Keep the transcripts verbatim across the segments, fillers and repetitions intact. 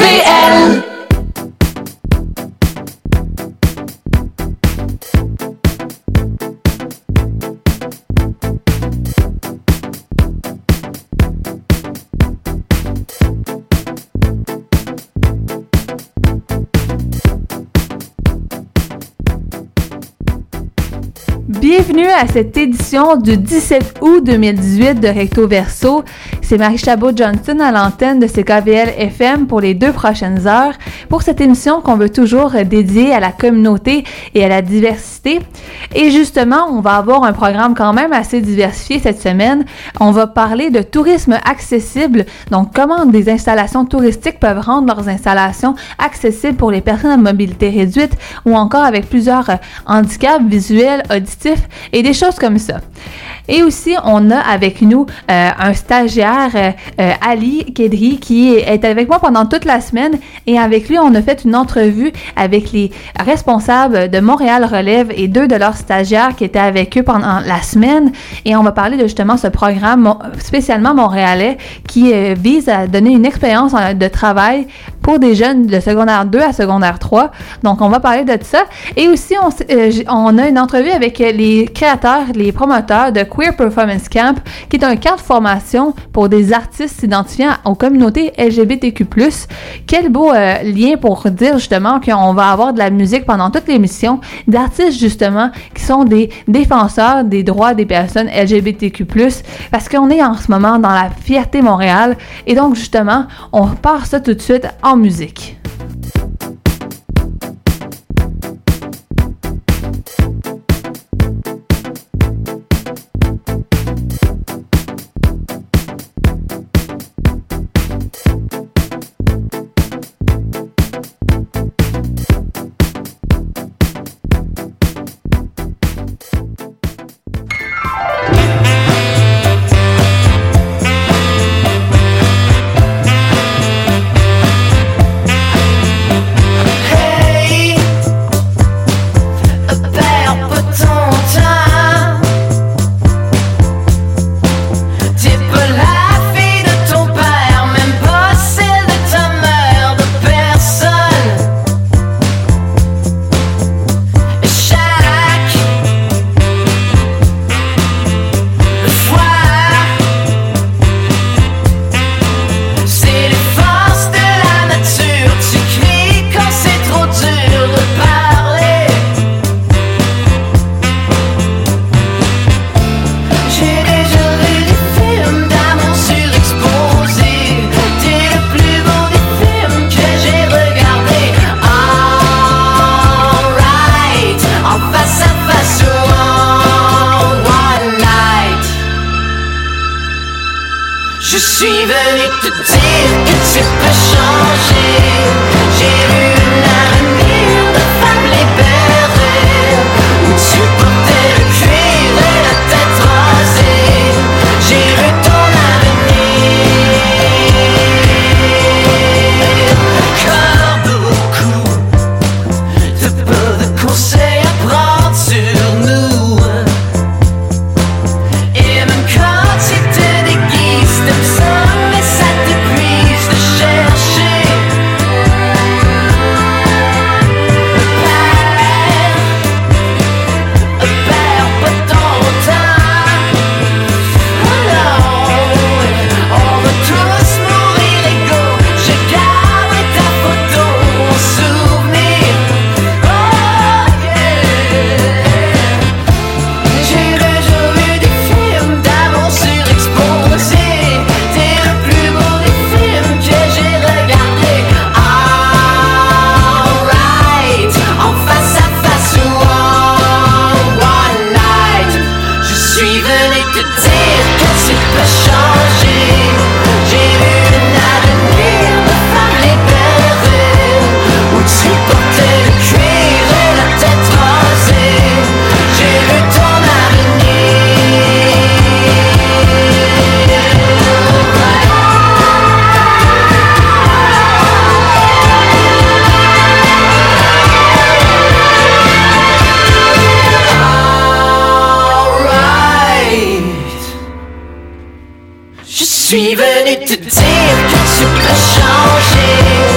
V L. Bienvenue à cette édition du dix-sept août deux mille dix-huit de Recto Verso. C'est Marie Chabot-Johnson à l'antenne de C K V L F M pour les deux prochaines heures pour cette émission qu'on veut toujours dédier à la communauté et à la diversité. Et justement, on va avoir un programme quand même assez diversifié cette semaine. On va parler de tourisme accessible, donc comment des installations touristiques peuvent rendre leurs installations accessibles pour les personnes à mobilité réduite ou encore avec plusieurs handicaps visuels, auditifs et des choses comme ça. Et aussi, on a avec nous euh, un stagiaire, euh, euh, Ali Kedri, qui est avec moi pendant toute la semaine. Et avec lui, on a fait une entrevue avec les responsables de Montréal Relève et deux de leurs stagiaires qui étaient avec eux pendant la semaine. Et on va parler de justement ce programme spécialement montréalais qui euh, vise à donner une expérience de travail pour des jeunes de secondaire deux à secondaire trois. Donc, on va parler de ça. Et aussi, on, euh, on a une entrevue avec les créateurs, les promoteurs de Queer Performance Camp, qui est un camp de formation pour des artistes s'identifiant aux communautés L G B T Q plus. Quel beau euh, lien pour dire justement qu'on va avoir de la musique pendant toute l'émission, d'artistes justement qui sont des défenseurs des droits des personnes L G B T Q plus, parce qu'on est en ce moment dans la fierté Montréal. Et donc, justement, on part ça tout de suite en musique. suis venu te dire que tu peux changer.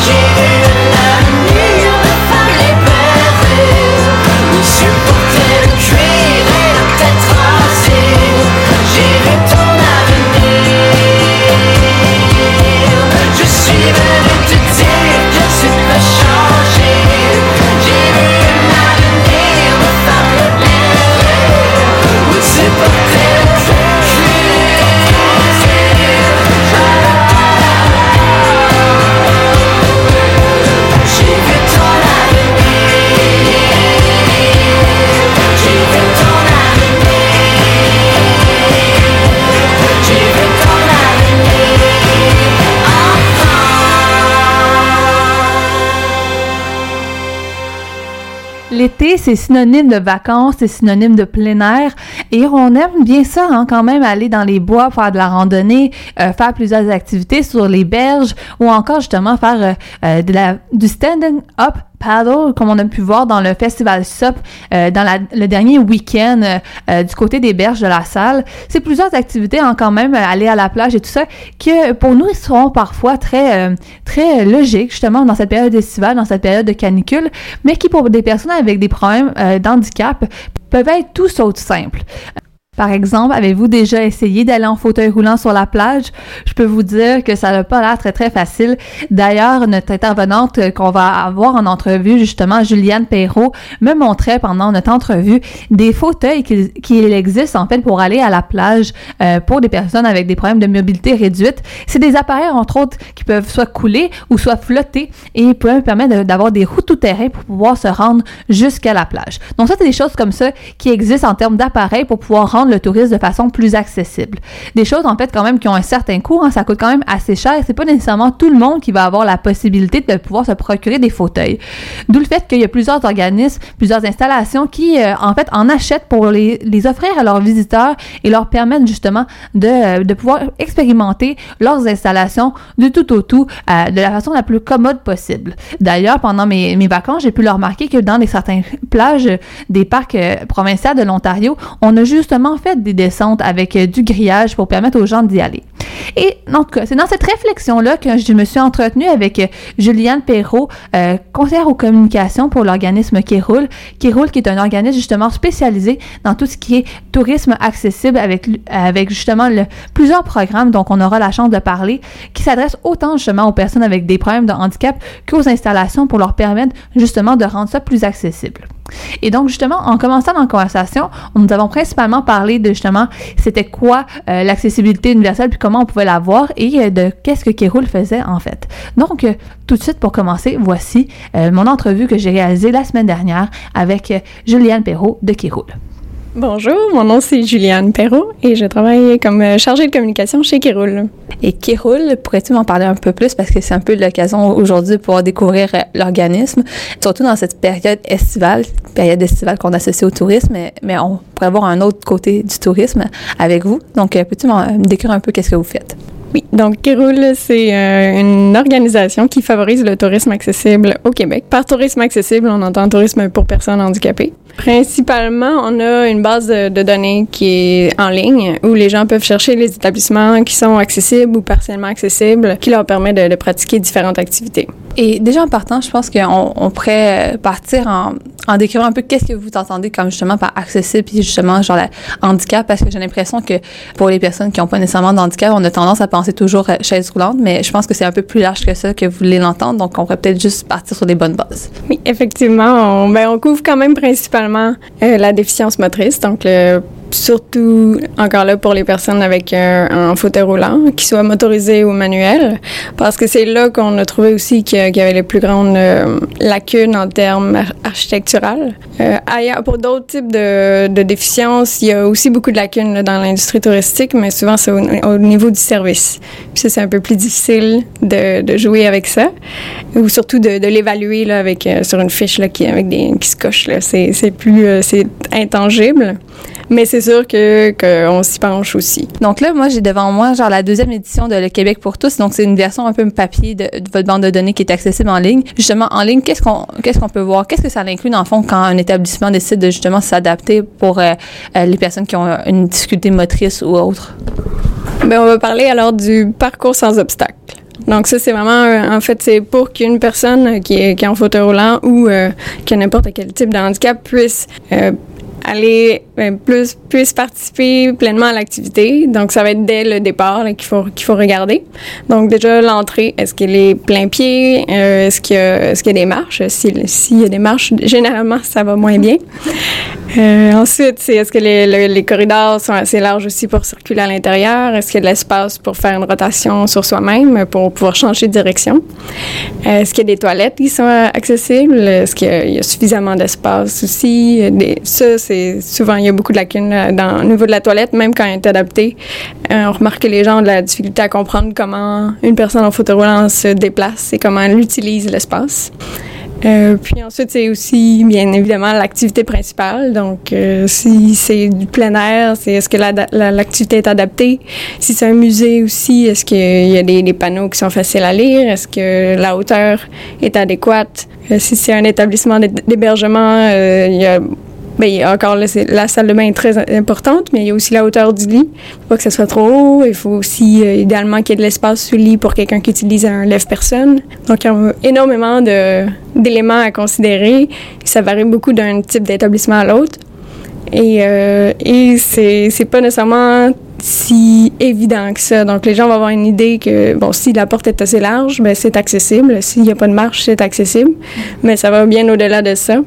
L'été, c'est synonyme de vacances, c'est synonyme de plein air et on aime bien ça, hein, quand même, aller dans les bois, faire de la randonnée, euh, faire plusieurs activités sur les berges ou encore justement faire euh, euh, de la, du standing up paddle, comme on a pu voir dans le festival S O P euh, dans la, le dernier week-end euh, euh, du côté des berges de la Salle. C'est plusieurs activités, hein, quand même, aller à la plage et tout ça, que pour nous, ils seront parfois très, euh, très logiques, justement, dans cette période estivale, dans cette période de canicule, mais qui, pour des personnes avec des problèmes euh, d'handicap, peuvent être tout sauf simples. Par exemple, avez-vous déjà essayé d'aller en fauteuil roulant sur la plage? Je peux vous dire que ça n'a pas l'air très, très facile. D'ailleurs, notre intervenante qu'on va avoir en entrevue, justement, Juliane Perrault, me montrait pendant notre entrevue des fauteuils qui, qui existent, en fait, pour aller à la plage euh, pour des personnes avec des problèmes de mobilité réduite. C'est des appareils, entre autres, qui peuvent soit couler ou soit flotter et peuvent permettre d'avoir des roues tout-terrain pour pouvoir se rendre jusqu'à la plage. Donc ça, c'est des choses comme ça qui existent en termes d'appareils pour pouvoir rendre le tourisme de façon plus accessible. Des choses, en fait, quand même, qui ont un certain coût, hein, ça coûte quand même assez cher. C'est pas nécessairement tout le monde qui va avoir la possibilité de pouvoir se procurer des fauteuils. D'où le fait qu'il y a plusieurs organismes, plusieurs installations qui, euh, en fait, en achètent pour les, les offrir à leurs visiteurs et leur permettre, justement, de, de pouvoir expérimenter leurs installations du tout au tout euh, de la façon la plus commode possible. D'ailleurs, pendant mes, mes vacances, j'ai pu le remarquer que dans les certaines plages des parcs euh, provinciaux de l'Ontario, on a justement fait des descentes avec euh, du grillage pour permettre aux gens d'y aller. Et donc, c'est dans cette réflexion-là que je me suis entretenue avec euh, Juliane Perrault, euh, conseillère aux communications pour l'organisme Kéroule. Kéroule, qui est un organisme justement spécialisé dans tout ce qui est tourisme accessible avec, avec justement le, plusieurs programmes dont on aura la chance de parler, qui s'adressent autant justement aux personnes avec des problèmes de handicap qu'aux installations pour leur permettre justement de rendre ça plus accessible. Et donc, justement, en commençant dans la conversation, nous avons principalement parlé de, justement, c'était quoi euh, l'accessibilité universelle, puis comment on pouvait l'avoir, et euh, de qu'est-ce que Kéroule faisait, en fait. Donc, euh, tout de suite, pour commencer, voici euh, mon entrevue que j'ai réalisée la semaine dernière avec euh, Juliane Perrault de Kéroule. Bonjour, mon nom c'est Juliane Perrault et je travaille comme chargée de communication chez Kéroule. Et Kéroule, pourrais-tu m'en parler un peu plus parce que c'est un peu l'occasion aujourd'hui de pouvoir découvrir l'organisme, surtout dans cette période estivale, période estivale qu'on associe au tourisme, mais, mais on pourrait voir un autre côté du tourisme avec vous. Donc, peux-tu me décrire un peu qu'est-ce que vous faites? Oui, donc Kéroule, c'est euh, une organisation qui favorise le tourisme accessible au Québec. Par tourisme accessible, on entend tourisme pour personnes handicapées. Principalement, on a une base de, de données qui est en ligne où les gens peuvent chercher les établissements qui sont accessibles ou partiellement accessibles, qui leur permet de, de pratiquer différentes activités. Et déjà en partant, je pense qu'on on pourrait partir en, en décrivant un peu qu'est-ce que vous entendez comme justement par accessible puis justement genre le handicap, parce que j'ai l'impression que pour les personnes qui n'ont pas nécessairement de handicap, on a tendance à penser toujours chaise roulante, mais je pense que c'est un peu plus large que ça que vous voulez l'entendre, donc on pourrait peut-être juste partir sur des bonnes bases. Oui, effectivement, on, ben, on couvre quand même principalement euh, la déficience motrice, donc le surtout, encore là, pour les personnes avec un, un fauteuil roulant, qu'ils soient motorisés ou manuels, parce que c'est là qu'on a trouvé aussi qu'il y avait les plus grandes euh, lacunes en termes architecturaux. Euh, ailleurs, pour d'autres types de, de déficiences, il y a aussi beaucoup de lacunes là, dans l'industrie touristique, mais souvent c'est au, au niveau du service. Puis ça, c'est un peu plus difficile de, de jouer avec ça, ou surtout de, de l'évaluer là, avec, euh, sur une fiche là, qui, avec des, qui se coche. Là. C'est, c'est plus euh, c'est intangible. Mais c'est sûr que qu'on s'y penche aussi. Donc là, moi, j'ai devant moi genre la deuxième édition de Le Québec pour tous. Donc c'est une version un peu papier de, de votre bande de données qui est accessible en ligne. Justement, en ligne, qu'est-ce qu'on qu'est-ce qu'on peut voir? Qu'est-ce que ça inclut dans le fond quand un établissement décide de justement s'adapter pour euh, euh, les personnes qui ont une difficulté motrice ou autre? Bien, on va parler alors du parcours sans obstacle. Donc ça, c'est vraiment, en fait, c'est pour qu'une personne qui est, qui est en fauteuil roulant ou euh, qui a n'importe quel type de handicap puisse euh, aller ben, plus puisse participer pleinement à l'activité. Donc ça va être dès le départ là, qu'il faut qu'il faut regarder. Donc déjà l'entrée, est-ce qu'elle est plein pied, euh, est-ce qu'il y a est-ce qu'il y a des marches? S'il s'il y a des marches, généralement ça va moins bien. Euh, ensuite, c'est est-ce que les, les, les corridors sont assez larges aussi pour circuler à l'intérieur? Est-ce qu'il y a de l'espace pour faire une rotation sur soi-même, pour pouvoir changer de direction? Euh, est-ce qu'il y a des toilettes qui sont accessibles? Est-ce qu'il y a, il y a suffisamment d'espace aussi? Des, ça, c'est souvent, il y a beaucoup de lacunes dans, au niveau de la toilette, même quand elle est adaptée. Euh, on remarque que les gens ont de la difficulté à comprendre comment une personne en fauteuil roulant se déplace et comment elle utilise l'espace. Euh, puis ensuite, c'est aussi, bien évidemment, l'activité principale. Donc, euh, si c'est du plein air, c'est est-ce que la, la, l'activité est adaptée? Si c'est un musée aussi, est-ce qu'il y a des, des panneaux qui sont faciles à lire? Est-ce que la hauteur est adéquate? Euh, si c'est un établissement d'hébergement, euh, il y a Bien, encore là, c'est, la salle de bain est très importante, mais il y a aussi la hauteur du lit. Il ne faut pas que ce soit trop haut. Il faut aussi, euh, idéalement, qu'il y ait de l'espace sous le lit pour quelqu'un qui utilise un lève-personne. Donc, il y a énormément de, d'éléments à considérer. Ça varie beaucoup d'un type d'établissement à l'autre. Et, euh, et c'est, c'est pas nécessairement si évident que ça. Donc, les gens vont avoir une idée que, bon, si la porte est assez large, ben c'est accessible. S'il n'y a pas de marche, c'est accessible. Mais ça va bien au-delà de ça.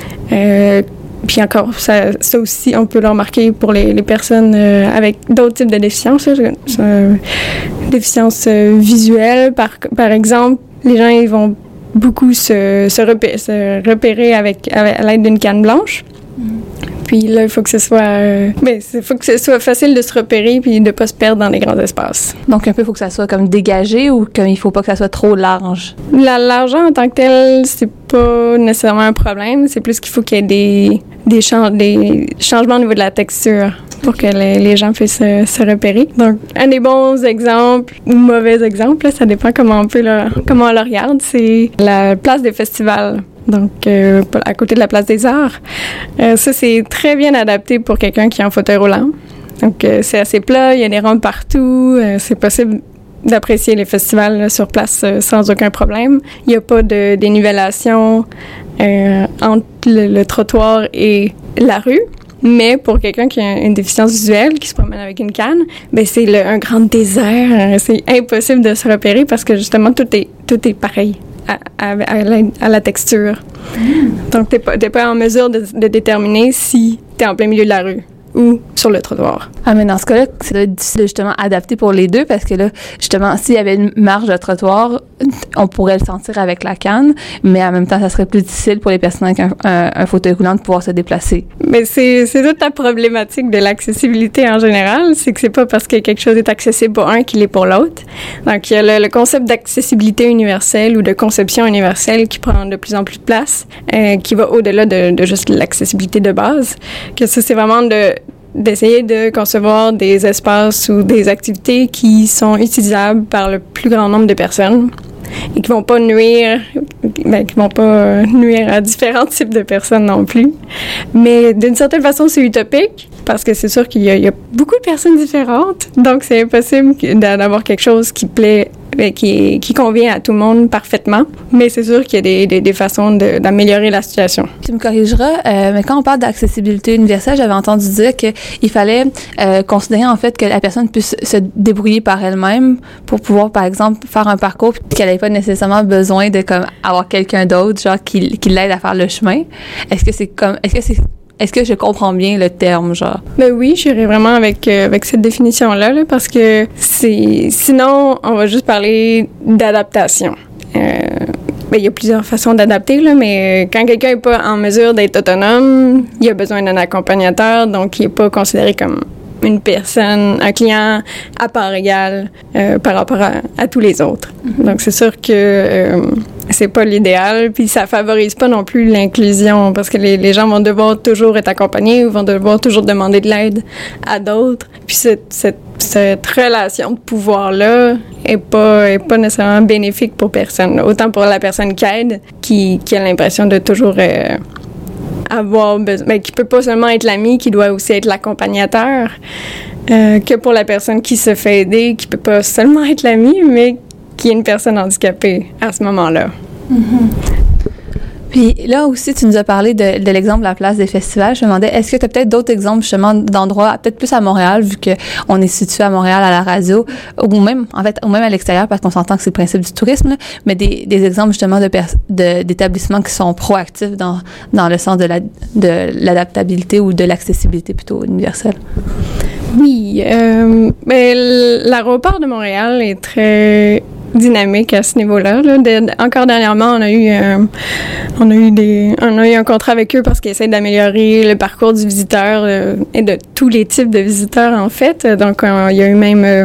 Euh, Puis encore, ça, ça aussi, on peut le remarquer pour les, les personnes euh, avec d'autres types de déficiences. Euh, déficience euh, visuelle, par, par exemple, les gens ils vont beaucoup se, se, repérer, se repérer avec, avec, à l'aide d'une canne blanche. Mm. Puis là, il faut que ce soit, euh, ben, il faut que ce soit facile de se repérer puis de ne pas se perdre dans les grands espaces. Donc, un peu, il faut que ça soit comme dégagé ou qu'il ne faut pas que ça soit trop large? La largeur en tant que telle, c'est pas nécessairement un problème. C'est plus qu'il faut qu'il y ait des, des, change, des changements au niveau de la texture pour que les, les gens puissent se, se repérer. Donc, un des bons exemples ou mauvais exemples, là, ça dépend comment on peut le, comment on le regarde, c'est la place des festivals. Donc, euh, à côté de la place des Arts. Euh, ça, c'est très bien adapté pour quelqu'un qui est en fauteuil roulant. Donc, euh, c'est assez plat, il y a des rampes partout, euh, c'est possible d'apprécier les festivals là, sur place euh, sans aucun problème. Il n'y a pas de dénivellation euh, entre le, le trottoir et la rue. Mais pour quelqu'un qui a une déficience visuelle, qui se promène avec une canne, ben c'est le, un grand désert. C'est impossible de se repérer parce que justement, tout est, tout est pareil. À, à, à, la, à la texture. Mm. Donc, tu n'es pas, t'es pas en mesure de, de déterminer si tu es en plein milieu de la rue ou sur le trottoir. Ah, mais dans ce cas-là, c'est difficile de justement adapter pour les deux parce que là, justement, s'il y avait une marge de trottoir, on pourrait le sentir avec la canne, mais en même temps, ça serait plus difficile pour les personnes avec un, un, un fauteuil roulant de pouvoir se déplacer. Mais c'est, c'est toute la problématique de l'accessibilité en général, c'est que c'est pas parce que quelque chose est accessible pour un qu'il est pour l'autre. Donc, il y a le, le concept d'accessibilité universelle ou de conception universelle qui prend de plus en plus de place, euh, qui va au-delà de, de juste l'accessibilité de base. Que ça, c'est vraiment de d'essayer de concevoir des espaces ou des activités qui sont utilisables par le plus grand nombre de personnes et qui vont pas nuire, ben, qui vont pas nuire à différents types de personnes non plus. Mais d'une certaine façon, c'est utopique parce que c'est sûr qu'il y a, il y a beaucoup de personnes différentes, donc c'est impossible d'avoir quelque chose qui plaît, qui, qui convient à tout le monde parfaitement. Mais c'est sûr qu'il y a des, des, des façons de, d'améliorer la situation. Tu me corrigeras, euh, mais quand on parle d'accessibilité universelle, j'avais entendu dire qu'il fallait euh, considérer en fait que la personne puisse se débrouiller par elle-même pour pouvoir, par exemple, faire un parcours puis qu'elle n'ait pas nécessairement besoin de comme avoir quelqu'un d'autre, genre qui, qui l'aide à faire le chemin. Est-ce que c'est comme, est-ce que c'est Est-ce que je comprends bien le terme, genre? Ben oui, j'irais vraiment avec, euh, avec cette définition-là, là, parce que c'est... Sinon, on va juste parler d'adaptation. Euh, ben, il y a plusieurs façons d'adapter, là, mais quand quelqu'un n'est pas en mesure d'être autonome, il a besoin d'un accompagnateur, donc il n'est pas considéré comme une personne, un client à part égale euh, par rapport à, à tous les autres. Mm-hmm. Donc, c'est sûr que euh, c'est pas l'idéal, puis ça favorise pas non plus l'inclusion, parce que les, les gens vont devoir toujours être accompagnés ou vont devoir toujours demander de l'aide à d'autres. Puis cette, cette, cette relation de pouvoir-là est pas, est pas nécessairement bénéfique pour personne. Autant pour la personne qui aide, qui, qui a l'impression de toujours... Euh, avoir besoin, ben, qui peut pas seulement être l'ami, qui doit aussi être l'accompagnateur, euh, que pour la personne qui se fait aider, qui peut pas seulement être l'ami, mais qu'il y ait une personne handicapée à ce moment-là. Mm-hmm. Puis là aussi, tu nous as parlé de, de l'exemple de la place des festivals. Je me demandais, est-ce que tu as peut-être d'autres exemples justement d'endroits, peut-être plus à Montréal, vu qu'on est situé à Montréal à la radio, ou même, en fait, ou même à l'extérieur, parce qu'on s'entend que c'est le principe du tourisme, là, mais des, des exemples justement de, pers- de d'établissements qui sont proactifs dans, dans le sens de, la, de l'adaptabilité ou de l'accessibilité plutôt universelle. Oui, euh, mais l'aéroport de Montréal est très dynamique à ce niveau-là. Là. De, encore dernièrement, on a eu euh, on a eu des on a eu un contrat avec eux parce qu'ils essaient d'améliorer le parcours du visiteur euh, et de tous les types de visiteurs en fait. Donc euh, il y a eu même euh,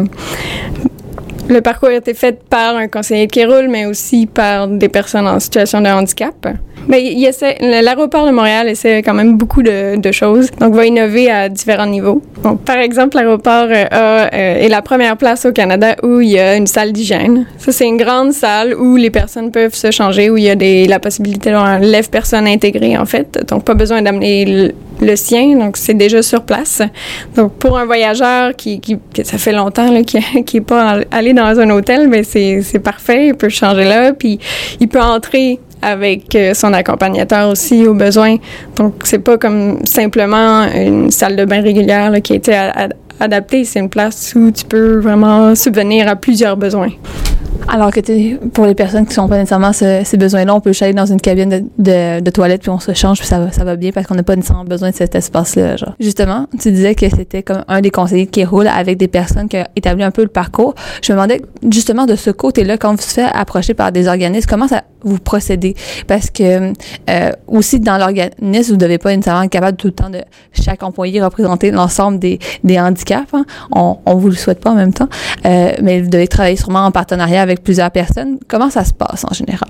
le parcours a été fait par un conseiller qui roule, mais aussi par des personnes en situation de handicap. Mais il essaie, l'aéroport de Montréal essaie quand même beaucoup de, de choses, donc va innover à différents niveaux. Donc, par exemple, l'aéroport euh, a, euh, est la première place au Canada où il y a une salle d'hygiène. Ça, c'est une grande salle où les personnes peuvent se changer, où il y a des, la possibilité d'un lève-personne intégré, en fait. Donc, pas besoin d'amener le, le sien, donc c'est déjà sur place. Donc, pour un voyageur qui, qui que ça fait longtemps là, qui qui est pas allé dans un hôtel, mais c'est c'est parfait, il peut changer là, puis il peut entrer avec son accompagnateur aussi au besoin. Donc, c'est pas comme simplement une salle de bain régulière là, qui a été a- a- adaptée. C'est une place où tu peux vraiment subvenir à plusieurs besoins. Alors que pour les personnes qui n'ont pas nécessairement ce, ces besoins-là, on peut juste aller dans une cabine de, de, de toilette puis on se change puis ça va, ça va bien parce qu'on n'a pas nécessairement besoin de cet espace-là. Genre. Justement, tu disais que c'était comme un des conseillers qui roule avec des personnes qui ont établi un peu le parcours. Je me demandais justement de ce côté-là, quand vous se faites approcher par des organismes, comment ça vous procédez? Parce que euh, aussi dans l'organisme, vous ne devez pas nécessairement être capable tout le temps de chaque employé représenter l'ensemble des, des handicaps. Hein. On ne vous le souhaite pas en même temps. Euh, mais vous devez travailler sûrement en partenariat avec plusieurs personnes. Comment ça se passe en général?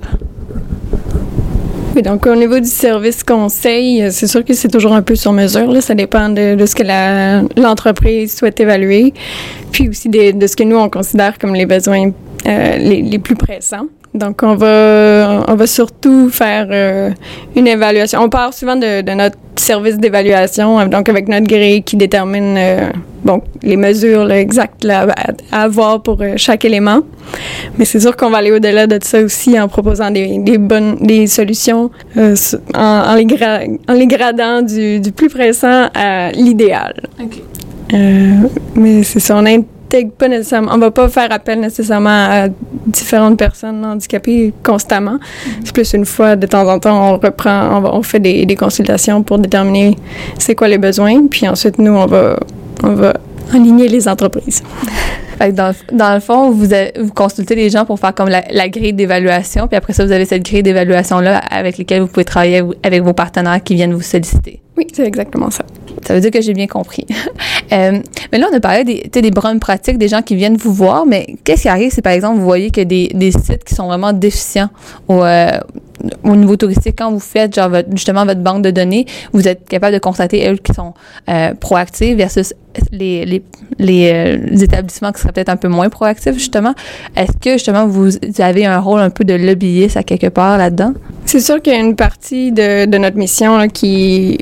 Oui, donc au niveau du service conseil, c'est sûr que c'est toujours un peu sur mesure. Là. Ça dépend de, de ce que la, l'entreprise souhaite évaluer, puis aussi de, de ce que nous, on considère comme les besoins euh, les, les plus pressants. Donc, on va, on va surtout faire euh, une évaluation. On part souvent de, de notre service d'évaluation, donc avec notre grille qui détermine euh, bon, les mesures là, exactes là, à, à avoir pour euh, chaque élément. Mais c'est sûr qu'on va aller au-delà de ça aussi en proposant des, des bonnes des solutions euh, en, en, les gra- en les gradant du, du plus pressant à l'idéal. OK. Euh, mais c'est ça, on intègre pas nécessairement, on va pas faire appel nécessairement à différentes personnes handicapées constamment. Mm-hmm. C'est plus une fois, de temps en temps, on reprend, on, va, on fait des, des consultations pour déterminer c'est quoi les besoins, puis ensuite, nous, on va, on va aligner les entreprises. Fait que dans, dans le fond, vous, avez, vous consultez les gens pour faire comme la, la grille d'évaluation, puis après ça, vous avez cette grille d'évaluation-là avec laquelle vous pouvez travailler avec vos partenaires qui viennent vous solliciter. Oui, c'est exactement ça. Ça veut dire que j'ai bien compris. euh, mais là, on a parlé des, des bonnes pratiques, des gens qui viennent vous voir, mais qu'est-ce qui arrive si, par exemple, vous voyez que des, des sites qui sont vraiment déficients au, euh, au niveau touristique, quand vous faites genre votre, justement votre banque de données, vous êtes capable de constater eux qui sont euh, proactifs versus les, les, les, euh, les établissements qui seraient peut-être un peu moins proactifs, justement. Est-ce que, justement, vous avez un rôle un peu de lobbyiste à quelque part là-dedans? C'est sûr qu'il y a une partie de, de notre mission là, qui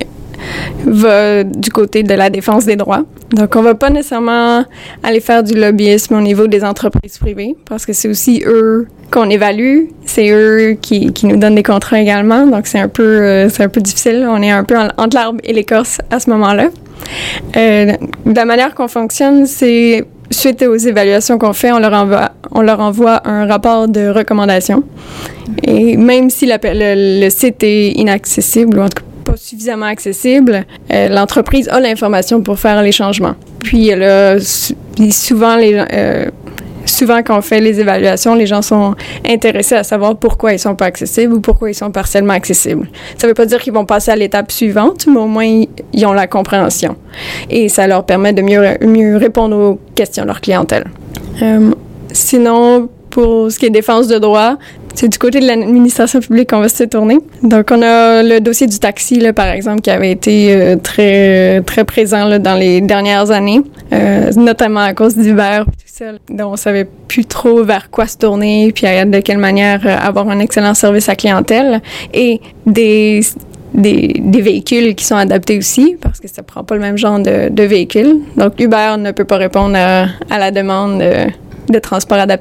va du côté de la défense des droits. Donc, on va pas nécessairement aller faire du lobbyisme au niveau des entreprises privées parce que c'est aussi eux qu'on évalue, c'est eux qui, qui nous donnent des contrats également. Donc, c'est un peu, euh, c'est un peu difficile. On est un peu en, entre l'arbre et l'écorce à ce moment-là. Euh, de la manière qu'on fonctionne, c'est suite aux évaluations qu'on fait, on leur envoie, on leur envoie un rapport de recommandation. Et même si la, le, le site est inaccessible, ou en tout cas pas suffisamment accessible, euh, l'entreprise a l'information pour faire les changements. Puis là, souvent, les, euh, souvent quand on fait les évaluations, les gens sont intéressés à savoir pourquoi ils sont pas accessibles ou pourquoi ils sont partiellement accessibles. Ça veut pas dire qu'ils vont passer à l'étape suivante, mais au moins, ils ont la compréhension. Et ça leur permet de mieux, mieux répondre aux questions de leur clientèle. Euh, sinon, pour ce qui est défense de droit, c'est du côté de l'administration publique qu'on va se tourner. Donc, on a le dossier du taxi, là, par exemple, qui avait été euh, très très présent là, dans les dernières années, euh, notamment à cause d'Uber, tout ça. Donc, on savait plus trop vers quoi se tourner, puis de quelle manière euh, avoir un excellent service à clientèle et des Des, des véhicules qui sont adaptés aussi, parce que ça prend pas le même genre de, de véhicule. Donc, Uber ne peut pas répondre à, à la demande de, de transport adapté.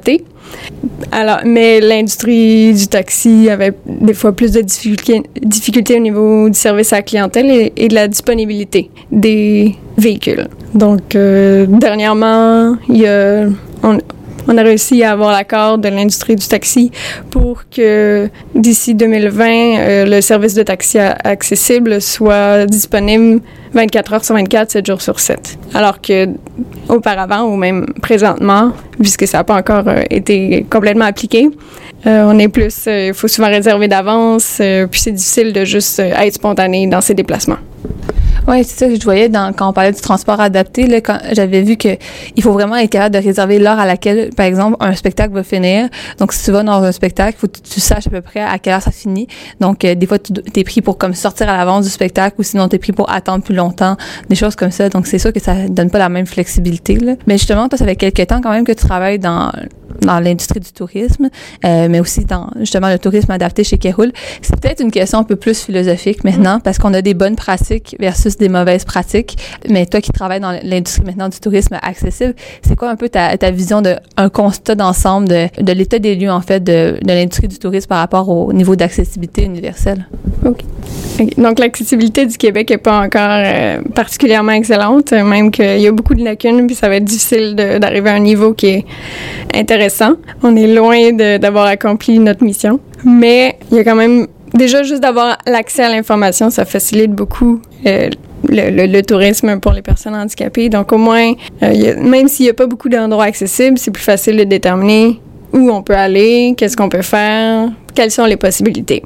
Alors, mais l'industrie du taxi avait des fois plus de difficultés, difficultés au niveau du service à la clientèle et, et de la disponibilité des véhicules. Donc, euh, dernièrement, il y a, on, on a réussi à avoir l'accord de l'industrie du taxi pour que d'ici deux mille vingt, euh, le service de taxi a, accessible soit disponible vingt-quatre heures sur vingt-quatre, sept jours sur sept. Alors que auparavant, ou même présentement, puisque ça n'a pas encore euh, été complètement appliqué, euh, on est plus, il euh, faut souvent réserver d'avance, euh, puis c'est difficile de juste euh, être spontané dans ses déplacements. Oui, c'est ça que je voyais dans, quand on parlait du transport adapté, là, quand j'avais vu que il faut vraiment être capable de réserver l'heure à laquelle, par exemple, un spectacle va finir. Donc, si tu vas dans un spectacle, il faut que tu, tu saches à peu près à quelle heure ça finit. Donc, euh, des fois, tu es pris pour comme sortir à l'avance du spectacle ou sinon tu es pris pour attendre plus longtemps, des choses comme ça. Donc, c'est sûr que ça donne pas la même flexibilité, là. Mais justement, toi, ça fait quelques temps quand même que tu travailles dans dans l'industrie du tourisme, euh, mais aussi dans justement le tourisme adapté chez Keroul. C'est peut-être une question un peu plus philosophique maintenant, parce qu'on a des bonnes pratiques versus des mauvaises pratiques. Mais toi qui travailles dans l'industrie maintenant du tourisme accessible, c'est quoi un peu ta, ta vision de un constat d'ensemble de, de l'état des lieux en fait de, de l'industrie du tourisme par rapport au niveau d'accessibilité universelle? OK. Okay. Donc l'accessibilité du Québec est pas encore euh, particulièrement excellente, même qu'il y a beaucoup de lacunes, puis ça va être difficile de, d'arriver à un niveau qui est intéressant. On est loin de, d'avoir accompli notre mission, mais il y a quand même déjà juste d'avoir l'accès à l'information, ça facilite beaucoup euh, le, le, le tourisme pour les personnes handicapées. Donc au moins, euh, y a, même s'il n'y a pas beaucoup d'endroits accessibles, c'est plus facile de déterminer où on peut aller, qu'est-ce qu'on peut faire, quelles sont les possibilités.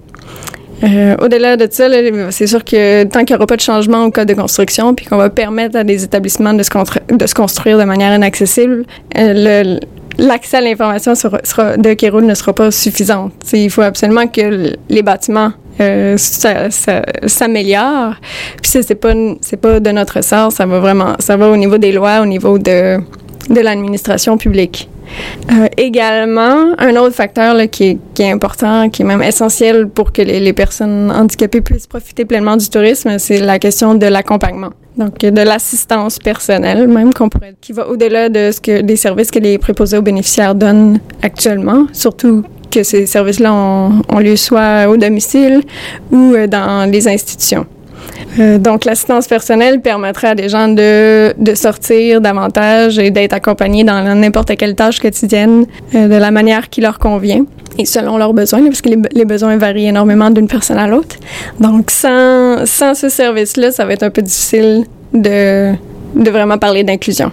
Euh, au-delà de ça, là, c'est sûr que tant qu'il n'y aura pas de changement au code de construction, puis qu'on va permettre à des établissements de se, constru- de se construire de manière inaccessible, euh, le, l'accès à l'information sera, sera, de Keroul ne sera pas suffisant. T'sais, il faut absolument que les bâtiments euh, ça, ça, s'améliorent. Puis ça, c'est pas, c'est pas de notre ressort, ça va vraiment, ça va au niveau des lois, au niveau de, de l'administration publique. Euh, également, un autre facteur là, qui, est, qui est important, qui est même essentiel pour que les, les personnes handicapées puissent profiter pleinement du tourisme, c'est la question de l'accompagnement. Donc, de l'assistance personnelle, même qu'on pourrait, qui va au-delà de ce que des services que les préposés aux bénéficiaires donnent actuellement, surtout que ces services-là ont, ont lieu soit au domicile ou dans les institutions. Euh, donc, l'assistance personnelle permettra à des gens de, de sortir davantage et d'être accompagnés dans n'importe quelle tâche quotidienne euh, de la manière qui leur convient et selon leurs besoins, parce que les, les besoins varient énormément d'une personne à l'autre. Donc, sans, sans ce service-là, ça va être un peu difficile de, de vraiment parler d'inclusion.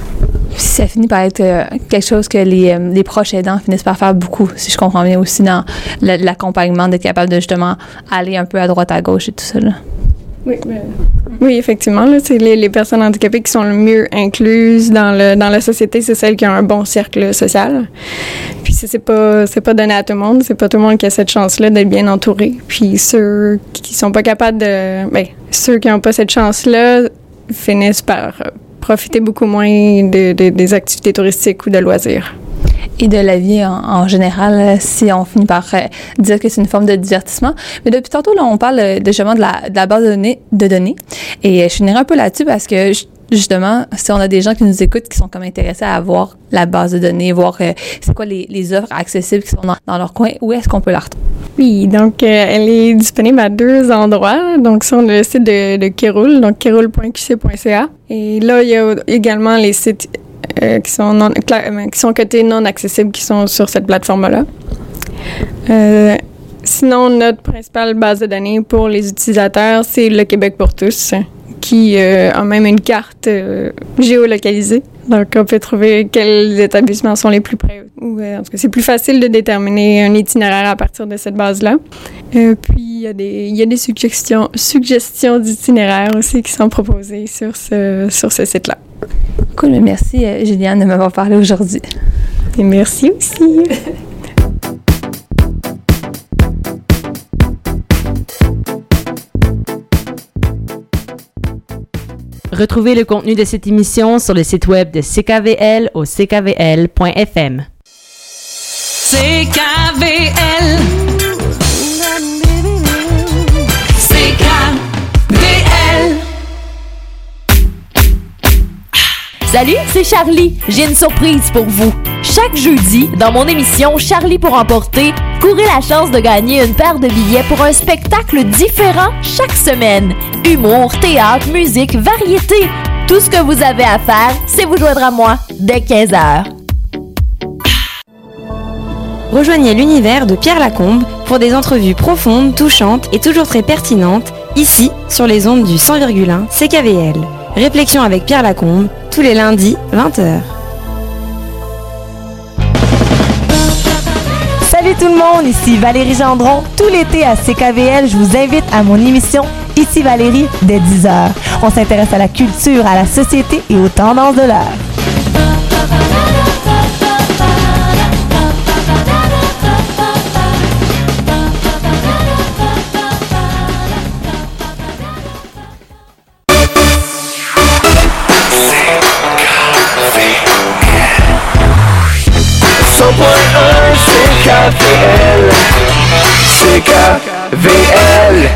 Ça finit par être euh, quelque chose que les, euh, les proches aidants finissent par faire beaucoup, si je comprends bien, aussi dans l'accompagnement, d'être capable de justement aller un peu à droite, à gauche et tout ça, là. Oui, mais... oui, effectivement. Là, c'est les, les personnes handicapées qui sont le mieux incluses dans, le, dans la société, c'est celles qui ont un bon cercle social. Puis c'est, c'est pas c'est pas donné à tout le monde. C'est pas tout le monde qui a cette chance-là d'être bien entouré. Puis ceux qui sont pas capables de... Ben, ceux qui n'ont pas cette chance-là finissent par profiter beaucoup moins de, de, des activités touristiques ou de loisirs. Et de la vie en, en général, si on finit par euh, dire que c'est une forme de divertissement. Mais depuis tantôt, là, on parle euh, justement de la, de la base de données, de données. Et euh, je finirai un peu là-dessus parce que, justement, si on a des gens qui nous écoutent qui sont comme intéressés à voir la base de données, voir euh, c'est quoi les, les offres accessibles qui sont dans, dans leur coin, où est-ce qu'on peut la retrouver? Oui, donc euh, elle est disponible à deux endroits, donc sur le site de, de Keroul, donc keroul point q c point c a. Et là, il y a également les sites Euh, qui sont non, qui sont cotés non accessibles qui sont sur cette plateforme-là. Euh, sinon, notre principale base de données pour les utilisateurs, c'est le Québec pour tous, qui euh, a même une carte euh, géolocalisée. Donc, on peut trouver quels établissements sont les plus près. Ou, euh, en tout cas, c'est plus facile de déterminer un itinéraire à partir de cette base-là. Euh, puis, il y a des, il y a des suggestions, suggestions d'itinéraires aussi qui sont proposées sur ce, sur ce site-là. Cool, mais merci, euh, Juliane, de m'avoir parlé aujourd'hui. Et merci aussi. Retrouvez le contenu de cette émission sur le site web de C K V L au c k v l point f m. C K V L. C K V L. Salut, c'est Charlie. J'ai une surprise pour vous. Chaque jeudi, dans mon émission Charlie pour emporter, courez la chance de gagner une paire de billets pour un spectacle différent chaque semaine. Humour, théâtre, musique, variété. Tout ce que vous avez à faire, c'est vous joindre à moi dès quinze heures. Rejoignez l'univers de Pierre Lacombe pour des entrevues profondes, touchantes et toujours très pertinentes, ici, sur les ondes du cent virgule un C K V L. Réflexion avec Pierre Lacombe, tous les lundis, vingt heures. Salut tout le monde, ici Valérie Gendron. Tout l'été à C K V L, je vous invite à mon émission Ici Valérie dès dix heures. On s'intéresse à la culture, à la société et aux tendances de l'heure. cent point un C K V L, C K V L.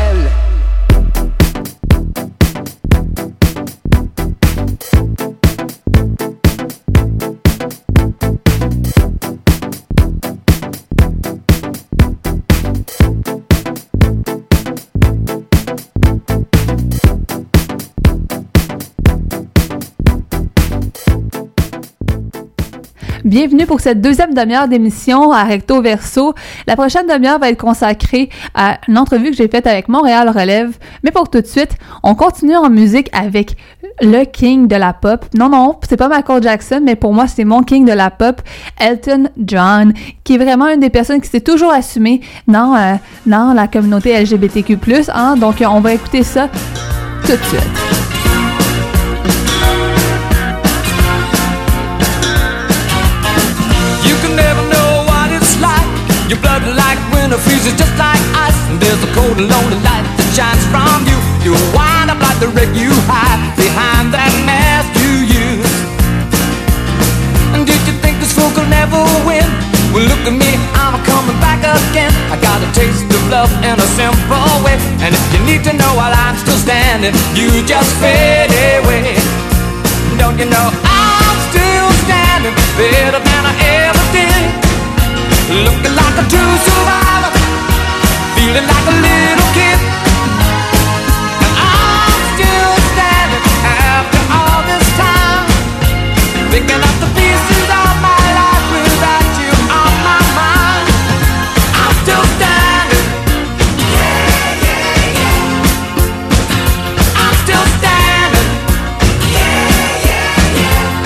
Bienvenue pour cette deuxième demi-heure d'émission à Recto Verso. La prochaine demi-heure va être consacrée à une entrevue que j'ai faite avec Montréal Relève. Mais pour tout de suite, on continue en musique avec le king de la pop. Non, non, c'est pas Michael Jackson, mais pour moi, c'est mon king de la pop, Elton John, qui est vraiment une des personnes qui s'est toujours assumée dans, euh, dans la communauté L G B T Q plus, hein? Donc, on va écouter ça tout de suite. Your blood like winter freezes just like ice, and there's a cold and lonely light that shines from you. You wind up like the wreck you hide behind that mask you use. And did you think this fool could never win? Well, look at me, I'm coming back again. I got a taste of love in a simple way, and if you need to know while I'm still standing, you just fade away. Don't you know I'm still standing better than I ever did? Looking like a true survivor, feeling like a little kid. And I'm still standing after all this time, picking up the pieces of my life without you on my mind. I'm still standing. Yeah, yeah, yeah. I'm still standing. Yeah, yeah,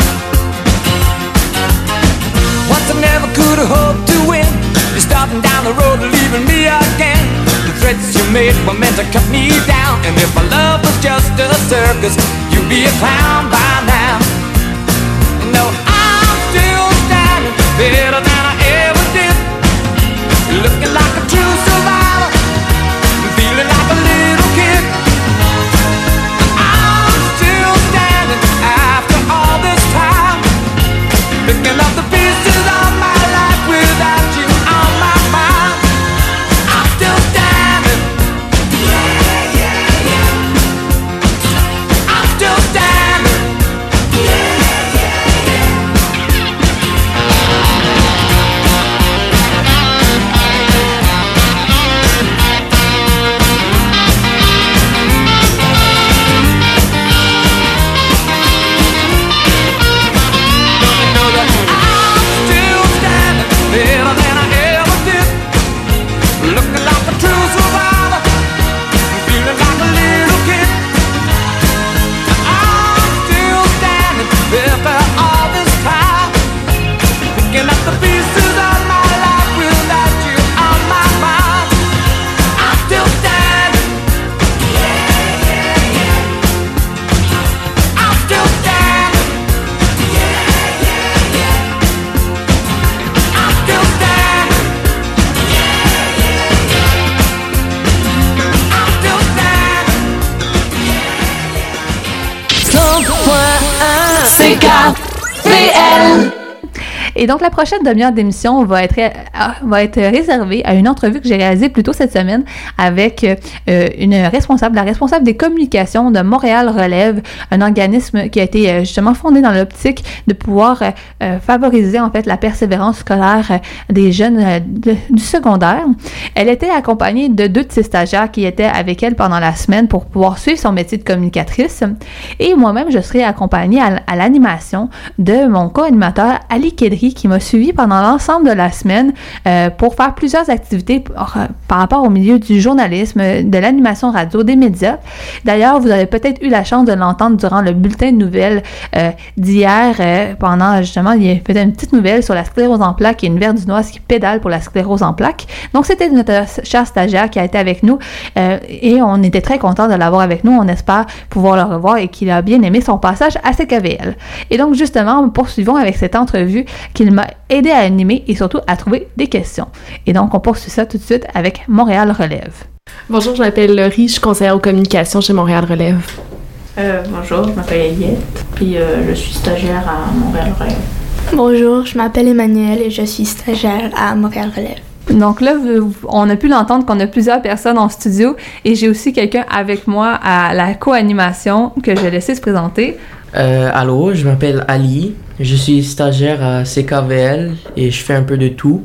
yeah. Once I never could have hoped to win. You're starting down the road and leaving me again. The threats you made were meant to cut me down, and if my love was just a circus, you'd be a clown by now. No, I'm still standing better than I ever did. Looking like a true survivor, feeling like a little kid. I'm still standing after all this time, picking up the pieces of my life without you. Et donc, la prochaine demi-heure d'émission va être, euh, va être réservée à une entrevue que j'ai réalisée plus tôt cette semaine avec euh, une responsable, la responsable des communications de Montréal Relève, un organisme qui a été euh, justement fondé dans l'optique de pouvoir euh, euh, favoriser en fait la persévérance scolaire euh, des jeunes euh, de, du secondaire. Elle était accompagnée de deux de ses stagiaires qui étaient avec elle pendant la semaine pour pouvoir suivre son métier de communicatrice. Et moi-même, je serai accompagnée à, à l'animation de mon co-animateur Ali Kedri qui m'a suivi pendant l'ensemble de la semaine euh, pour faire plusieurs activités par, par rapport au milieu du journalisme, de l'animation radio, des médias. D'ailleurs, vous avez peut-être eu la chance de l'entendre durant le bulletin de nouvelles euh, d'hier euh, pendant justement, il y a peut-être une petite nouvelle sur la sclérose en plaques et une verdunoise qui pédale pour la sclérose en plaques. Donc, c'était notre cher stagiaire qui a été avec nous euh, et on était très contents de l'avoir avec nous. On espère pouvoir le revoir et qu'il a bien aimé son passage à C K V L. Et donc, justement, poursuivons avec cette entrevue qu'il m'a aidé à animer et surtout à trouver des questions. Et donc, on poursuit ça tout de suite avec Montréal Relève. Bonjour, je m'appelle Laurie, je suis conseillère aux communications chez Montréal Relève. Euh, bonjour, je m'appelle Eliette, puis euh, je suis stagiaire à Montréal Relève. Bonjour, je m'appelle Emmanuel et je suis stagiaire à Montréal Relève. Donc là, on a pu l'entendre qu'on a plusieurs personnes en studio et j'ai aussi quelqu'un avec moi à la co-animation que je vais laisser se présenter. Euh, allô, je m'appelle Ali, je suis stagiaire à C K V L et je fais un peu de tout.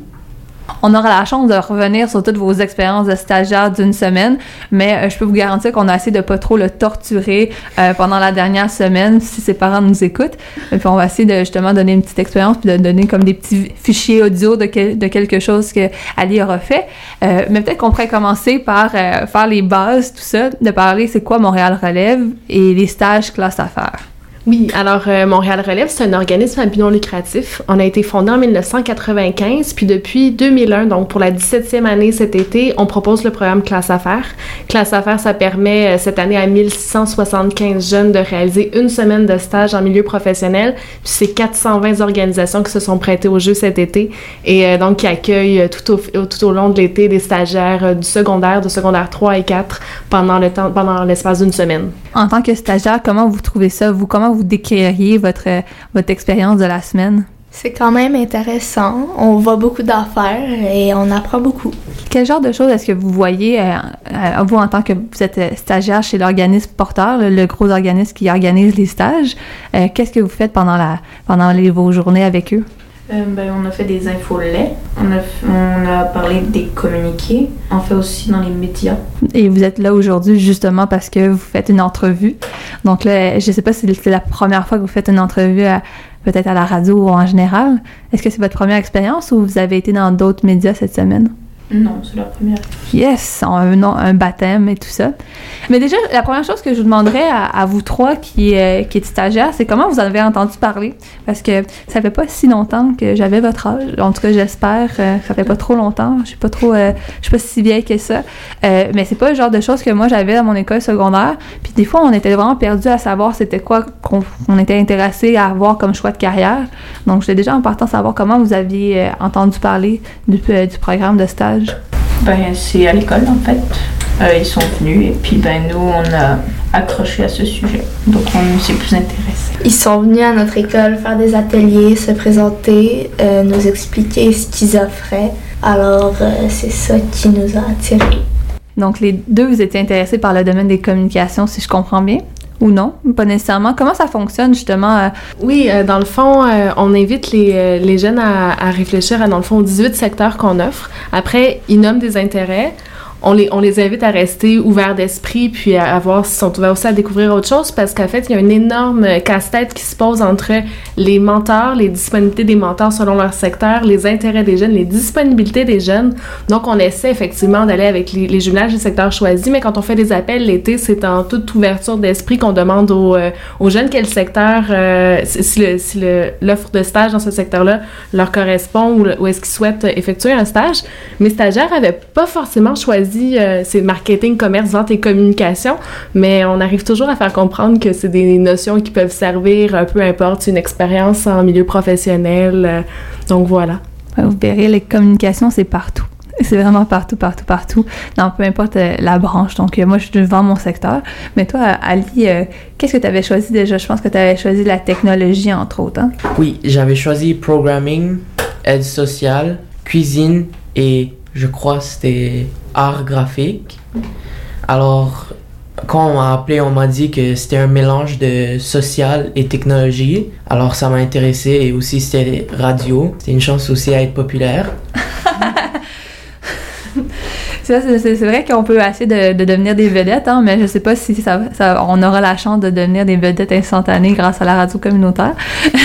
On aura la chance de revenir sur toutes vos expériences de stagiaire d'une semaine, mais euh, je peux vous garantir qu'on a essayé de pas trop le torturer euh, pendant la dernière semaine, si ses parents nous écoutent. Et puis on va essayer de justement donner une petite expérience puis de donner comme des petits fichiers audio de, que, de quelque chose que Ali aura fait. Euh, mais peut-être qu'on pourrait commencer par euh, faire les bases, tout ça, de parler c'est quoi Montréal Relève et les stages classe affaires. Oui, alors euh, Montréal Relève, c'est un organisme à but non lucratif. On a été fondé en dix-neuf cent quatre-vingt-quinze, puis depuis deux mille un, donc pour la dix-septième année cet été, on propose le programme Classe Affaires. Classe Affaires, ça permet euh, cette année à mille six cent soixante-quinze jeunes de réaliser une semaine de stage en milieu professionnel. Puis c'est quatre cent vingt organisations qui se sont prêtées au jeu cet été et euh, donc qui accueillent euh, tout, au, tout au long de l'été des stagiaires euh, du secondaire, de secondaire trois et quatre pendant le temps, pendant l'espace d'une semaine. En tant que stagiaire, comment vous trouvez ça? Vous, comment vous décririez votre, votre expérience de la semaine? C'est quand même intéressant. On voit beaucoup d'affaires et on apprend beaucoup. Quel genre de choses est-ce que vous voyez, euh, euh, vous en tant que vous êtes stagiaire chez l'organisme porteur, le, le gros organisme qui organise les stages, euh, qu'est-ce que vous faites pendant, la, pendant les, vos journées avec eux? Euh, ben, on a fait des infolets, on a, on a parlé des communiqués, on fait aussi dans les médias. Et vous êtes là aujourd'hui justement parce que vous faites une entrevue. Donc là, je ne sais pas si c'est la première fois que vous faites une entrevue à, peut-être à la radio ou en général. Est-ce que c'est votre première expérience ou vous avez été dans d'autres médias cette semaine? Non, c'est la première. Yes, un, un baptême et tout ça. Mais déjà, la première chose que je vous demanderais à, à vous trois qui, euh, qui êtes stagiaires, c'est comment vous en avez entendu parler. Parce que ça fait pas si longtemps que j'avais votre âge. En tout cas, j'espère. Euh, ça fait pas trop longtemps. Je suis pas trop, euh, je suis pas si vieille que ça. Euh, mais c'est pas le genre de choses que moi j'avais dans mon école secondaire. Puis des fois, on était vraiment perdus à savoir c'était quoi qu'on on était intéressé à avoir comme choix de carrière. Donc, j'étais déjà en partant savoir comment vous aviez euh, entendu parler du, euh, du programme de stage. Ben, c'est à l'école, en fait. Euh, ils sont venus et puis, ben, nous, on a accroché à ce sujet. Donc, on s'est plus intéressés. Ils sont venus à notre école faire des ateliers, se présenter, euh, nous expliquer ce qu'ils offraient. Alors, euh, c'est ça qui nous a attirés. Donc, les deux, vous étiez intéressés par le domaine des communications, si je comprends bien? Ou non, pas nécessairement. Comment ça fonctionne, justement? Euh... Oui, euh, dans le fond, euh, on invite les, euh, les jeunes à, à réfléchir à, dans le fond, aux dix-huit secteurs qu'on offre. Après, ils nomment des intérêts. On les, on les invite à rester ouverts d'esprit puis à, à voir s'ils sont ouverts aussi à découvrir autre chose parce qu'en fait, il y a une énorme casse-tête qui se pose entre les mentors, les disponibilités des mentors selon leur secteur, les intérêts des jeunes, les disponibilités des jeunes. Donc, on essaie effectivement d'aller avec les, les jumelages des secteurs choisis, mais quand on fait des appels l'été, c'est en toute ouverture d'esprit qu'on demande aux, euh, aux jeunes quel secteur, euh, si, le, si le, l'offre de stage dans ce secteur-là leur correspond ou, ou est-ce qu'ils souhaitent effectuer un stage. Mes stagiaires n'avaient pas forcément choisi Euh, c'est marketing, commerce, vente et communication, mais on arrive toujours à faire comprendre que c'est des notions qui peuvent servir, euh, peu importe, une expérience en milieu professionnel. Euh, donc voilà. Vous verrez, les communications, c'est partout. c'est vraiment partout, partout, partout, dans peu importe euh, la branche. Donc, euh, moi, je suis devant mon secteur. Mais toi, Ali, euh, qu'est-ce que tu avais choisi déjà? Je pense que tu avais choisi la technologie, entre autres. Hein? Oui, j'avais choisi programming, aide sociale, cuisine et je crois que c'était art graphique. Alors, quand on m'a appelé, on m'a dit que c'était un mélange de social et technologie. Alors, ça m'a intéressé et aussi c'était radio. C'était une chance aussi à être populaire. C'est, c'est, c'est vrai qu'on peut essayer de, de devenir des vedettes, hein, mais je sais pas si ça, ça, on aura la chance de devenir des vedettes instantanées grâce à la radio communautaire.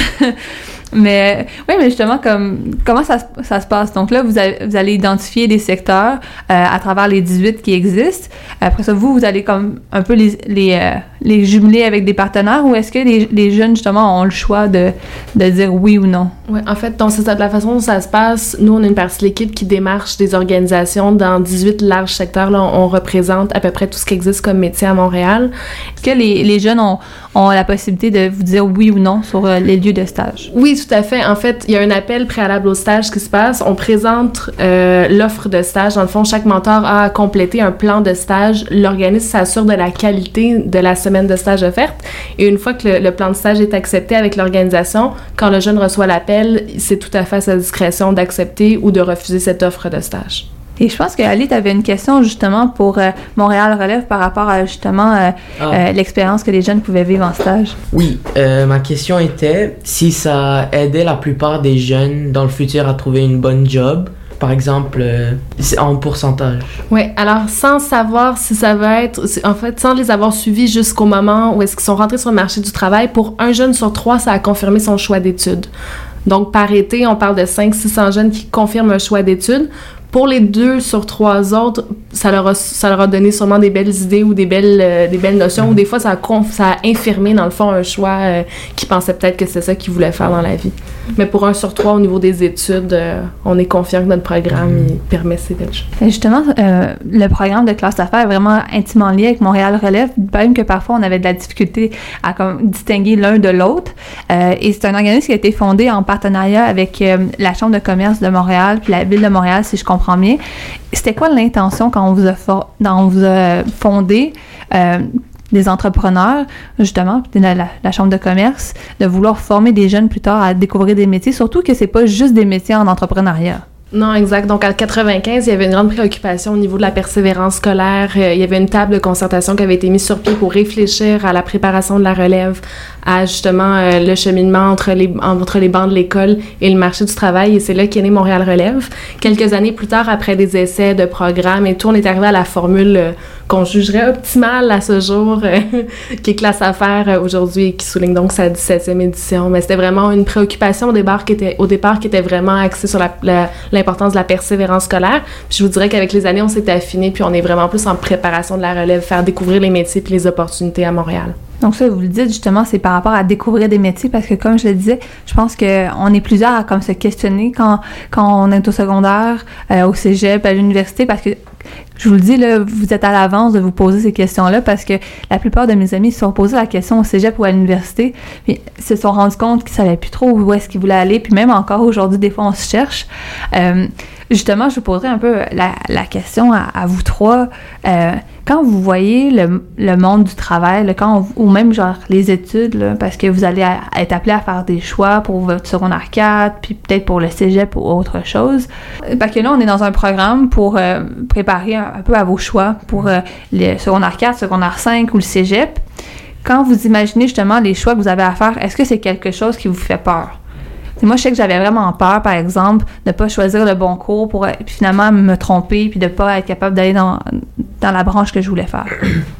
Mais oui, mais justement, comme comment ça, ça se passe? Donc là, vous, avez, vous allez identifier des secteurs euh, à travers les dix-huit qui existent. Après ça, vous, vous allez comme un peu les, les, euh, les jumeler avec des partenaires, ou est-ce que les, les jeunes, justement, ont le choix de, de dire oui ou non? Oui, en fait, donc c'est ça, de la façon dont ça se passe. Nous, on est une partie de l'équipe qui démarche des organisations dans dix-huit larges secteurs. Là, on, on représente à peu près tout ce qui existe comme métier à Montréal. Est-ce que les, les jeunes ont, ont la possibilité de vous dire oui ou non sur euh, les lieux de stage? Oui, tout à fait. En fait, il y a un appel préalable au stage qui se passe. On présente euh, l'offre de stage. Dans le fond, chaque mentor a complété un plan de stage. L'organisme s'assure de la qualité de la semaine de stage offerte. Et une fois que le, le plan de stage est accepté avec l'organisation, quand le jeune reçoit l'appel, c'est tout à fait à sa discrétion d'accepter ou de refuser cette offre de stage. Et je pense que Ali, tu avais une question justement pour euh, Montréal Relève par rapport à justement euh, ah. euh, l'expérience que les jeunes pouvaient vivre en stage. Oui, euh, ma question était si ça aidait la plupart des jeunes dans le futur à trouver une bonne job. Par exemple, euh, en pourcentage. Oui, alors sans savoir si ça va être, en fait, sans les avoir suivis jusqu'au moment où est-ce qu'ils sont rentrés sur le marché du travail, pour un jeune sur trois, ça a confirmé son choix d'études. Donc, par été, on parle de cinq cents à six cents jeunes qui confirment un choix d'études. Pour les deux sur trois autres, ça leur a, ça leur a donné sûrement des belles idées ou des belles, euh, des belles notions, mmh. ou des fois, ça a, conf, ça a infirmé, dans le fond, un choix euh, qu'ils pensaient peut-être que c'est ça qu'ils voulaient faire dans la vie. Mais pour un sur trois, au niveau des études, euh, on est confiant que notre programme mmh. il permet ces belles choses. Et justement, euh, le programme de classe d'affaires est vraiment intimement lié avec Montréal Relève, même que parfois, on avait de la difficulté à comme, distinguer l'un de l'autre. Euh, et c'est un organisme qui a été fondé en partenariat avec euh, la Chambre de commerce de Montréal puis la Ville de Montréal, si je comprends bien. C'était quoi l'intention quand on vous a, for- quand on vous a fondé euh, des entrepreneurs, justement, la, la, la Chambre de commerce, de vouloir former des jeunes plus tard à découvrir des métiers, surtout que c'est pas juste des métiers en entrepreneuriat? Non, exact. Donc, en quatre-vingt-quinze, il y avait une grande préoccupation au niveau de la persévérance scolaire. Euh, il y avait une table de concertation qui avait été mise sur pied pour réfléchir à la préparation de la relève, à justement euh, le cheminement entre les, entre les bancs de l'école et le marché du travail. Et c'est là qu'est né Montréal Relève. Quelques années plus tard, après des essais de programmes et tout, on est arrivé à la formule euh, qu'on jugerait optimale à ce jour, euh, qui est classe affaires euh, aujourd'hui et qui souligne donc sa dix-septième édition. Mais c'était vraiment une préoccupation au départ qui était, au départ, qui était vraiment axée sur la, la, l'importance de la persévérance scolaire. Puis je vous dirais qu'avec les années, on s'est affiné, puis on est vraiment plus en préparation de la relève, faire découvrir les métiers puis les opportunités à Montréal. Donc ça, vous le dites justement, c'est par rapport à découvrir des métiers, parce que comme je le disais, je pense qu'on est plusieurs à comme se questionner quand, quand on est au secondaire, euh, au cégep, à l'université, parce que je vous le dis, là, vous êtes à l'avance de vous poser ces questions-là, parce que la plupart de mes amis se sont posés la question au cégep ou à l'université, puis se sont rendus compte qu'ils savaient plus trop où est-ce qu'ils voulaient aller, puis même encore aujourd'hui, des fois, on se cherche. Euh, justement, je vous poserai un peu la, la question à, à vous trois. Euh, quand vous voyez le, le monde du travail, là, quand on, ou même genre les études, là, parce que vous allez à, être appelé à faire des choix pour votre secondaire quatre, puis peut-être pour le cégep ou autre chose. Parce que là, on est dans un programme pour euh, préparer un, un peu à vos choix pour euh, le secondaire quatre, secondaire cinq ou le cégep. Quand vous imaginez justement les choix que vous avez à faire, est-ce que c'est quelque chose qui vous fait peur? Et moi, je sais que j'avais vraiment peur, par exemple, de ne pas choisir le bon cours pour puis finalement me tromper puis de ne pas être capable d'aller dans, dans la branche que je voulais faire.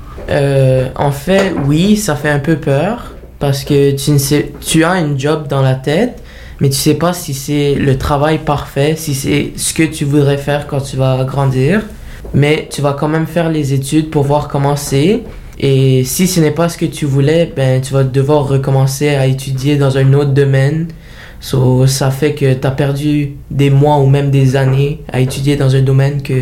Euh, en fait, oui, ça fait un peu peur parce que tu, ne sais, tu as une job dans la tête, mais tu sais pas si c'est le travail parfait, si c'est ce que tu voudrais faire quand tu vas grandir. Mais tu vas quand même faire les études pour voir comment c'est. Et si ce n'est pas ce que tu voulais, ben, tu vas devoir recommencer à étudier dans un autre domaine. So, ça fait que tu as perdu des mois ou même des années à étudier dans un domaine que,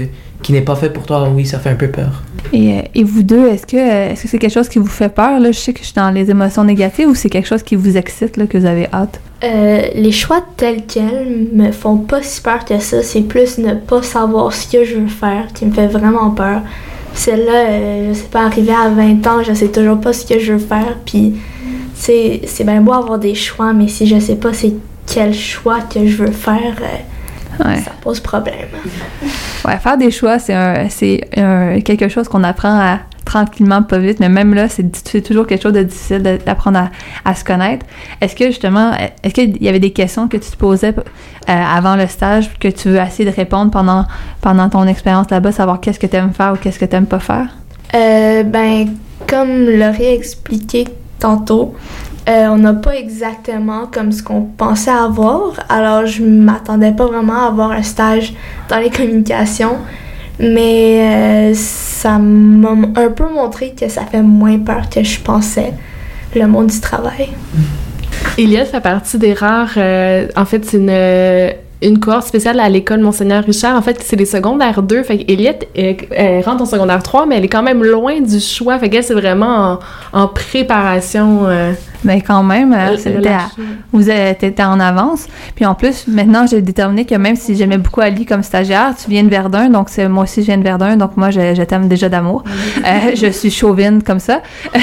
qui n'est pas fait pour toi, oui, ça fait un peu peur. Et, et vous deux, est-ce que, est-ce que c'est quelque chose qui vous fait peur? Là, je sais que je suis dans les émotions négatives, ou c'est quelque chose qui vous excite, là, que vous avez hâte? Euh, les choix tels quels me font pas si peur que ça. C'est plus ne pas savoir ce que je veux faire qui me fait vraiment peur. Celle-là, euh, je sais pas, arrivé à vingt ans, je sais toujours pas ce que je veux faire. Puis, c'est, c'est bien beau avoir des choix, mais si je sais pas c'est quel choix que je veux faire, euh, ouais. ça pose problème. Ouais, faire des choix, c'est, un, c'est un, quelque chose qu'on apprend à tranquillement, pas vite, mais même là, c'est, c'est toujours quelque chose de difficile d'apprendre à, à se connaître. Est-ce que justement, est-ce qu'il y avait des questions que tu te posais euh, avant le stage que tu veux essayer de répondre pendant, pendant ton expérience là-bas, savoir qu'est-ce que tu aimes faire ou qu'est-ce que tu n'aimes pas faire? Euh, ben, comme Laurie a expliqué tantôt, euh, on n'a pas exactement comme ce qu'on pensait avoir, alors je m'attendais pas vraiment à avoir un stage dans les communications. Mais euh, ça m'a un peu montré que ça fait moins peur que je pensais, le monde du travail. Eliott fait partie des rares... Euh, en fait, c'est une, une cohorte spéciale à l'école Monseigneur Richard. En fait, c'est les secondaires deux. Fait qu'Eliott, elle, elle rentre en secondaire trois, mais elle est quand même loin du choix. Fait qu'elle, c'est vraiment en, en préparation... Euh, Mais quand même, euh, c'était à, vous étiez en avance. Puis en plus, maintenant, j'ai déterminé que même si j'aimais beaucoup Ali comme stagiaire, tu viens de Verdun, donc c'est, moi aussi je viens de Verdun, donc moi je, je t'aime déjà d'amour. Euh, je suis chauvine comme ça.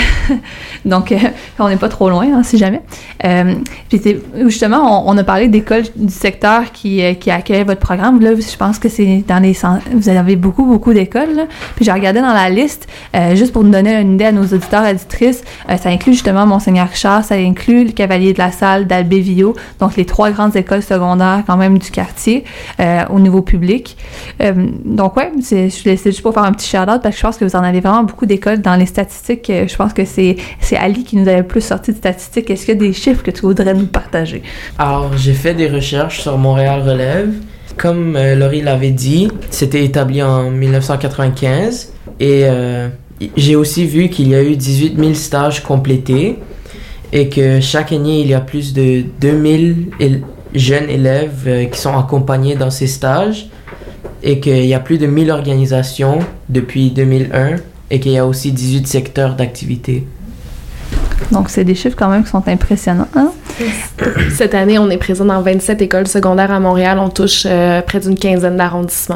donc euh, on n'est pas trop loin, hein, si jamais. Euh, puis justement, on, on a parlé d'écoles du secteur qui, qui accueillent votre programme. Là, je pense que c'est dans les... Vous avez beaucoup, beaucoup d'écoles. Là. Puis j'ai regardé dans la liste, euh, juste pour nous donner une idée à nos auditeurs et auditrices, euh, ça inclut justement Monseigneur Richard, ça inclut le Cavalier de la Salle d'Albévillot, donc les trois grandes écoles secondaires quand même du quartier euh, au niveau public. Euh, donc ouais, c'est, je laisse juste pour faire un petit shout-out parce que je pense que vous en avez vraiment beaucoup d'écoles dans les statistiques. Je pense que c'est, c'est Ali qui nous avait le plus sorti de statistiques. Est-ce qu'il y a des chiffres que tu voudrais nous partager? Alors, j'ai fait des recherches sur Montréal Relève. Comme euh, Laurie l'avait dit, c'était établi en dix-neuf cent quatre-vingt-quinze et euh, j'ai aussi vu qu'il y a eu dix-huit mille stages complétés et que chaque année, il y a plus de deux mille éle- jeunes élèves euh, qui sont accompagnés dans ces stages et qu'il y a plus de mille organisations depuis deux mille un et qu'il y a aussi dix-huit secteurs d'activité. Donc, c'est des chiffres quand même qui sont impressionnants. Hein? Cette année, on est présent dans vingt-sept écoles secondaires à Montréal. On touche euh, près d'une quinzaine d'arrondissements.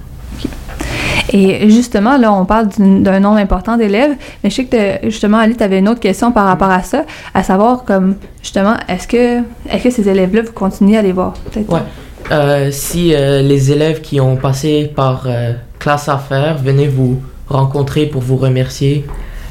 Et justement, là, on parle d'un nombre important d'élèves, mais je sais que, justement, Ali, tu avais une autre question par rapport à ça, à savoir, comme, justement, est-ce que, est-ce que ces élèves-là, vous continuez à les voir? Peut-être? Ouais. Euh, si euh, les élèves qui ont passé par euh, classe affaires venaient vous rencontrer pour vous remercier.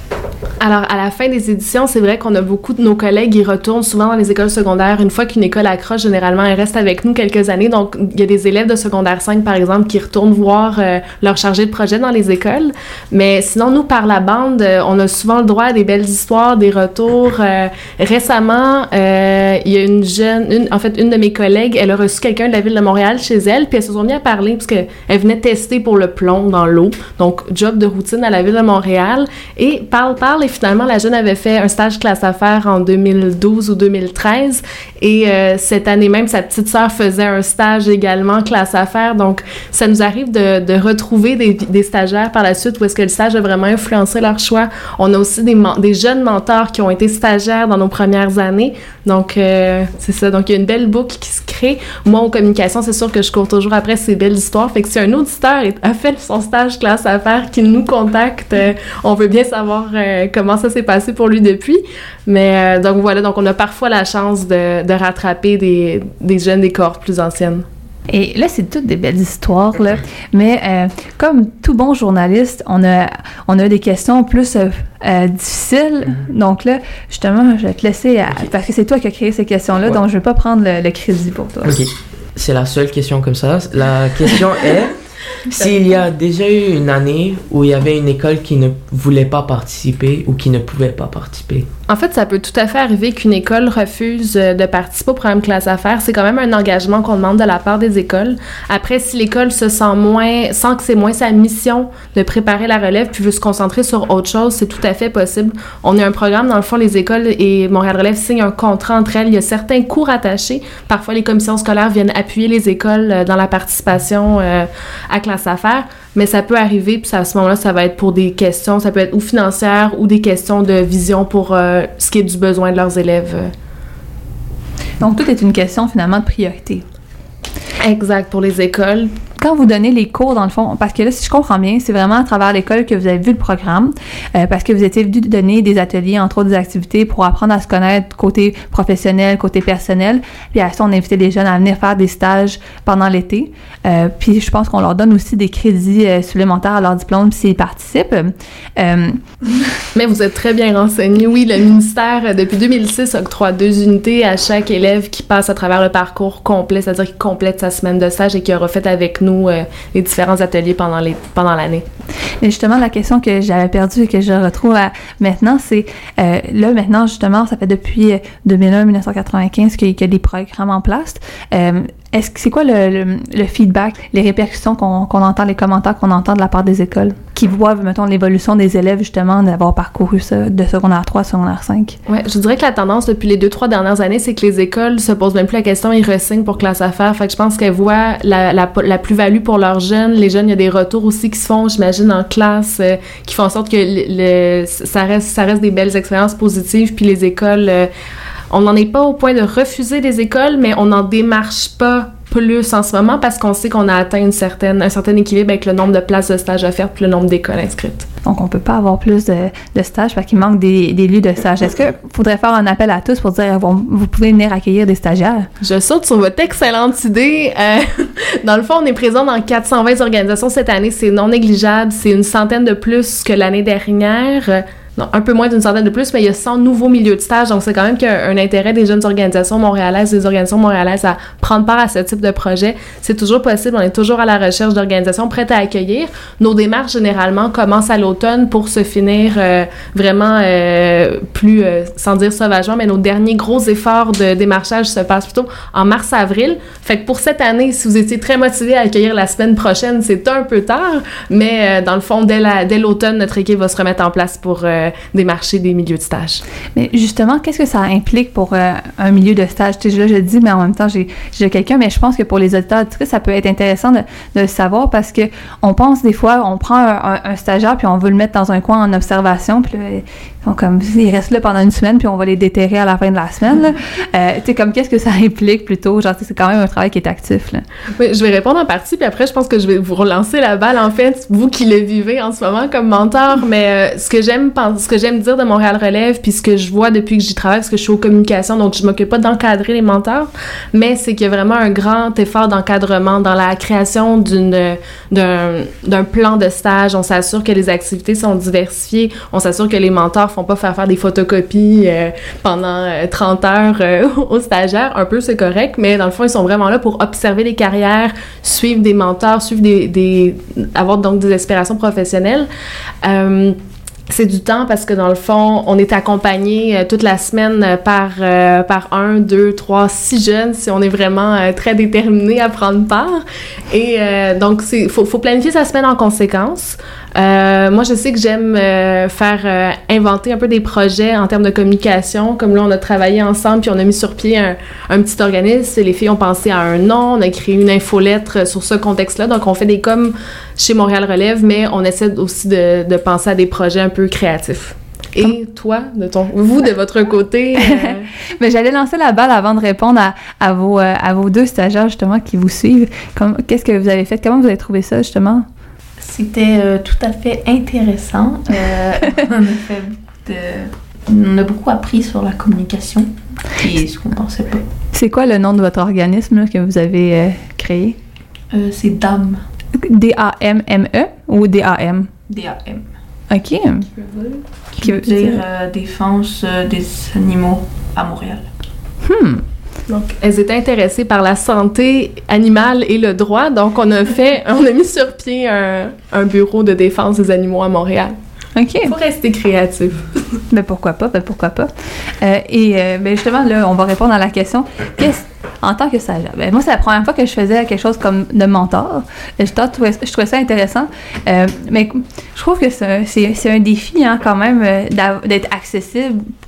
Alors, à la fin des éditions, c'est vrai qu'on a beaucoup de nos collègues qui retournent souvent dans les écoles secondaires. Une fois qu'une école accroche, généralement, elle reste avec nous quelques années. Donc, il y a des élèves de secondaire cinq, par exemple, qui retournent voir euh, leur chargé de projet dans les écoles. Mais sinon, nous, par la bande, euh, on a souvent le droit à des belles histoires, des retours. Euh, récemment, euh, il y a une jeune, une, en fait, une de mes collègues, elle a reçu quelqu'un de la ville de Montréal chez elle, puis elles se sont mis à parler parce qu'elle venait tester pour le plomb dans l'eau. Donc, job de routine à la ville de Montréal. Et parle, parle, et finalement, la jeune avait fait un stage classe affaires en deux mille douze ou deux mille treize. Et euh, cette année même, sa petite sœur faisait un stage également classe affaires. Donc, ça nous arrive de, de retrouver des, des stagiaires par la suite où est-ce que le stage a vraiment influencé leur choix. On a aussi des, des jeunes mentors qui ont été stagiaires dans nos premières années. Donc, euh, c'est ça. Donc, il y a une belle boucle qui se crée. Moi, en communication, c'est sûr que je cours toujours après ces belles histoires. Fait que si un auditeur a fait son stage classe affaires, qu'il nous contacte, euh, on veut bien savoir euh, comment ça s'est passé pour lui depuis. Mais euh, donc voilà, donc on a parfois la chance de, de rattraper des, des jeunes des cohortes plus anciennes. Et là, c'est toutes des belles histoires, là. Mais euh, comme tout bon journaliste, on a, on a des questions plus euh, euh, difficiles. Mm-hmm. Donc là, justement, je vais te laisser, à, okay. parce que c'est toi qui as créé ces questions-là, ouais. Donc je ne vais pas prendre le, le crédit pour toi. OK. C'est la seule question comme ça. La question est... S'il y a déjà eu une année où il y avait une école qui ne voulait pas participer ou qui ne pouvait pas participer? En fait, ça peut tout à fait arriver qu'une école refuse de participer au programme classe affaires. C'est quand même un engagement qu'on demande de la part des écoles. Après, si l'école se sent moins, sent que c'est moins sa mission de préparer la relève puis veut se concentrer sur autre chose, c'est tout à fait possible. On a un programme, dans le fond, les écoles et Montréal Relève signent un contrat entre elles. Il y a certains cours attachés. Parfois, les commissions scolaires viennent appuyer les écoles dans la participation euh, à classe affaires. Mais ça peut arriver, puis ça, à ce moment-là, ça va être pour des questions, ça peut être ou financières ou des questions de vision pour euh, ce qui est du besoin de leurs élèves. Donc, tout est une question, finalement, de priorité. Exact, pour les écoles. Quand vous donnez les cours, dans le fond, parce que là, si je comprends bien, c'est vraiment à travers l'école que vous avez vu le programme, euh, parce que vous étiez venu donner des ateliers, entre autres des activités, pour apprendre à se connaître côté professionnel, côté personnel. Puis à ça, on invitait les jeunes à venir faire des stages pendant l'été. Euh, puis je pense qu'on leur donne aussi des crédits euh, supplémentaires à leur diplôme s'ils participent. Euh, Mais vous êtes très bien renseignés. Oui, le ministère, depuis deux mille six, octroie deux unités à chaque élève qui passe à travers le parcours complet, c'est-à-dire qui complète sa semaine de stage et qui aura fait avec nous Euh, les différents ateliers pendant, les, pendant l'année. Et justement, la question que j'avais perdue et que je retrouve à, maintenant, c'est euh, là, maintenant, justement, ça fait depuis deux mille un à dix-neuf cent quatre-vingt-quinze qu'il y a des programmes en place. Euh, est-ce que c'est quoi le, le, le feedback, les répercussions qu'on, qu'on entend, les commentaires qu'on entend de la part des écoles qui voient, mettons, l'évolution des élèves, justement, d'avoir parcouru ça de secondaire trois à secondaire cinq? Oui, je dirais que la tendance depuis les deux, trois dernières années, c'est que les écoles se posent même plus la question, ils re-signent pour classe à faire. Fait que je pense qu'elles voient la, la, la plus-value pour leurs jeunes. Les jeunes, il y a des retours aussi qui se font, j'imagine, en classe, euh, qui font en sorte que le, le, ça, reste, ça reste des belles expériences positives. Puis les écoles, euh, on n'en est pas au point de refuser des écoles, mais on n'en démarche pas plus en ce moment parce qu'on sait qu'on a atteint une certaine, un certain équilibre avec le nombre de places de stage offertes puis le nombre d'écoles inscrites. Donc, on peut pas avoir plus de, de stages parce qu'il manque des, des lieux de stage. Est-ce qu'il faudrait faire un appel à tous pour dire bon, vous pouvez venir accueillir des stagiaires? Je saute sur votre excellente idée. Euh, dans le fond, on est présent dans quatre cent vingt organisations cette année. C'est non négligeable. C'est une centaine de plus que l'année dernière. Non, un peu moins d'une centaine de plus, mais il y a cent nouveaux milieux de stage, donc c'est quand même qu'il y a un intérêt des jeunes organisations montréalaises, des organisations montréalaises à prendre part à ce type de projet. C'est toujours possible, on est toujours à la recherche d'organisations prêtes à accueillir. Nos démarches, généralement, commencent à l'automne pour se finir euh, vraiment euh, plus, euh, sans dire sauvagement, mais nos derniers gros efforts de démarchage se passent plutôt en mars-avril. Fait que pour cette année, si vous étiez très motivé à accueillir la semaine prochaine, c'est un peu tard, mais euh, dans le fond, dès, la, dès l'automne, notre équipe va se remettre en place pour euh, démarcher des milieux de stage. Mais justement, qu'est-ce que ça implique pour euh, un milieu de stage? Tu sais, là, je le dis, mais en même temps, j'ai, j'ai quelqu'un, mais je pense que pour les auditeurs, ça peut être intéressant de, de le savoir parce que on pense des fois, on prend un, un, un stagiaire puis on veut le mettre dans un coin en observation, puis là, ils sont comme, ils restent là pendant une semaine puis on va les déterrer à la fin de la semaine. Là. Euh, tu sais, comme qu'est-ce que ça implique plutôt? Genre, c'est quand même un travail qui est actif. Là. Oui, je vais répondre en partie, puis après, je pense que je vais vous relancer la balle, en fait, vous qui le vivez en ce moment comme mentor, mais euh, ce que j'aime ce que j'aime dire de Montréal Relève, puis ce que je vois depuis que j'y travaille, parce que je suis aux communications, donc je m'occupe pas d'encadrer les mentors, mais c'est qu'il y a vraiment un grand effort d'encadrement dans la création d'une, d'un, d'un plan de stage. On s'assure que les activités sont diversifiées, on s'assure que les mentors font pas faire faire des photocopies euh, pendant euh, trente heures euh, aux stagiaires. Un peu, c'est correct, mais dans le fond, ils sont vraiment là pour observer les carrières, suivre des mentors, suivre des... des avoir donc des aspirations professionnelles. Euh, C'est du temps parce que dans le fond, on est accompagné euh, toute la semaine euh, par, euh, par un, deux, trois, six jeunes si on est vraiment euh, très déterminé à prendre part. Et euh, donc, il faut, faut planifier sa semaine en conséquence. Euh, moi, je sais que j'aime euh, faire euh, inventer un peu des projets en termes de communication. Comme là, on a travaillé ensemble puis on a mis sur pied un, un petit organisme. Les filles ont pensé à un nom, on a créé une infolettre sur ce contexte-là. Donc, on fait des coms chez Montréal Relève, mais on essaie aussi de, de penser à des projets un peu créatifs. Et Comme... toi, de ton, vous, de votre côté? Euh... Mais j'allais lancer la balle avant de répondre à, à, vos, euh, à vos deux stagiaires, justement, qui vous suivent. Comme, qu'est-ce que vous avez fait? Comment vous avez trouvé ça, justement? C'était euh, tout à fait intéressant. Euh, on, a fait de... on a beaucoup appris sur la communication et ce qu'on pensait pas. C'est quoi le nom de votre organisme là, que vous avez euh, créé? Euh, c'est D A M. D A M M E ou D A M? D A M. OK. Qui veut, qui qui veut dire, dire euh, Défense euh, des animaux à Montréal. Hmm. Donc, elles étaient intéressées par la santé animale et le droit, donc on a fait, on a mis sur pied un, un bureau de défense des animaux à Montréal. OK. Faut rester créatif. Ben pourquoi pas, ben pourquoi pas. Euh, et euh, ben justement, là, on va répondre à la question. Qu'est-ce, en tant que stagiaire, ben moi, c'est la première fois que je faisais quelque chose comme de mentor. Je trouvais, je trouvais ça intéressant. Euh, mais je trouve que c'est, c'est, c'est un défi, hein, quand même, d'être accessible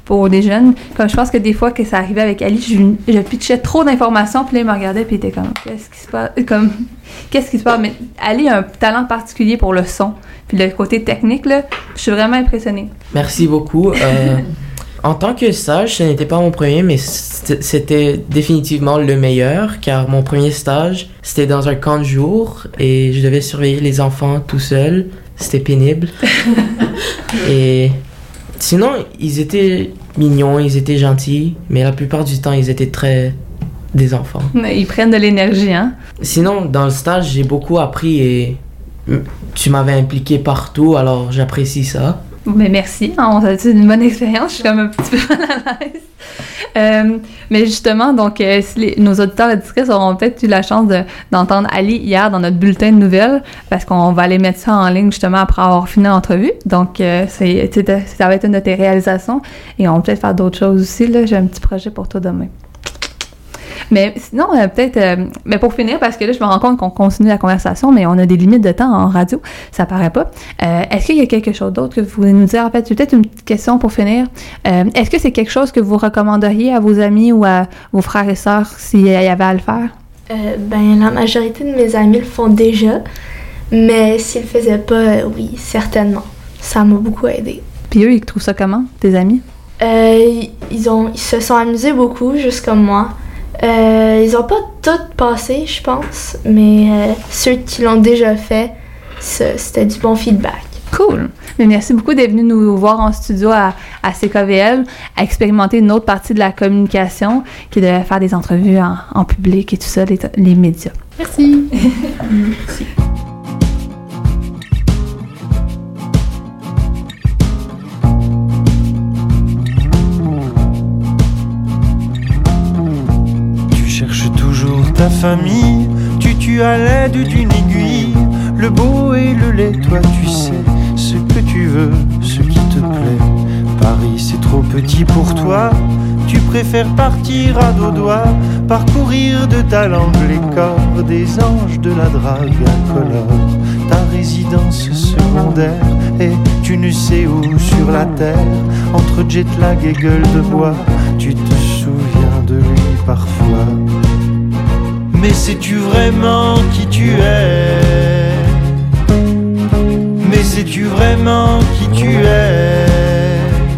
pour les jeunes. Comme je pense que des fois que ça arrivait avec Ali, je, je pitchais trop d'informations, puis là, il me regardait, puis il était comme, qu'est-ce qui se passe? Comme, qu'est-ce qui se passe? Mais Ali a un talent particulier pour le son, puis le côté technique, là, je suis vraiment impressionnée. Merci beaucoup. Euh, en tant que stage, ce n'était pas mon premier, mais c'était définitivement le meilleur, car mon premier stage, c'était dans un camp de jour, et je devais surveiller les enfants tout seul. C'était pénible. Et sinon, ils étaient mignons, ils étaient gentils, mais la plupart du temps, ils étaient très des enfants. Ils prennent de l'énergie, hein? Sinon, dans le stage, j'ai beaucoup appris et tu m'avais impliqué partout, alors j'apprécie ça. Mais merci, hein, c'est une bonne expérience, je suis comme un petit peu mal à l'aise. Euh, mais justement, donc, euh, si les, nos auditeurs et auditrices auront peut-être eu la chance de, d'entendre Ali hier dans notre bulletin de nouvelles, parce qu'on va aller mettre ça en ligne justement après avoir fini l'entrevue. Donc, euh, c'est, c'est, ça va être une de tes réalisations. Et on va peut-être faire d'autres choses aussi. Là, j'ai un petit projet pour toi demain. Mais sinon, euh, peut-être, euh, mais pour finir, parce que là, je me rends compte qu'on continue la conversation, mais on a des limites de temps en radio, ça paraît pas. Euh, est-ce qu'il y a quelque chose d'autre que vous voulez nous dire? En fait, c'est peut-être une petite question pour finir. Euh, est-ce que c'est quelque chose que vous recommanderiez à vos amis ou à vos frères et sœurs s'il y avait à le faire? Euh, ben, la majorité de mes amis le font déjà, mais s'ils le faisaient pas, euh, oui, certainement. Ça m'a beaucoup aidé. Puis eux, ils trouvent ça comment, tes amis? Euh, ils, ont, ils se sont amusés beaucoup, juste comme moi. Euh, ils ont pas tout passé, je pense, mais euh, ceux qui l'ont déjà fait, c'était du bon feedback. Cool! Mais merci beaucoup d'être venu nous voir en studio à, à C K V L, à expérimenter une autre partie de la communication, qui est de faire des entrevues en, en public et tout ça, les, les médias. Merci! Merci. Ta famille, tu tues à l'aide d'une aiguille, le beau et le laid, toi tu sais ce que tu veux, ce qui te plaît. Paris c'est trop petit pour toi, tu préfères partir à dos doigts, parcourir de ta langue les corps des anges de la drague incolore. Ta résidence secondaire et tu ne sais où sur la terre, entre jet lag et gueule de bois, tu te souviens de lui parfois. Mais sais-tu vraiment qui tu es? Mais sais-tu vraiment qui tu es?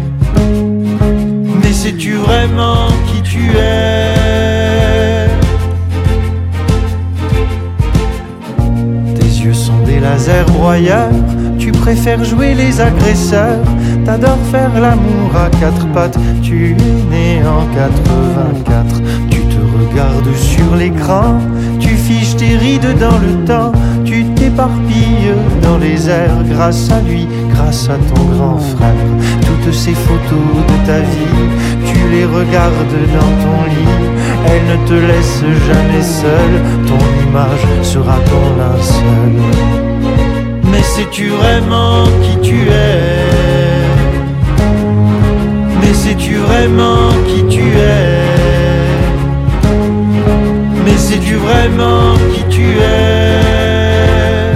Mais sais-tu vraiment qui tu es? Tes yeux sont des lasers broyeurs, tu préfères jouer les agresseurs, t'adores faire l'amour à quatre pattes, tu es né en quatre-vingt-quatre. Regarde sur l'écran, tu fiches tes rides dans le temps, tu t'éparpilles dans les airs grâce à lui, grâce à ton grand frère. Toutes ces photos de ta vie, tu les regardes dans ton lit, elles ne te laissent jamais seul, ton image sera ton linceul. Mais sais-tu vraiment qui tu es? Mais sais-tu vraiment qui tu es? Mais sais-tu vraiment qui tu es?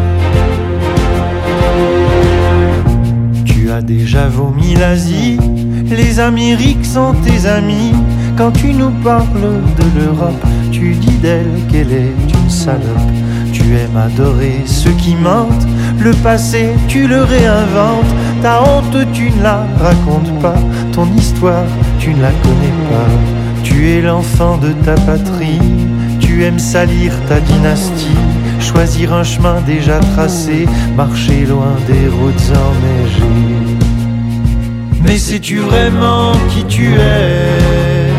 Tu as déjà vomi l'Asie, les Amériques sont tes amis. Quand tu nous parles de l'Europe, tu dis d'elle qu'elle est une salope. Tu aimes adorer ceux qui mentent, le passé tu le réinventes. Ta honte tu ne la racontes pas, ton histoire tu ne la connais pas. Tu es l'enfant de ta patrie, tu aimes salir ta dynastie, choisir un chemin déjà tracé, marcher loin des routes enneigées. Mais sais-tu vraiment qui tu es?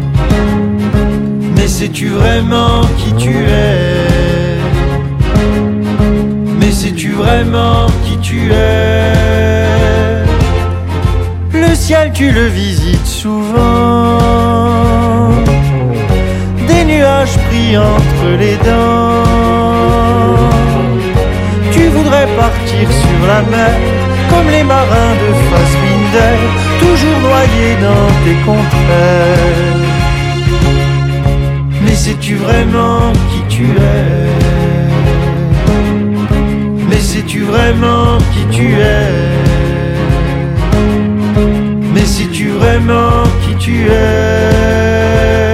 Mais sais-tu vraiment qui tu es? Mais sais-tu vraiment qui tu es? Le ciel tu le visites souvent, des nuages pris entre les dents. Tu voudrais partir sur la mer, comme les marins de Fassbinder, toujours noyés dans tes contraires. Mais sais-tu vraiment qui tu es? Mais sais-tu vraiment qui tu es? Mais sais-tu vraiment vraiment qui tu es.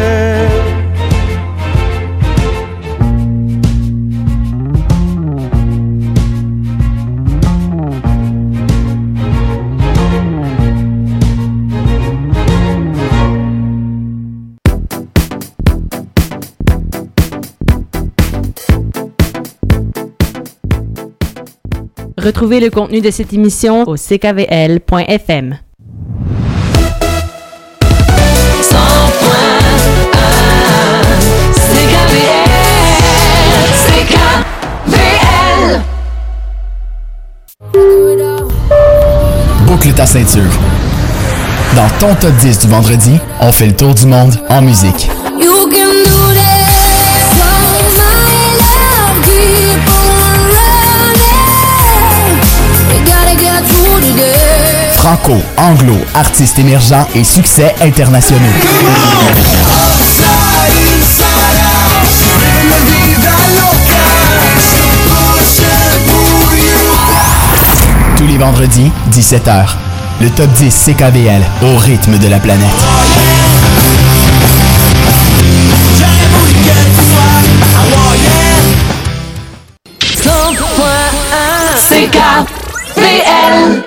Retrouvez le contenu de cette émission au c k v l point f m. Boucle ta ceinture. Dans ton top dix du vendredi, on fait le tour du monde en musique. Franco, anglo, artistes émergents et succès internationaux. Tous les vendredis, dix-sept heures. Le top dix C K V L, au rythme de la planète. cent point un C K V L.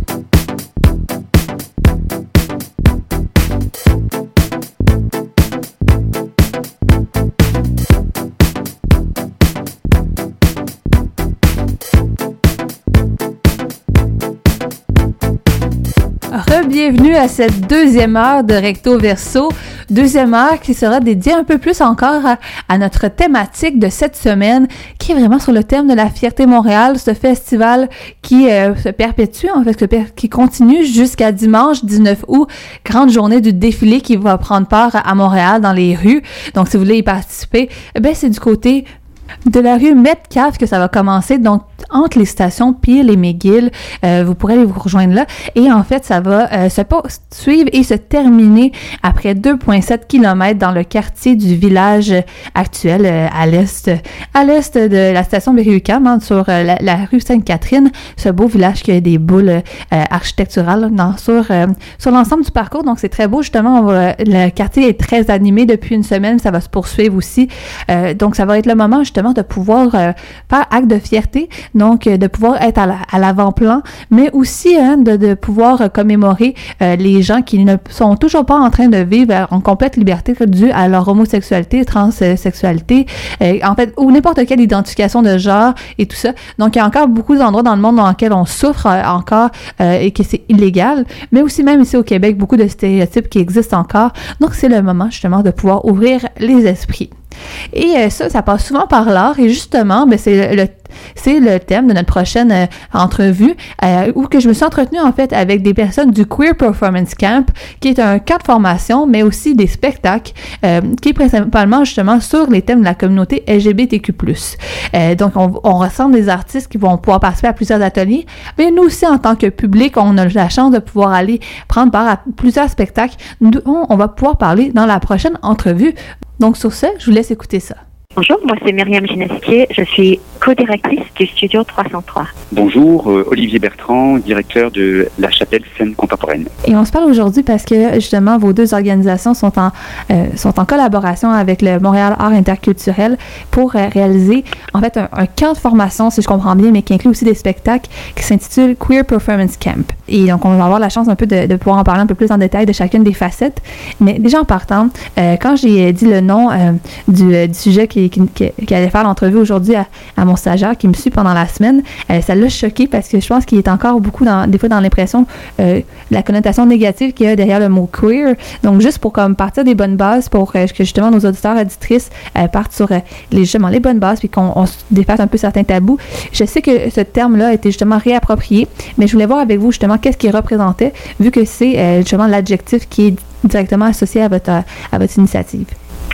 Bienvenue à cette deuxième heure de Recto Verso, deuxième heure qui sera dédiée un peu plus encore à, à notre thématique de cette semaine, qui est vraiment sur le thème de la Fierté Montréal, ce festival qui euh, se perpétue, en fait, qui continue jusqu'à dimanche dix-neuf août, grande journée du défilé qui va prendre part à Montréal dans les rues. Donc, si vous voulez y participer, ben c'est du côté de la rue Metcalfe que ça va commencer, donc entre les stations Peel et McGill, euh, vous pourrez aller vous rejoindre là, et en fait ça va euh, se suivre et se terminer après deux virgule sept kilomètres dans le quartier du village actuel euh, à l'est à l'est de la station Berry-UQAM, hein, sur euh, la, la rue Sainte-Catherine, ce beau village qui a des boules euh, architecturales dans, sur, euh, sur l'ensemble du parcours, donc c'est très beau justement. On va, le quartier est très animé depuis une semaine, ça va se poursuivre aussi, euh, donc ça va être le moment justement de pouvoir euh, faire acte de fierté, donc euh, de pouvoir être à, la, à l'avant-plan, mais aussi hein, de, de pouvoir euh, commémorer euh, les gens qui ne sont toujours pas en train de vivre en complète liberté due à leur homosexualité, transsexualité, euh, en fait, ou n'importe quelle identification de genre et tout ça. Donc, il y a encore beaucoup d'endroits dans le monde dans lesquels on souffre euh, encore euh, et que c'est illégal, mais aussi même ici au Québec, beaucoup de stéréotypes qui existent encore. Donc, c'est le moment justement de pouvoir ouvrir les esprits. Et euh, ça, ça passe souvent par l'art, et justement, ben, c'est le, c'est le thème de notre prochaine euh, entrevue, euh, où que je me suis entretenue en fait avec des personnes du Queer Performance Camp, qui est un camp de formation, mais aussi des spectacles, euh, qui est principalement justement sur les thèmes de la communauté L G B T Q plus. Euh, donc, on, on rassemble des artistes qui vont pouvoir participer à plusieurs ateliers, mais nous aussi, en tant que public, on a la chance de pouvoir aller prendre part à plusieurs spectacles dont on va pouvoir parler dans la prochaine entrevue. Donc, sur ce, je vous laisse écouter ça. Bonjour, moi c'est Myriam Ginesquier, je suis co-directrice du Studio trois cent trois. Bonjour, euh, Olivier Bertrand, directeur de La Chapelle Scène Contemporaine. Et on se parle aujourd'hui parce que justement vos deux organisations sont en, euh, sont en collaboration avec le Montréal Art Interculturel pour euh, réaliser en fait un, un camp de formation, si je comprends bien, mais qui inclut aussi des spectacles qui s'intitule Queer Performance Camp. Et donc on va avoir la chance un peu de, de pouvoir en parler un peu plus en détail de chacune des facettes. Mais déjà en partant, euh, quand j'ai dit le nom euh, du, euh, du sujet qui Qui, qui, qui allait faire l'entrevue aujourd'hui à, à mon stagiaire qui me suit pendant la semaine, euh, ça l'a choqué parce que je pense qu'il est encore beaucoup, dans, des fois, dans l'impression, euh, la connotation négative qu'il y a derrière le mot queer. Donc, juste pour comme partir des bonnes bases, pour euh, que justement nos auditeurs et auditrices euh, partent sur euh, les, justement les bonnes bases puis qu'on on se défasse un peu certains tabous. Je sais que ce terme-là a été justement réapproprié, mais je voulais voir avec vous justement qu'est-ce qu'il représentait, vu que c'est euh, justement l'adjectif qui est directement associé à votre, à votre initiative.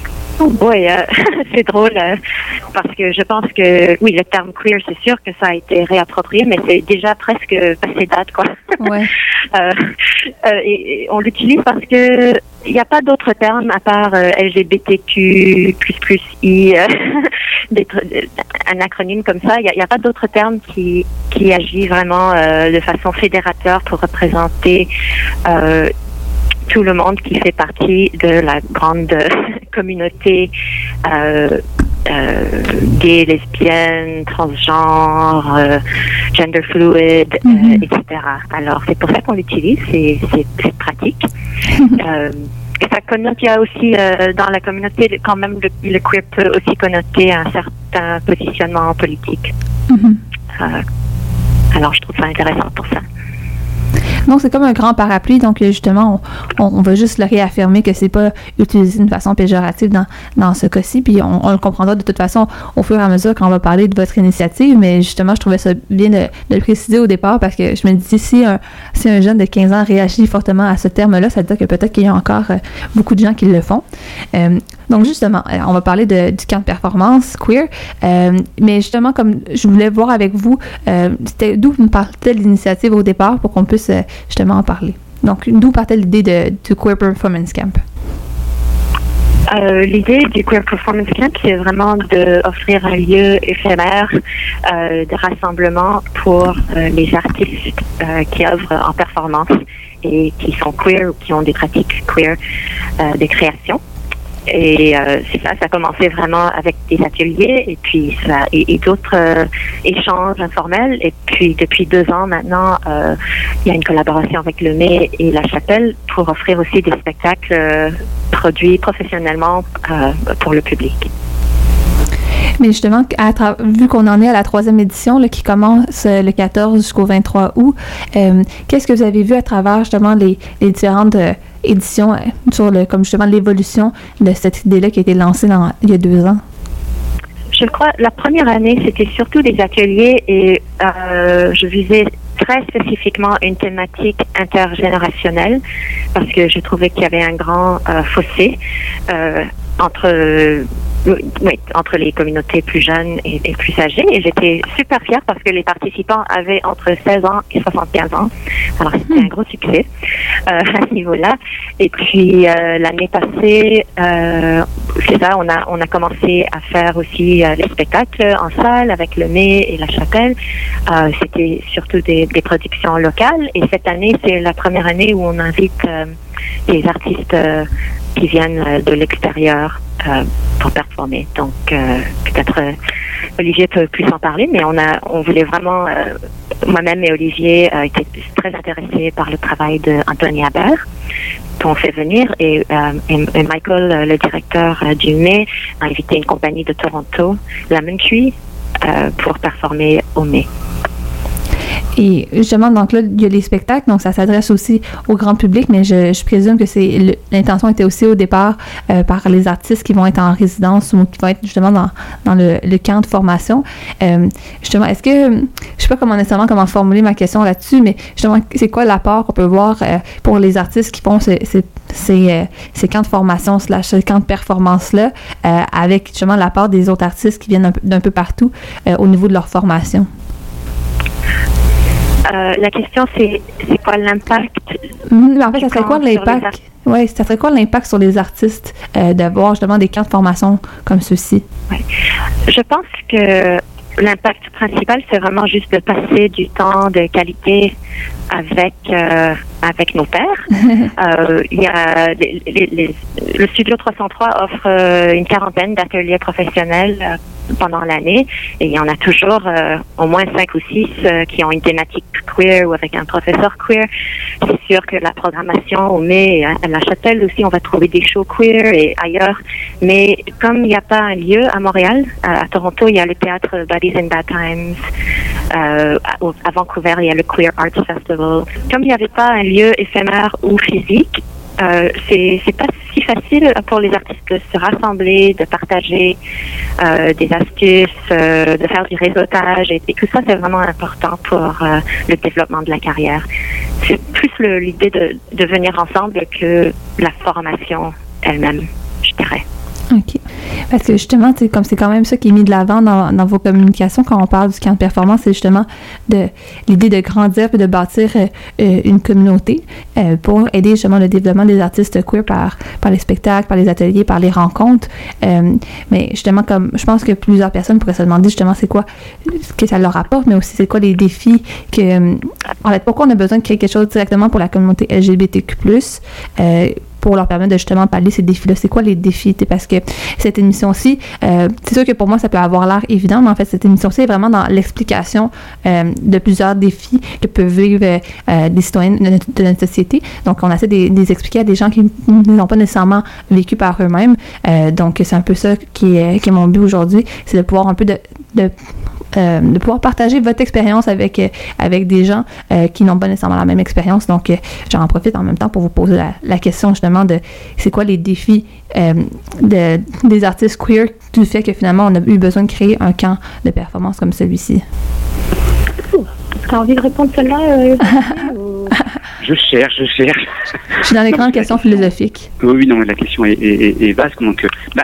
Oui, euh, c'est drôle euh, parce que je pense que, oui, le terme queer, c'est sûr que ça a été réapproprié, mais c'est déjà presque passé date, quoi. Ouais. euh, euh, et, et on l'utilise parce que il n'y a pas d'autre terme à part euh, L G B T Q plus plus I, euh, un acronyme comme ça. Il n'y a, a pas d'autre terme qui, qui agit vraiment euh, de façon fédérateur pour représenter euh, tout le monde qui fait partie de la grande communauté euh, euh, gay, lesbienne, transgenre, euh, gender fluid, mm-hmm. euh, et cetera. Alors, c'est pour ça qu'on l'utilise, c'est, c'est, c'est pratique. euh, et ça connote, il y a aussi euh, dans la communauté, quand même, le, le queer peut aussi connoter un certain positionnement politique. Mm-hmm. Euh, alors, je trouve ça intéressant pour ça. Donc, c'est comme un grand parapluie. Donc, justement, on, on, on va juste le réaffirmer que c'est pas utilisé d'une façon péjorative dans, dans ce cas-ci. Puis, on, on le comprendra de toute façon au fur et à mesure quand on va parler de votre initiative. Mais justement, je trouvais ça bien de, de le préciser au départ parce que je me dis, si un, si un jeune de quinze ans réagit fortement à ce terme-là, ça veut dire que peut-être qu'il y a encore euh, beaucoup de gens qui le font. Euh, donc, justement, on va parler de, du camp de performance queer. Euh, mais justement, comme je voulais voir avec vous, euh, c'était d'où partait l'initiative au départ pour qu'on puisse euh, justement en parler. Donc, d'où partait l'idée de, du Queer Performance Camp? Euh, l'idée du Queer Performance Camp, c'est vraiment d'offrir un lieu éphémère euh, de rassemblement pour euh, les artistes euh, qui œuvrent en performance et qui sont queer ou qui ont des pratiques queer euh, de création. Et euh, c'est ça, ça a commencé vraiment avec des ateliers et puis ça, et, et d'autres euh, échanges informels. Et puis depuis deux ans maintenant, euh, il y a une collaboration avec le M E et la Chapelle pour offrir aussi des spectacles euh, produits professionnellement euh, pour le public. Mais justement, à tra- vu qu'on en est à la troisième édition là, qui commence euh, le quatorze jusqu'au vingt-trois août, euh, qu'est-ce que vous avez vu à travers justement les, les différentes euh, éditions euh, sur le, comme justement l'évolution de cette idée-là qui a été lancée dans, il y a deux ans? Je crois la première année, c'était surtout des ateliers et euh, je visais très spécifiquement une thématique intergénérationnelle parce que je trouvais qu'il y avait un grand euh, fossé euh, entre euh, oui, entre les communautés plus jeunes et, et plus âgées. Et j'étais super fière parce que les participants avaient entre seize ans et soixante-quinze ans. Alors, c'était un gros succès euh, à ce niveau-là. Et puis, euh, l'année passée, euh, c'est ça, on a, on a commencé à faire aussi euh, les spectacles en salle avec le M E et la Chapelle. Euh, c'était surtout des, des productions locales. Et cette année, c'est la première année où on invite euh, des artistes euh, qui viennent euh, de l'extérieur euh, pour performer. Donc, euh, peut-être euh, Olivier peut plus en parler, mais on a, on voulait vraiment, euh, moi-même et Olivier euh, étaient très intéressés par le travail d'Anthony Habert qu'on fait venir et, euh, et, et Michael, le directeur euh, du M E, a invité une compagnie de Toronto, Lemon Tree, euh, pour performer au M E. Et justement, donc là, il y a les spectacles, donc ça s'adresse aussi au grand public, mais je, je présume que c'est le, l'intention était aussi au départ euh, par les artistes qui vont être en résidence ou qui vont être justement dans, dans le, le camp de formation. Euh, justement, est-ce que, je sais pas comment nécessairement comment formuler ma question là-dessus, mais justement, c'est quoi l'apport qu'on peut voir euh, pour les artistes qui font ces, ces, ces, euh, ces camps de formation slash ces camps de performance-là, euh, avec justement l'apport des autres artistes qui viennent d'un peu, d'un peu partout euh, au niveau de leur formation? Euh, la question, c'est, c'est quoi l'impact? Mmh, en fait, ça serait quoi l'impact? Oui, ça serait quoi l'impact sur les artistes euh, d'avoir justement des camps de formation comme ceux-ci? Ouais. Je pense que l'impact principal, c'est vraiment juste de passer du temps de qualité avec euh, avec nos pairs. euh, il y a les, les, les, le Studio trois cent trois offre euh, une quarantaine d'ateliers professionnels euh, pendant l'année et il y en a toujours euh, au moins cinq ou six euh, qui ont une thématique queer ou avec un professeur queer. C'est sûr que la programmation au M E et à la Chapelle aussi, on va trouver des shows queer et ailleurs. Mais comme il n'y a pas un lieu à Montréal, à, à Toronto, il y a le théâtre Buddies in Bad Times. Euh, à, à Vancouver, il y a le Queer Arts Festival. Comme il n'y avait pas un lieu éphémère ou physique, euh, c'est, c'est pas si facile pour les artistes de se rassembler, de partager euh, des astuces, euh, de faire du réseautage et, et tout ça, c'est vraiment important pour euh, le développement de la carrière. C'est plus le, l'idée de, de venir ensemble que la formation elle-même, je dirais. OK. parce que justement, c'est comme c'est quand même ça qui est mis de l'avant dans, dans vos communications quand on parle du camp de performance, c'est justement de l'idée de grandir et de bâtir euh, une communauté euh, pour aider justement le développement des artistes queer par, par les spectacles, par les ateliers, par les rencontres. Euh, mais justement, comme je pense que plusieurs personnes pourraient se demander justement c'est quoi ce que ça leur apporte, mais aussi c'est quoi les défis que... En fait, pourquoi on a besoin de créer quelque chose directement pour la communauté L G B T Q plus, euh, pour leur permettre de justement pallier ces défis-là. C'est quoi les défis? Parce que cette émission-ci, euh, c'est sûr que pour moi, ça peut avoir l'air évident, mais en fait, cette émission-ci est vraiment dans l'explication euh, de plusieurs défis que peuvent vivre euh, des citoyens de notre, de notre société. Donc, on essaie de, de les expliquer à des gens qui ne l'ont pas nécessairement vécu par eux-mêmes. Euh, donc, c'est un peu ça qui est, qui est mon but aujourd'hui, c'est de pouvoir un peu de... de Euh, de pouvoir partager votre expérience avec, euh, avec des gens euh, qui n'ont pas nécessairement la même expérience. Donc, euh, j'en profite en même temps pour vous poser la, la question justement de c'est quoi les défis euh, de, des artistes queer du fait que finalement on a eu besoin de créer un camp de performance comme celui-ci. T'as envie de répondre celle-là euh, ou... Je cherche, je cherche. Je suis dans les grandes questions philosophiques. Oui, oui, non, mais la question est, est, est vaste. Donc, euh, bah,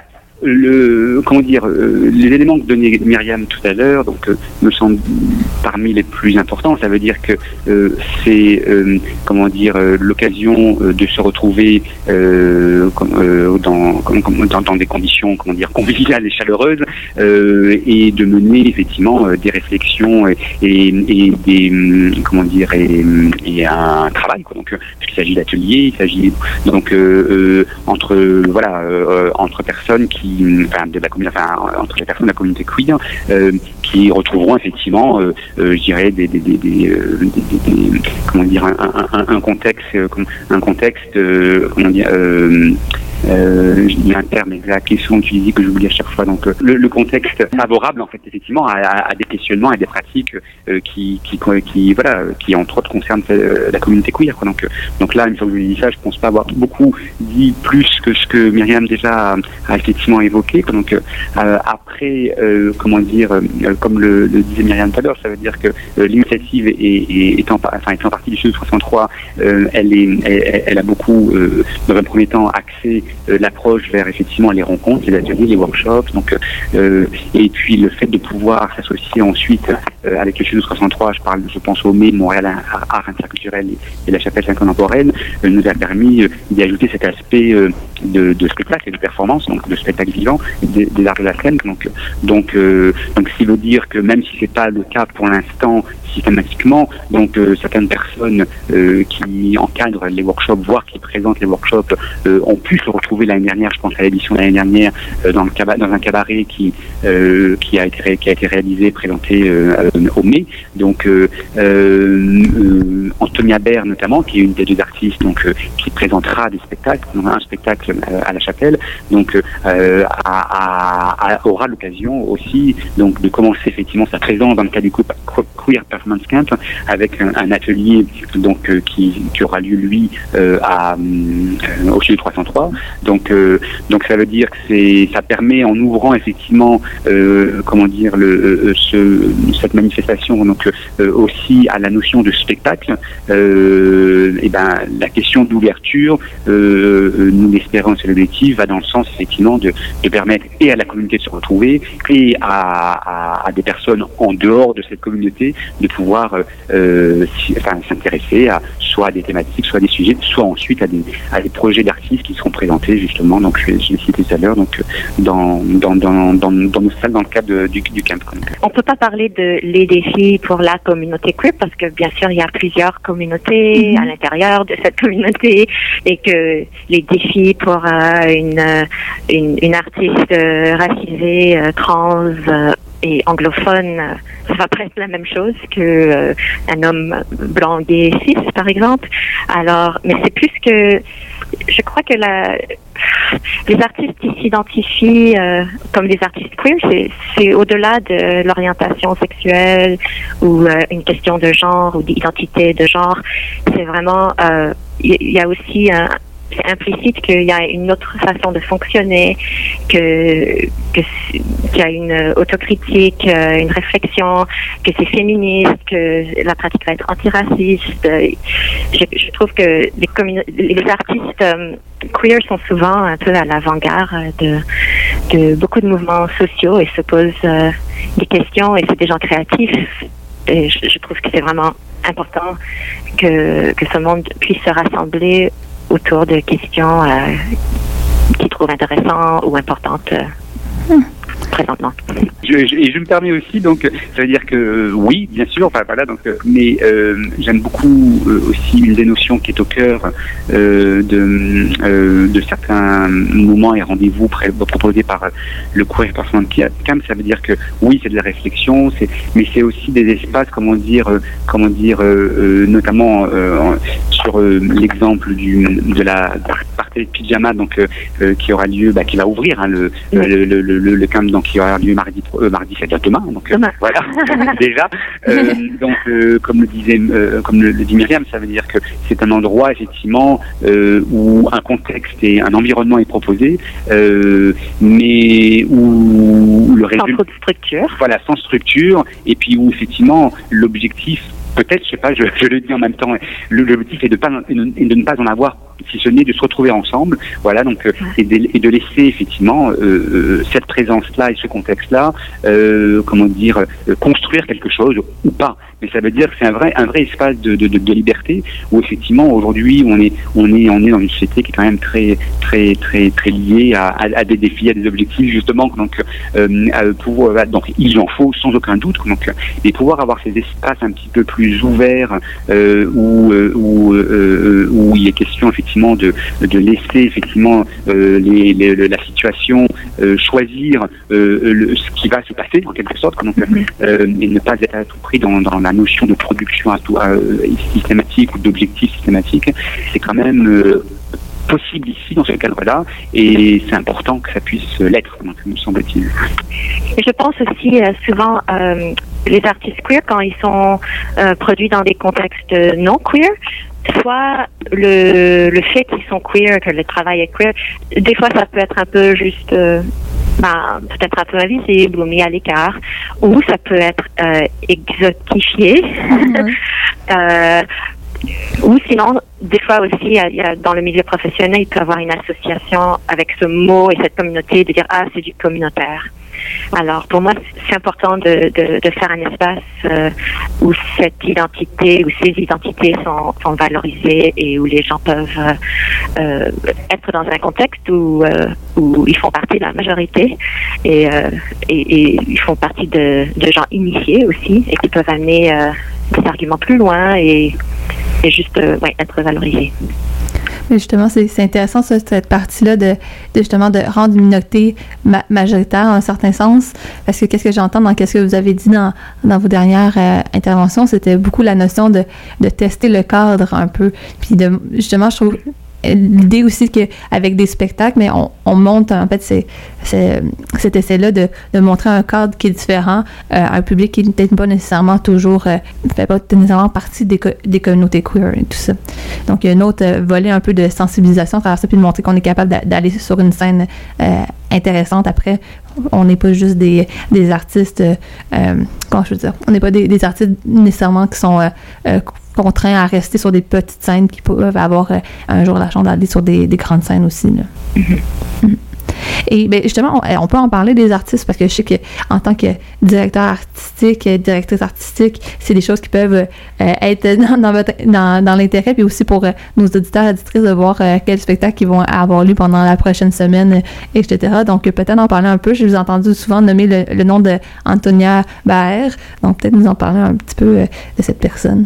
le, comment dire, euh, les éléments que donnait Myriam tout à l'heure, donc, euh, me semblent parmi les plus importants. Ça veut dire que euh, c'est, euh, comment dire, euh, l'occasion euh, de se retrouver euh, comme, euh, dans, comme, comme, dans, dans des conditions, comment dire, conviviales et chaleureuses, euh, et de mener effectivement euh, des réflexions et, et, et des, comment dire, et, et un travail, quoi. Donc, euh, il s'agit d'ateliers, il s'agit donc euh, euh, entre, voilà, euh, entre personnes qui Enfin, de la communauté, enfin, entre les personnes de la communauté queer, euh, qui retrouveront effectivement, euh, euh, je dirais, des, des, des, des, euh, des, des, des comment dire, un, un, un contexte, euh, un contexte, euh, comment dire, euh, euh, il y a un terme exact qui est souvent utilisé que j'oublie à chaque fois. Donc, euh, le, le contexte favorable, en fait, effectivement, à, à, à des questionnements et des pratiques euh, qui, qui, qui, voilà, qui entre autres concernent euh, la communauté queer, quoi. Donc, euh, donc là, une fois que je vous dis ça, je pense pas avoir beaucoup dit plus que ce que Myriam déjà a, a effectivement évoqué, quoi. Donc, euh, après, euh, comment dire, euh, comme le, le disait Myriam tout à l'heure, ça veut dire que euh, l'initiative est, est, étant, enfin, étant partie du Sud soixante-trois, euh, elle, est, elle, elle a beaucoup, euh, dans un premier temps, axé Euh, l'approche vers effectivement les rencontres, les ateliers, les workshops, donc euh, et puis le fait de pouvoir s'associer ensuite euh, avec le Sud soixante-trois, je parle, je pense au M E, Montréal Art Interculturel et, et la Chapelle Sainte Contemporaine, euh, nous a permis euh, d'y ajouter cet aspect euh, de, de spectacle et de performance, donc de spectacle vivant, des, des arts de la scène. Donc, donc, euh, donc, ce qui veut dire que même si c'est pas le cas pour l'instant systématiquement, donc euh, certaines personnes euh, qui encadrent les workshops, voire qui présentent les workshops, euh, ont pu se retrouver l'année dernière, je pense à l'édition de l'année dernière, euh, dans, le caba- dans un cabaret qui, euh, qui, a été ré- qui a été réalisé, présenté euh, au mai. Donc euh, euh, Antonia Baird notamment, qui est une des deux artistes, donc, euh, qui présentera des spectacles, un spectacle euh, à la Chapelle, donc euh, a, a, a, aura l'occasion aussi donc, de commencer effectivement sa présence dans le cadre du groupe Queer Performance Camp avec un, un atelier donc euh, qui, qui aura lieu lui euh, à, euh, au Sud trois cent trois. Donc euh, donc ça veut dire que c'est ça permet en ouvrant effectivement euh, comment dire le euh, ce cette manifestation donc euh, aussi à la notion de spectacle, euh, et ben la question d'ouverture, euh, nous l'espérons, c'est l'objectif, va dans le sens effectivement de, de permettre et à la communauté de se retrouver et à, à, à des personnes en dehors de cette communauté de pouvoir euh, si, enfin, s'intéresser à soit à des thématiques, soit à des sujets, soit ensuite à des, à des projets d'artistes qui seront présentés justement, donc je, je l'ai cité tout à l'heure, donc dans, dans, dans, dans, dans nos salles dans le cadre de, du, du camp. On peut pas parler de les défis pour la communauté queer parce que bien sûr il y a plusieurs communautés mm-hmm. à l'intérieur de cette communauté et que les défis pour euh, une, une, une artiste euh, racisée, euh, trans, euh, et anglophone, ça va presque la même chose que euh, un homme blanc gay cis, par exemple. Alors, mais c'est plus que, je crois que la, les artistes qui s'identifient euh, comme des artistes queer, c'est, c'est au-delà de l'orientation sexuelle ou euh, une question de genre ou d'identité de genre. C'est vraiment, il euh, y, y a aussi un c'est implicite qu'il y a une autre façon de fonctionner, que, que qu'il y a une autocritique, une réflexion, que c'est féministe, que la pratique va être antiraciste. Je, je trouve que les, communi- les artistes euh, queer sont souvent un peu à l'avant-garde de, de beaucoup de mouvements sociaux et se posent euh, des questions, et c'est des gens créatifs. Et je, je trouve que c'est vraiment important que, que ce monde puisse se rassembler autour de questions euh, qu'ils trouvent intéressantes ou importantes euh, hum. présentement. Je, je, et je me permets aussi, donc, ça veut dire que euh, oui, bien sûr, enfin voilà, donc, euh, mais euh, j'aime beaucoup euh, aussi une des notions qui est au cœur euh, de, euh, de certains moments et rendez-vous pré- proposés par le Queer Performance Camp. Ça veut dire que oui, c'est de la réflexion, c'est, mais c'est aussi des espaces, comment dire, euh, comment dire, euh, euh, notamment euh, sur euh, l'exemple du de la partie de pyjama, donc euh, euh, qui aura lieu, bah, qui va ouvrir hein, le, oui. le, le, le, le, le camp, donc qui aura lieu mardi, euh, mardi, c'est-à-dire demain. Donc euh, voilà, déjà. Euh, donc euh, comme le disait, euh, comme le, le dit Myriam, ça veut dire que c'est un endroit effectivement euh, où un contexte et un environnement est proposé, euh, mais où le résultat, sans trop de structure. Voilà, sans structure, et puis où effectivement l'objectif, peut-être, je sais pas, je, je le dis en même temps, l'objectif est de, pas, est de ne pas en avoir, si ce n'est de se retrouver ensemble, voilà, donc, euh, et, de, et de laisser effectivement euh, euh, cette présence-là et ce contexte-là, euh, comment dire, euh, construire quelque chose ou pas. Mais ça veut dire que c'est un vrai, un vrai espace de, de, de, de liberté où effectivement aujourd'hui on est, on est, on est dans une société qui est quand même très, très, très, très liée à, à, à des défis, à des objectifs justement. Donc, euh, pour, euh, donc il en faut sans aucun doute. Donc, et pouvoir avoir ces espaces un petit peu plus ouverts euh, où, euh, où, euh, où il est question effectivement de, de laisser effectivement euh, les, les, la situation euh, choisir euh, le, ce qui va se passer en quelque sorte. Donc, euh, et ne pas être à tout prix dans, dans la notion de production à tout, euh, systématique ou d'objectif systématique, c'est quand même euh, possible ici dans ce cadre-là, et c'est important que ça puisse l'être, donc, me semble-t-il. Et je pense aussi euh, souvent euh, les artistes queer, quand ils sont euh, produits dans des contextes non queer, soit le, le fait qu'ils sont queer, que le travail est queer, des fois ça peut être un peu juste euh, ben, peut-être un peu invisible ou mis à l'écart, ou ça peut être euh, exotifié. Mm-hmm. euh, ou sinon, des fois aussi, il y a, il y a, dans le milieu professionnel, il peut y avoir une association avec ce mot et cette communauté, de dire « Ah, c'est du communautaire ». Alors, pour moi, c'est important de, de, de faire un espace euh, où cette identité, où ces identités sont, sont valorisées et où les gens peuvent euh, euh, être dans un contexte où, euh, où ils font partie de la majorité et, euh, et, et ils font partie de, de gens initiés aussi et qui peuvent amener euh, des arguments plus loin et, et juste euh, ouais, être valorisés. Mais justement, c'est, c'est intéressant ça, cette partie-là de, de justement de rendre une minorité ma- majoritaire en un certain sens, parce que qu'est-ce que j'entends dans qu'est-ce que vous avez dit dans, dans vos dernières euh, interventions, c'était beaucoup la notion de, de tester le cadre un peu, puis de justement, je trouve l'idée aussi qu'avec des spectacles, mais on, on monte en fait c'est, c'est, cet essai-là de, de montrer un cadre qui est différent euh, à un public qui n'est peut-être pas nécessairement toujours euh, fait pas nécessairement partie des, co- des communautés queer et tout ça. Donc il y a un autre euh, volet un peu de sensibilisation à travers ça, puis de montrer qu'on est capable d'a- d'aller sur une scène euh, intéressante après. On n'est pas juste des, des artistes euh, euh, comment je veux dire, on n'est pas des, des artistes nécessairement qui sont euh, euh, contraints à rester sur des petites scènes qui peuvent avoir euh, un jour la chance d'aller sur des, des grandes scènes aussi. Là. Mm-hmm. Mm-hmm. Et bien, justement, on, on peut en parler des artistes parce que je sais qu'en tant que directeur artistique, directrice artistique, c'est des choses qui peuvent euh, être dans, dans, votre, dans, dans l'intérêt, puis aussi pour euh, nos auditeurs et auditrices de voir euh, quels spectacles ils vont avoir lieu pendant la prochaine semaine, et cetera. Donc, peut-être en parler un peu. Je vous ai entendu souvent nommer le, le nom de Antonia Baer. Donc, peut-être nous en parler un petit peu euh, de cette personne.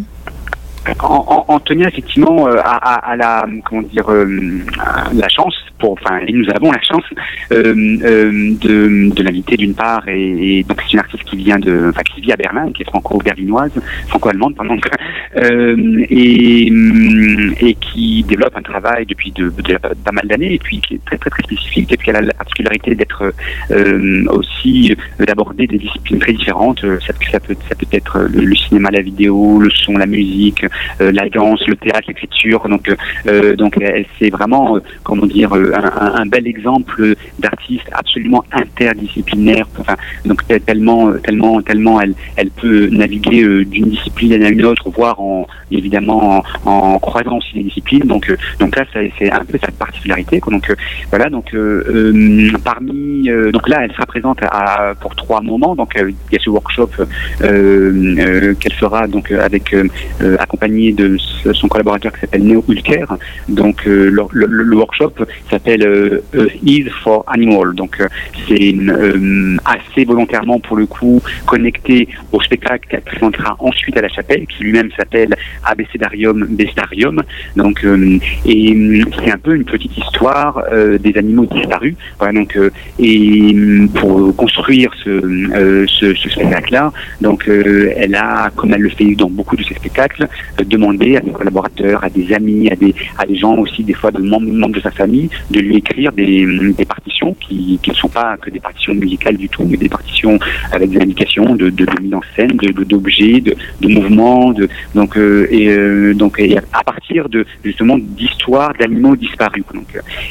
Antonia, effectivement, euh, a, a, a la, comment dire, euh, la chance, pour, enfin, et nous avons la chance euh, euh, de, de l'inviter d'une part, et, et donc c'est une artiste qui vient de, enfin, qui vit à Berlin, qui est franco-berlinoise, franco-allemande, pardon, euh, et, et qui développe un travail depuis de, de, de pas mal d'années, et puis qui est très très très spécifique, et puis elle a la particularité d'être euh, aussi euh, d'aborder des disciplines très différentes. Ça, ça peut, ça peut être le, le cinéma, la vidéo, le son, la musique. euh, la danse, le théâtre, l'écriture. Donc, euh, donc elle, c'est vraiment, euh, comment dire, euh, un, un bel exemple d'artiste absolument interdisciplinaire. Enfin, donc tellement, tellement, tellement, elle, elle peut naviguer euh, d'une discipline à une autre, voire en, évidemment en, en croisant aussi les disciplines. Donc, euh, donc là, ça, c'est un peu sa particularité, quoi. Donc euh, voilà. Donc euh, euh, parmi, euh, donc là, elle sera présente à, pour trois moments. Donc euh, il y a ce workshop euh, euh, qu'elle fera donc avec euh, euh, accompagnée de son collaborateur qui s'appelle Néo Hulker. Donc euh, le, le, le workshop s'appelle euh, Ease for Animal. Donc euh, c'est euh, assez volontairement pour le coup connecté au spectacle qu'elle présentera ensuite à la Chapelle, qui lui-même s'appelle Abécédarium Bestiarium. Donc euh, et c'est un peu une petite histoire euh, des animaux disparus. Voilà, donc euh, et pour construire ce euh, ce, ce spectacle-là, donc euh, elle a, comme elle le fait dans beaucoup de ses spectacles, euh, demandé à des collaborateurs, à des amis, à des à des gens aussi des fois de membres, membres de sa famille, de lui écrire des, des partitions qui, qui ne sont pas que des partitions musicales du tout, mais des partitions avec des indications de, de, de mise en scène, de, de d'objets, de, de mouvements, de donc euh, et euh, donc et à partir de justement d'histoires d'animaux disparus. Donc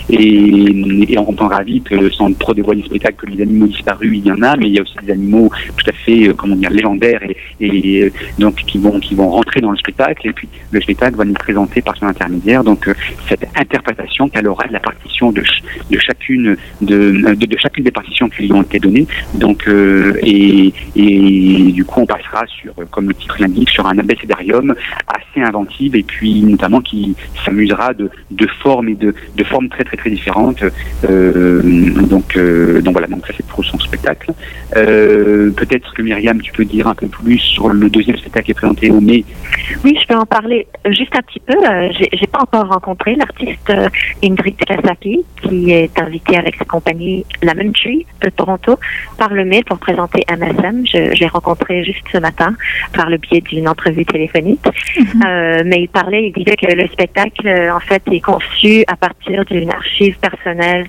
et, et on comprend vite que sans trop dévoiler le spectacle que les animaux disparus il y en a, mais il y a aussi des animaux tout à fait euh, comment dire légendaires et, et euh, donc qui vont qui vont rentrer dans le spectacle et puis le spectacle va nous présenter par son intermédiaire donc euh, cette interprétation qu'elle aura de la partition de ch- de chacune de, de de chacune des partitions qui lui ont été données. Donc euh, et et du coup on passera sur, comme le titre l'indique, sur un abécédarium assez inventif et puis notamment qui s'amusera de de formes et de de formes très très très différentes. Euh, donc euh, donc voilà, donc ça c'est pour son spectacle. Euh, peut-être que Myriam, tu peux dire un peu plus sur le deuxième spectacle qui est présenté au mai. Oui, je peux en parler juste un petit peu. Euh, j'ai, j'ai pas encore rencontré l'artiste euh, Ingrid Kasaki, qui est invitée avec sa compagnie Lemon Tree de Toronto par le mail pour présenter M S M. Je, je l'ai rencontré juste ce matin par le biais d'une entrevue téléphonique. Mm-hmm. Euh, mais il parlait, il disait que le spectacle, euh, en fait, est conçu à partir d'une archive personnelle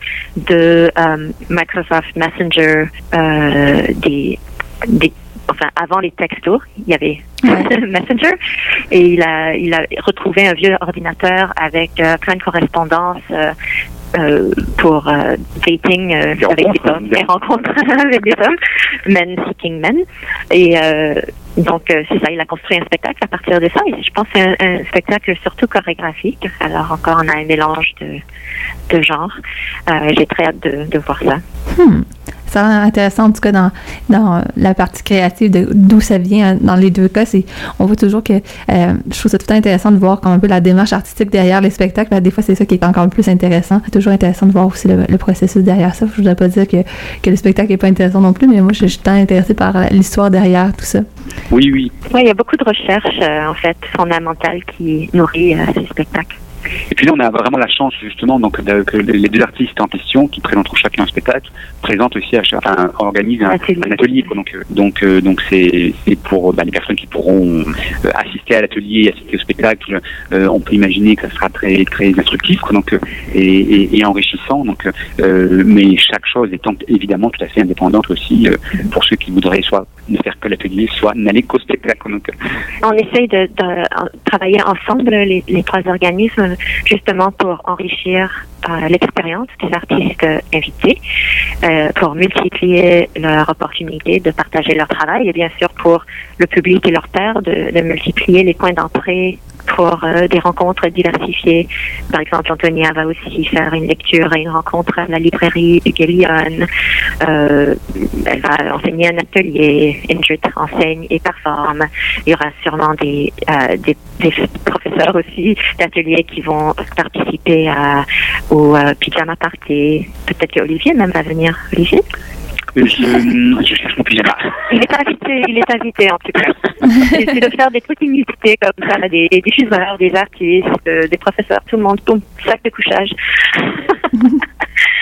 de euh, Microsoft Messenger, euh, des, des enfin avant les textos, il y avait ouais. Messenger, et il a il a retrouvé un vieux ordinateur avec euh, plein de correspondances euh, euh, pour euh, dating euh, avec des hommes, des rencontres avec des hommes, men seeking men, et euh, donc euh, c'est ça, il a construit un spectacle à partir de ça, et je pense que c'est un, un spectacle surtout chorégraphique. Alors encore on a un mélange de de genres. Euh, j'ai très hâte de, de voir ça. Hmm. Ça a l'air intéressant, en tout cas, dans, dans la partie créative, de, d'où ça vient. Dans les deux cas, c'est, on voit toujours que, euh, je trouve ça tout le temps intéressant de voir comme un peu la démarche artistique derrière les spectacles. Là, des fois, c'est ça qui est encore plus intéressant. C'est toujours intéressant de voir aussi le, le processus derrière ça. Je ne voudrais pas dire que, que le spectacle n'est pas intéressant non plus, mais moi, je, je suis tant intéressée par l'histoire derrière tout ça. Oui, oui. Oui, il y a beaucoup de recherches, euh, en fait, fondamentales qui nourrit euh, ces spectacles. Et puis là, on a vraiment la chance, justement, donc, de, que les deux artistes en question, qui présenteront chacun un spectacle, présentent aussi, à, enfin, organisent un atelier. Un atelier quoi. Donc, donc, euh, donc c'est, c'est pour bah, les personnes qui pourront euh, assister à l'atelier, assister au spectacle. Euh, on peut imaginer que ça sera très, très instructif, quoi, donc, et, et, et enrichissant. Donc, euh, mais chaque chose étant évidemment tout à fait indépendante aussi euh, pour ceux qui voudraient soit ne faire que l'atelier, soit n'aller qu'au spectacle. Donc, on essaye de, de, de travailler ensemble les, les trois organismes, justement pour enrichir euh, l'expérience des artistes euh, invités, euh, pour multiplier leur opportunité de partager leur travail et bien sûr pour le public et leurs pairs de, de multiplier les points d'entrée pour euh, des rencontres diversifiées. Par exemple, Antonia va aussi faire une lecture et une rencontre à la librairie du Guélion. Euh, elle va enseigner un atelier. Ingrid enseigne et performe. Il y aura sûrement des, euh, des, des professeurs aussi d'ateliers qui vont participer à, au euh, pyjama party. Peut-être que Olivier même va venir. Olivier? Je, je cherche mon pyjama. Il est invité, il est invité en tout cas. c'est, c'est de faire des trucs inusités comme ça, des, des diffuseurs, des artistes, euh, des professeurs, tout le monde, tout sac de couchage.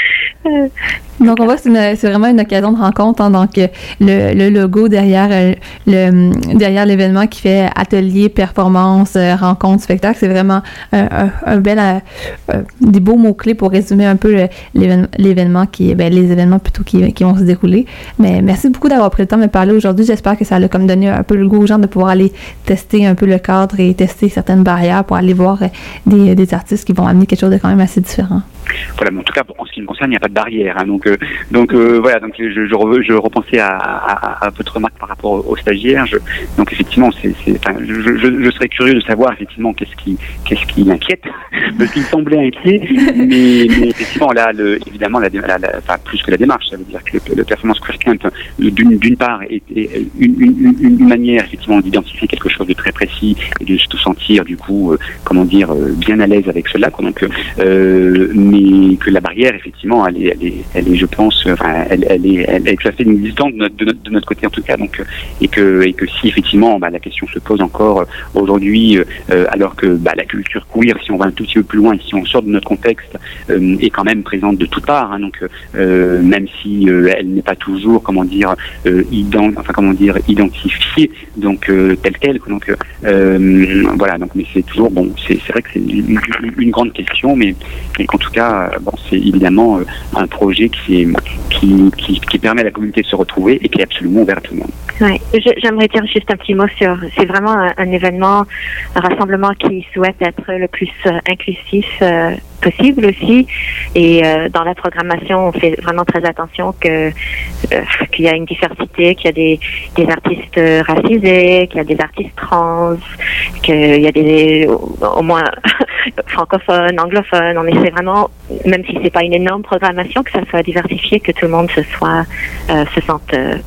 Donc, on voit que c'est, une, c'est vraiment une occasion de rencontre. Hein, donc, le, le logo derrière, euh, le, derrière l'événement qui fait atelier, performance, euh, rencontre, spectacle, c'est vraiment un, un, un bel, euh, des beaux mots-clés pour résumer un peu le, l'événement, l'événement qui, ben, les événements plutôt qui, qui vont se dérouler. Mais merci beaucoup d'avoir pris le temps de me parler aujourd'hui. J'espère que ça a comme donné un peu le goût aux gens de pouvoir aller tester un peu le cadre et tester certaines barrières pour aller voir des, des artistes qui vont amener quelque chose de quand même assez différent. Voilà, mais en tout cas, en ce qui me concerne, il n'y a pas de barrière. Hein, donc, euh, donc euh, voilà, donc je, je, re, je repensais à, à, à votre remarque par rapport aux, aux stagiaires. Je, donc effectivement, c'est, c'est, enfin, je, je, je serais curieux de savoir effectivement qu'est-ce qui, qu'est-ce qui l'inquiète, parce qu'il semblait inquiet. Mais, mais effectivement, là, le, évidemment, la, la, la, enfin, plus que la démarche, ça veut dire que le, le performance queer camp, d'une, d'une part, est, est une, une, une manière effectivement d'identifier quelque chose de très précis et de se sentir du coup, euh, comment dire, euh, bien à l'aise avec cela. Quoi. Donc, euh, mais que la barrière, effectivement, elle est, elle est, elle est je pense, enfin, elle, elle est, elle est tout à fait inexistante de notre, de notre, de notre côté en tout cas. Donc, et que, et que si effectivement, bah, la question se pose encore euh, aujourd'hui, euh, alors que bah, la culture queer, si on va un tout petit peu plus loin, et si on sort de notre contexte, euh, est quand même présente de toutes parts. Hein, donc, euh, même si euh, elle n'est pas toujours, comment dire, euh, ident, enfin comment dire, identifiée, donc euh, telle quelle. Donc, euh, voilà. Donc, mais c'est toujours bon. C'est, c'est vrai que c'est une, une grande question, mais, mais qu'en tout cas. Bon, c'est évidemment un projet qui, est, qui, qui, qui permet à la communauté de se retrouver et qui est absolument ouvert à tout le monde. Ouais, j'aimerais dire juste un petit mot sur, c'est vraiment un, un événement, un rassemblement qui souhaite être le plus euh, inclusif euh, possible aussi. Et euh, dans la programmation, on fait vraiment très attention que euh, qu'il y a une diversité, qu'il y a des, des artistes racisés, qu'il y a des artistes trans, qu'il y a des au, au moins francophones, anglophones. On essaie vraiment, même si c'est pas une énorme programmation, que ça soit diversifié, que tout le monde se soit euh, se sente euh,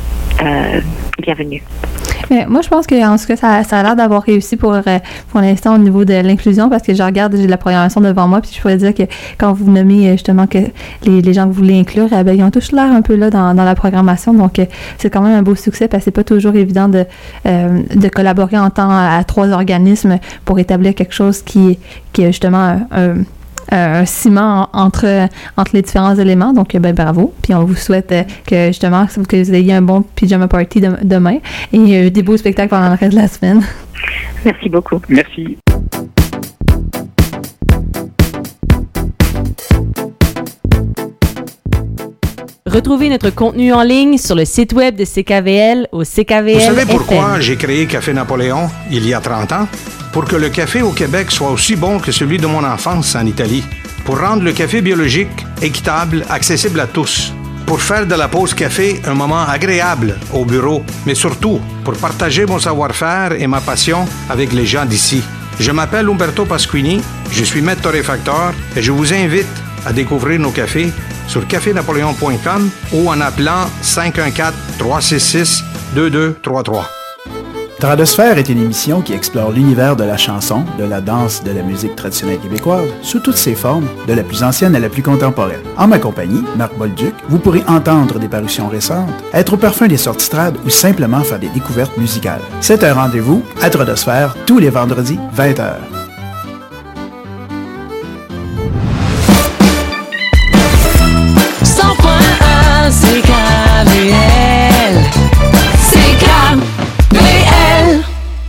euh, bienvenu. Mais moi, je pense que en tout cas, ça, ça a l'air d'avoir réussi pour, euh, pour l'instant au niveau de l'inclusion, parce que je regarde, j'ai la programmation devant moi, puis je pourrais dire que quand vous nommez justement que les, les gens que vous voulez inclure, eh ben, ils ont tous l'air un peu là dans, dans la programmation, donc euh, c'est quand même un beau succès, parce que c'est pas toujours évident de, euh, de collaborer en temps à, à trois organismes pour établir quelque chose qui, qui est justement un, un un ciment entre, entre les différents éléments. Donc, ben, bravo. Puis, on vous souhaite que, justement, que vous ayez un bon pyjama party de, demain et euh, des beaux spectacles pendant le reste de la semaine. Merci beaucoup. Merci. Retrouvez notre contenu en ligne sur le site web de C K V L au C K V L. Vous savez pourquoi j'ai créé Café Napoléon il y a trente ans? Pour que le café au Québec soit aussi bon que celui de mon enfance en Italie. Pour rendre le café biologique, équitable, accessible à tous. Pour faire de la pause café un moment agréable au bureau, mais surtout pour partager mon savoir-faire et ma passion avec les gens d'ici. Je m'appelle Umberto Pasquini, je suis maître torréfacteur et je vous invite à découvrir nos cafés sur café napoléon point com ou en appelant cinq un quatre, trois six six, deux deux trois trois. Tradosphère est une émission qui explore l'univers de la chanson, de la danse, de la musique traditionnelle québécoise, sous toutes ses formes, de la plus ancienne à la plus contemporaine. En ma compagnie, Marc Bolduc, vous pourrez entendre des parutions récentes, être au parfum des sorties trad ou simplement faire des découvertes musicales. C'est un rendez-vous à Tradosphère tous les vendredis, vingt heures. cent point un C K V L. C K V L.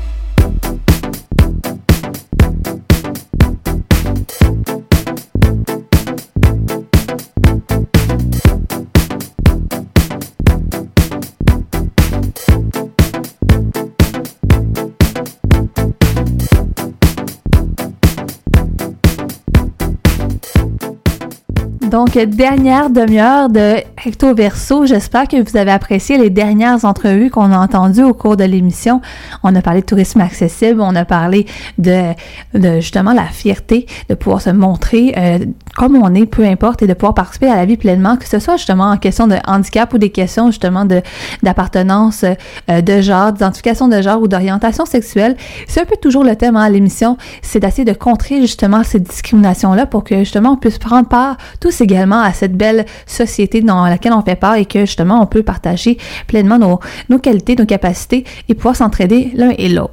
Donc, dernière demi-heure de Recto Verso. J'espère que vous avez apprécié les dernières entrevues qu'on a entendues au cours de l'émission. On a parlé de tourisme accessible, on a parlé de, de justement la fierté de pouvoir se montrer euh, comme on est, peu importe, et de pouvoir participer à la vie pleinement, que ce soit justement en question de handicap ou des questions justement de d'appartenance euh, de genre, d'identification de genre ou d'orientation sexuelle. C'est un peu toujours le thème hein, à l'émission, c'est d'essayer de contrer justement ces discriminations-là pour que justement on puisse prendre part tous également à cette belle société dans laquelle on fait part et que justement on peut partager pleinement nos, nos qualités, nos capacités et pouvoir s'entraider l'un et l'autre.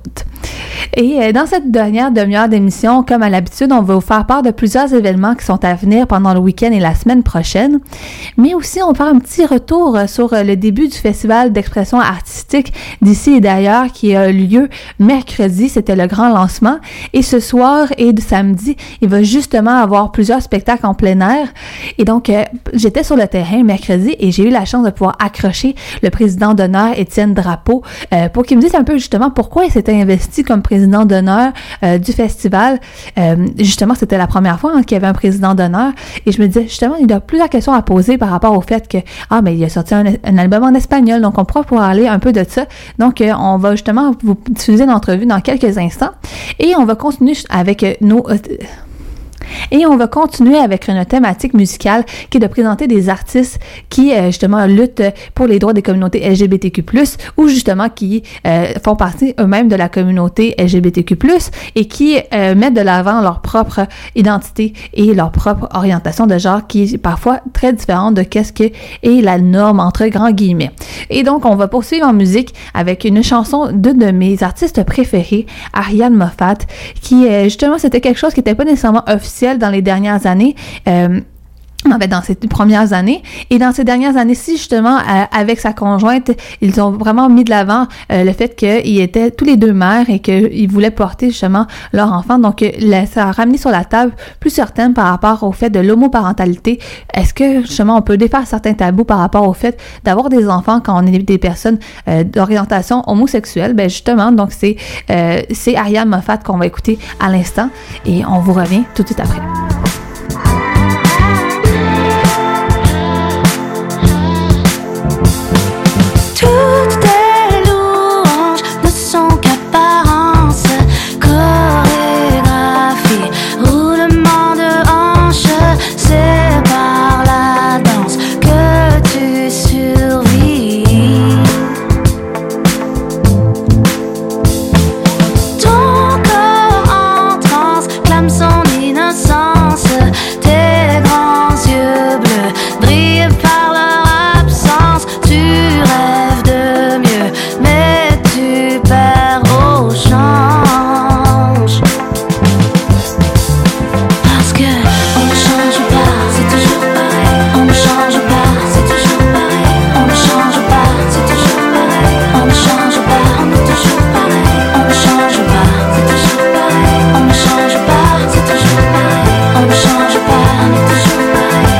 Et euh, dans cette dernière demi-heure d'émission, comme à l'habitude, on va vous faire part de plusieurs événements qui sont à venir pendant le week-end et la semaine prochaine. Mais aussi, on va faire un petit retour sur euh, le début du festival d'expression artistique d'ici et d'ailleurs qui a eu lieu mercredi. C'était le grand lancement. Et ce soir et samedi, il va justement avoir plusieurs spectacles en plein air. Et donc, euh, j'étais sur le terrain mercredi et j'ai eu la chance de pouvoir accrocher le président d'honneur, Étienne Drapeau, euh, pour qu'il me dise un peu justement pourquoi il s'était investi comme président d'honneur euh, du festival. Euh, justement, c'était la première fois hein, qu'il y avait un président d'honneur et je me disais justement, il y a plusieurs questions à poser par rapport au fait que, ah, mais il a sorti un, un album en espagnol, donc on pourra pouvoir parler un peu de ça. Donc, euh, on va justement vous diffuser une entrevue dans quelques instants et on va continuer avec euh, nos... Euh, Et on va continuer avec une thématique musicale qui est de présenter des artistes qui, euh, justement, luttent pour les droits des communautés L G B T Q plus, ou justement qui euh, font partie eux-mêmes de la communauté L G B T Q plus, et qui euh, mettent de l'avant leur propre identité et leur propre orientation de genre qui est parfois très différente de qu'est-ce que est la norme entre grands guillemets. Et donc, on va poursuivre en musique avec une chanson d'une de mes artistes préférés, Ariane Moffat, qui, euh, justement, c'était quelque chose qui n'était pas nécessairement officiel dans les dernières années. Euh, En fait, dans ces premières années. Et dans ces dernières années-ci, justement, euh, avec sa conjointe, ils ont vraiment mis de l'avant euh, le fait qu'ils étaient tous les deux mères et qu'ils voulaient porter justement leur enfant. Donc, là, ça a ramené sur la table plusieurs thèmes par rapport au fait de l'homoparentalité. Est-ce que, justement, on peut défaire certains tabous par rapport au fait d'avoir des enfants quand on est des personnes euh, d'orientation homosexuelle? Ben justement, donc c'est, euh, c'est Ariane Moffat qu'on va écouter à l'instant et on vous revient tout de suite après. Toutes tes louanges ne sont qu'apparence, chorégraphie, roulement de hanches, c'est par la danse que tu survis. Ton corps en transe clame son innocence, tes grands yeux bleus brillent par leur absence, tu rêves de mieux, mais tu perds au change. Parce que on ne change pas, c'est toujours pareil. On ne change pas, c'est toujours pareil. On ne change pas, c'est toujours pareil. On ne change pas, on est toujours pareil. On ne change pas, c'est toujours pareil. On ne change pas, c'est toujours pareil. On ne change pas, on est toujours pareil.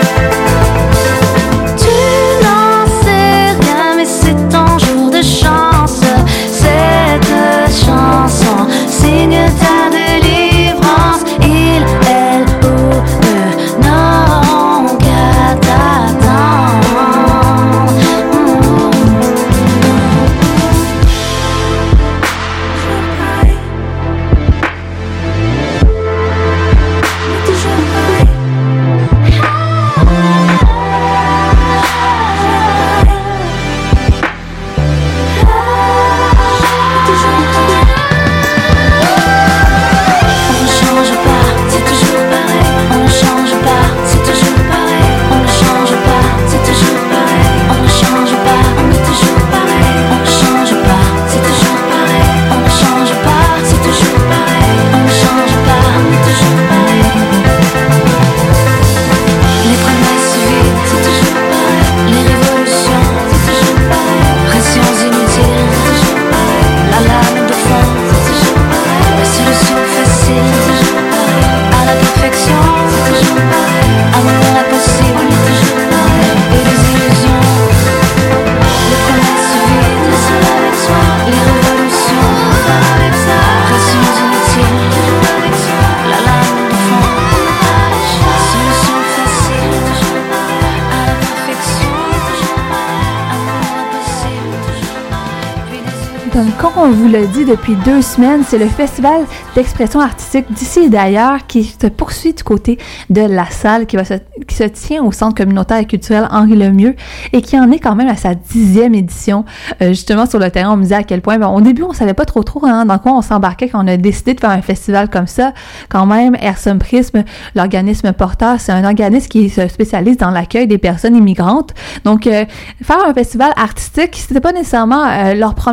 Tu n'en sais rien, mais c'est ton jour de chance. Cette chanson signe ta délivrance. Il, elle ou eux n'auront qu'à t'attendre. On ne change pas, c'est toujours pareil. On ne change pas, c'est toujours pareil. On ne change pas, c'est toujours pareil. On ne change pas, on est toujours pareil. On ne change pas, c'est toujours pareil. On ne change pas, c'est toujours pareil. On ne change pas, on est toujours pareil. Les promesses vides, c'est toujours pareil. Les révolutions, c'est toujours pareil. Pressions inutiles, c'est toujours pareil. La lame de fond, c'est toujours pareil. La solution facile, c'est toujours pareil. À la perfection, c'est toujours pareil. Amour impossible, c'est toujours pareil. Et les illusions, les promesses vides, laisse-le avec soi. Les révolutions, faire avec ça. Pressions inutiles, toujours avec soi. La lame de fond, la solution facile, toujours pareil. À la perfection, toujours pareil. Amour impossible, toujours pareil. Puis des illusions. Donc, comme on vous l'a dit depuis deux semaines, c'est le festival d'expression artistique d'ici et d'ailleurs qui se poursuit du côté de la salle qui, va se, qui se tient au Centre communautaire et culturel Henri Lemieux et qui en est quand même à sa dixième édition. Euh, justement, sur le terrain, on me disait à quel point, ben, au début, on savait pas trop trop hein, dans quoi on s'embarquait quand on a décidé de faire un festival comme ça. Quand même, Ersum Prisme, l'organisme porteur, c'est un organisme qui se spécialise dans l'accueil des personnes immigrantes. Donc, euh, faire un festival artistique, c'était pas nécessairement euh, leur premier créneau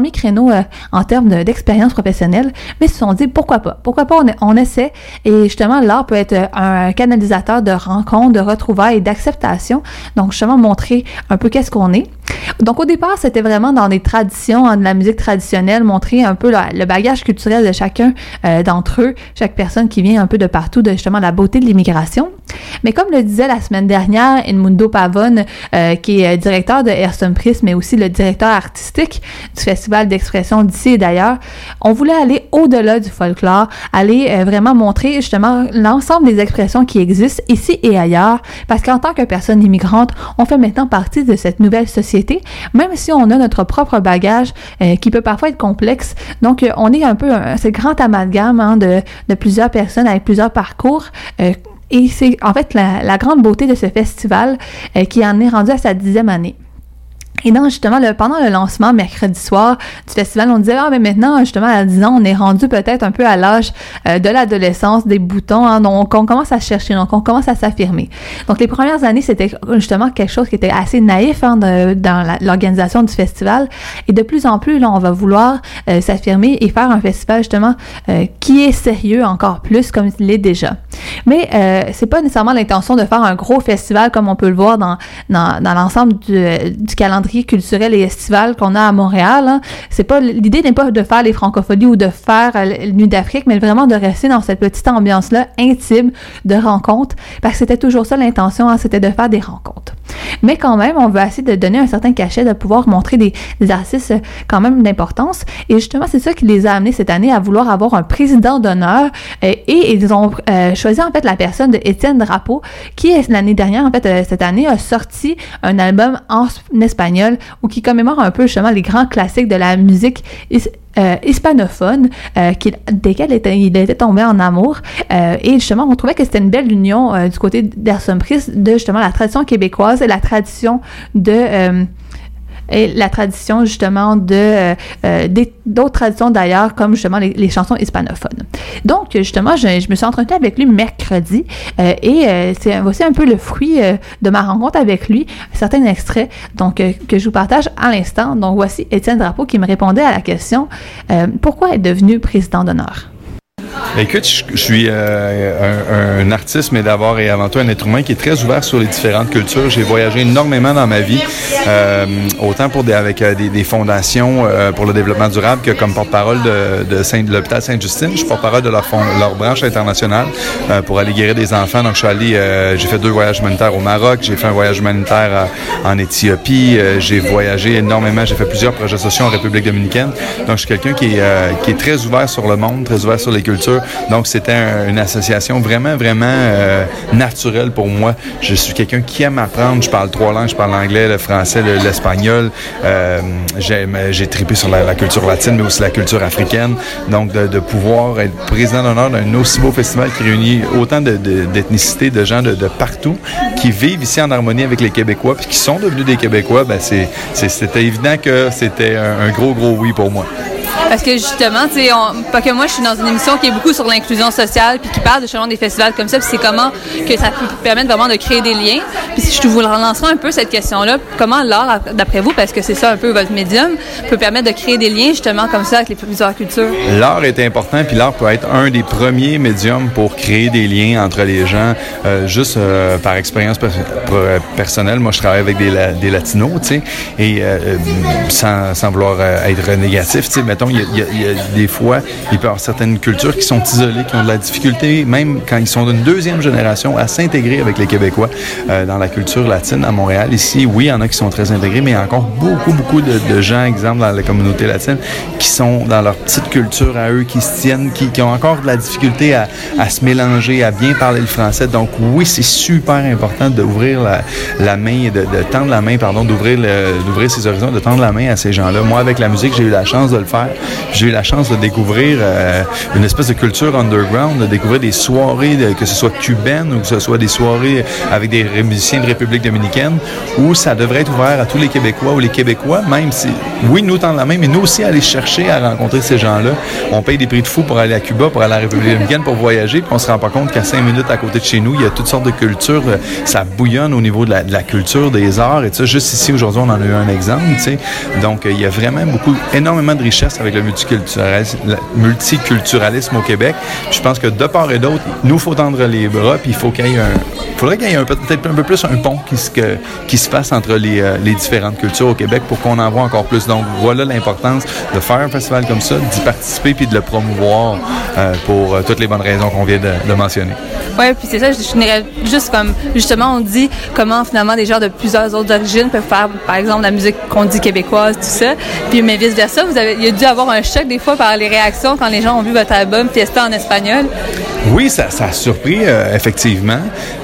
euh, en termes de, d'expérience professionnelle, mais ils se sont dit pourquoi pas, pourquoi pas on, on essaie, et justement l'art peut être un canalisateur de rencontres, de retrouvailles et d'acceptation, donc justement montrer un peu qu'est-ce qu'on est. Donc au départ, c'était vraiment dans des traditions, hein, de la musique traditionnelle, montrer un peu la, le bagage culturel de chacun euh, d'entre eux, chaque personne qui vient un peu de partout, de justement la beauté de l'immigration. Mais comme le disait la semaine dernière Edmundo Pavone, euh, qui est directeur de Airstone Prism, mais aussi le directeur artistique du Festival d'expression d'ici et d'ailleurs, on voulait aller au-delà du folklore, aller euh, vraiment montrer justement l'ensemble des expressions qui existent ici et ailleurs, parce qu'en tant que personne immigrante, on fait maintenant partie de cette nouvelle société, même si on a notre propre bagage euh, qui peut parfois être complexe. Donc, euh, on est un peu un, ce grand amalgame hein, de, de plusieurs personnes avec plusieurs parcours. Euh, et c'est en fait la, la grande beauté de ce festival euh, qui en est rendu à sa dixième année. Et donc, justement, le, pendant le lancement, mercredi soir du festival, on disait, ah, mais maintenant, justement, à dix ans, on est rendu peut-être un peu à l'âge euh, de l'adolescence, des boutons, hein, donc on commence à chercher, donc on commence à s'affirmer. Donc, les premières années, c'était justement quelque chose qui était assez naïf hein, de, dans la, l'organisation du festival. Et de plus en plus, là, on va vouloir euh, s'affirmer et faire un festival, justement, euh, qui est sérieux encore plus, comme il l'est déjà. Mais euh, c'est pas nécessairement l'intention de faire un gros festival, comme on peut le voir dans, dans, dans l'ensemble du, du calendrier culturel et estival qu'on a à Montréal. Hein. C'est pas, l'idée n'est pas de faire les francophonies ou de faire euh, Nuit d'Afrique, mais vraiment de rester dans cette petite ambiance-là intime de rencontres, parce que c'était toujours ça l'intention, hein, c'était de faire des rencontres. Mais quand même, on veut essayer de donner un certain cachet, de pouvoir montrer des, des artistes quand même d'importance. Et justement, c'est ça qui les a amenés cette année à vouloir avoir un président d'honneur. Euh, et ils ont euh, choisi en fait la personne de Étienne Drapeau, qui l'année dernière, en fait, euh, cette année, a sorti un album en, en espagnol, ou qui commémore un peu justement les grands classiques de la musique is- euh, hispanophone, euh, qui, desquels était, il était tombé en amour. Euh, et justement, on trouvait que c'était une belle union euh, du côté d'Airstone Prism de justement la tradition québécoise et la tradition de... Euh, et la tradition justement de euh, euh, des, d'autres traditions d'ailleurs, comme justement les, les chansons hispanophones. Donc justement, je, je me suis entretenue avec lui mercredi euh, et euh, c'est aussi un peu le fruit euh, de ma rencontre avec lui, certains extraits donc euh, que je vous partage à l'instant. Donc voici Étienne Drapeau qui me répondait à la question euh, pourquoi être devenu président d'honneur? Écoute, je, je suis euh, un, un artiste, mais d'abord et avant tout un être humain qui est très ouvert sur les différentes cultures. J'ai voyagé énormément dans ma vie, euh, autant pour des, avec euh, des, des fondations euh, pour le développement durable que comme porte-parole de, de, Saint, de l'hôpital Sainte-Justine. Je suis porte-parole de leur, fond, leur branche internationale euh, pour aller guérir des enfants. Donc, je suis allé, euh, j'ai fait deux voyages humanitaires au Maroc, j'ai fait un voyage humanitaire à, en Éthiopie, euh, j'ai voyagé énormément, j'ai fait plusieurs projets sociaux en République dominicaine. Donc, je suis quelqu'un qui est, euh, qui est très ouvert sur le monde, très ouvert sur les cultures. Donc, c'était un, une association vraiment, vraiment euh, naturelle pour moi. Je suis quelqu'un qui aime apprendre. Je parle trois langues. Je parle l'anglais, le français, le, l'espagnol. Euh, j'aime, j'ai trippé sur la, la culture latine, mais aussi la culture africaine. Donc, de, de pouvoir être président d'honneur d'un aussi beau festival qui réunit autant de, de, d'ethnicités, de gens de, de partout, qui vivent ici en harmonie avec les Québécois, puis qui sont devenus des Québécois, ben c'est, c'est, c'était évident que c'était un, un gros, gros oui pour moi. Parce que justement, tu sais, pas que moi, je suis dans une émission qui est beaucoup sur l'inclusion sociale, puis qui parle justement des festivals comme ça, puis c'est comment que ça peut permettre vraiment de créer des liens. Puis si je vous relancerai un peu cette question-là, comment l'art, d'après vous, parce que c'est ça un peu votre médium, peut permettre de créer des liens justement comme ça avec les plusieurs cultures? L'art est important, puis l'art peut être un des premiers médiums pour créer des liens entre les gens. Euh, juste euh, par expérience per- personnelle, moi, je travaille avec des, la- des latinos, tu sais, et euh, sans, sans vouloir euh, être négatif, tu sais, mettons, il y, y, y a des fois, il peut y avoir certaines cultures qui sont isolées, qui ont de la difficulté, même quand ils sont d'une deuxième génération, à s'intégrer avec les Québécois euh, dans la culture latine à Montréal. Ici, oui, il y en a qui sont très intégrés, mais il y a encore beaucoup, beaucoup de, de gens, exemple, dans la communauté latine, qui sont dans leur petite culture à eux, qui se tiennent, qui, qui ont encore de la difficulté à, à se mélanger, à bien parler le français. Donc, oui, c'est super important d'ouvrir la, la main, de, de tendre la main, pardon, d'ouvrir, le, d'ouvrir ses horizons, de tendre la main à ces gens-là. Moi, avec la musique, j'ai eu la chance de le faire. J'ai eu la chance de découvrir euh, une espèce de culture underground, de découvrir des soirées, de, que ce soit cubaines ou que ce soit des soirées avec des musiciens de République dominicaine, où ça devrait être ouvert à tous les Québécois ou les Québécois, même si, oui, nous tendre la main, mais nous aussi aller chercher à rencontrer ces gens-là. On paye des prix de fou pour aller à Cuba, pour aller à la République dominicaine, pour voyager, puis on se rend pas compte qu'à cinq minutes à côté de chez nous, il y a toutes sortes de cultures. Ça bouillonne au niveau de la, de la culture, des arts, et ça. Juste ici, aujourd'hui, on en a eu un exemple, tu sais. Donc, il y a vraiment beaucoup, énormément de richesses avec le multiculturalisme, le multiculturalisme au Québec. Puis je pense que de part et d'autre, nous, il faut tendre les bras, puis il faut qu'il y ait un... faudrait qu'il y ait un, peut-être un peu plus un pont qui se, que, qui se fasse entre les, euh, les différentes cultures au Québec pour qu'on en voit encore plus. Donc, voilà l'importance de faire un festival comme ça, d'y participer puis de le promouvoir euh, pour euh, toutes les bonnes raisons qu'on vient de, de mentionner. Oui, puis c'est ça, je finirais juste comme, justement, on dit comment finalement des gens de plusieurs autres origines peuvent faire, par exemple, la musique qu'on dit québécoise, tout ça. Puis, mais vice-versa, vous avez, il y a dû avoir un choc des fois par les réactions quand les gens ont vu votre album Fiesta en espagnol. Oui, ça, ça a surpris, euh, effectivement.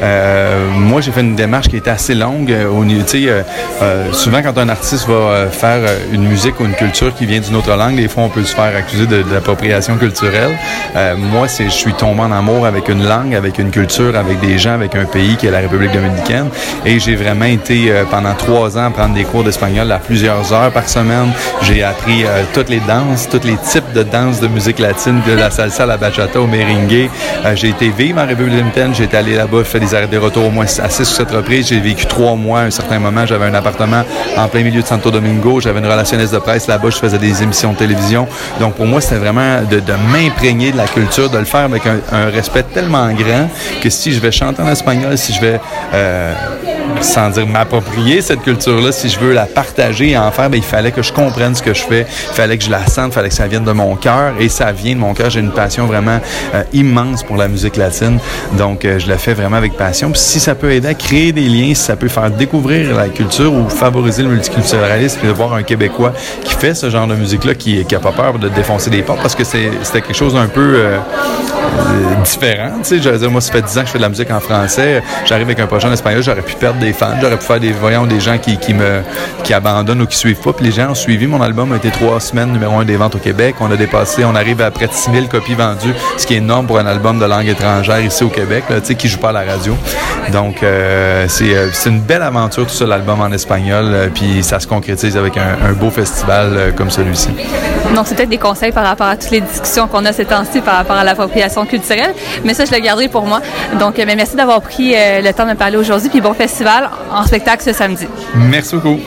Euh, moi, j'ai fait une démarche qui était assez longue. Euh, au, tu sais, euh, euh, souvent, quand un artiste va euh, faire euh, une musique ou une culture qui vient d'une autre langue, des fois, on peut se faire accuser de, de l'appropriation culturelle. Euh, moi, c'est, je suis tombé en amour avec une langue, avec une culture, avec des gens, avec un pays qui est la République dominicaine. Et j'ai vraiment été, euh, pendant trois ans, à prendre des cours d'espagnol à plusieurs heures par semaine. J'ai appris euh, toutes les danses, tous les types de danses de musique latine, de la salsa, la bachata, au merengue. Euh, j'ai été vivre en République dominicaine, j'ai été allé là-bas, j'ai fait des arrêts de retour au moins à six ou sept reprises. J'ai vécu trois mois à un certain moment. J'avais un appartement en plein milieu de Santo Domingo. J'avais une relationniste de presse là-bas. Je faisais des émissions de télévision. Donc, pour moi, c'était vraiment de, de m'imprégner de la culture, de le faire avec un, un respect tellement grand que si je vais chanter en espagnol, si je vais, euh, sans dire m'approprier cette culture-là, si je veux la partager et en faire, bien, il fallait que je comprenne ce que je fais. Il fallait que je la sente. Il fallait que ça vienne de mon cœur. Et ça vient de mon cœur. J'ai une passion vraiment euh, immense pour la musique latine. Donc, euh, je le fais vraiment avec passion. Puis si ça peut aider à créer des liens, si ça peut faire découvrir la culture ou favoriser le multiculturalisme et de voir un Québécois qui fait ce genre de musique-là, qui n'a pas peur de défoncer des portes, parce que c'est, c'était quelque chose d'un peu euh, euh, différent. Tu sais, je veux dire, moi, ça fait dix ans que je fais de la musique en français. J'arrive avec un projet en espagnol, j'aurais pu perdre des fans, j'aurais pu faire des voyons, des gens qui, qui me qui abandonnent ou qui suivent pas. Puis les gens ont suivi. Mon album a été trois semaines numéro un des ventes au Québec. On a dépassé, on arrive à près de six mille copies vendues, ce qui est énorme pour un album de langue étrangère ici au Québec, là, tu sais, qui joue pas à la radio. Donc, euh, c'est, euh, c'est une belle aventure, tout ça, l'album en espagnol. Euh, puis ça se concrétise avec un, un beau festival euh, comme celui-ci. Donc, c'est peut-être des conseils par rapport à toutes les discussions qu'on a ces temps-ci par rapport à l'appropriation culturelle. Mais ça, je le garderai pour moi. Donc, euh, mais merci d'avoir pris euh, le temps de me parler aujourd'hui. Puis bon festival en spectacle ce samedi. Merci beaucoup.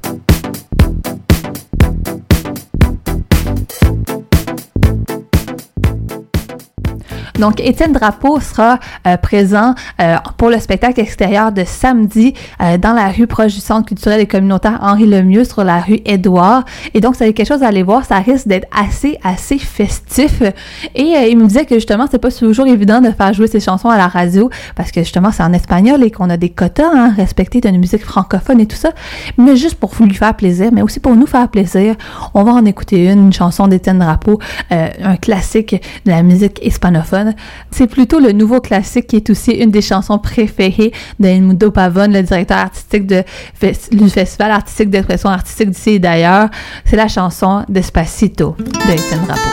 Donc, Étienne Drapeau sera euh, présent euh, pour le spectacle extérieur de samedi euh, dans la rue proche du Centre culturel et communautaire Henri Lemieux sur la rue Édouard. Et donc, ça a quelque chose à aller voir. Ça risque d'être assez, assez festif. Et euh, il me disait que justement, c'est pas toujours évident de faire jouer ses chansons à la radio parce que justement, c'est en espagnol et qu'on a des quotas hein, respectés d'une musique francophone et tout ça. Mais juste pour lui faire plaisir, mais aussi pour nous faire plaisir, on va en écouter une, une chanson d'Étienne Drapeau, euh, un classique de la musique hispanophone. C'est plutôt le nouveau classique qui est aussi une des chansons préférées d'Edmundo Pavón, le directeur artistique de, du Festival artistique d'expression artistique d'ici et d'ailleurs. C'est la chanson Despacito de Étienne Drapeau.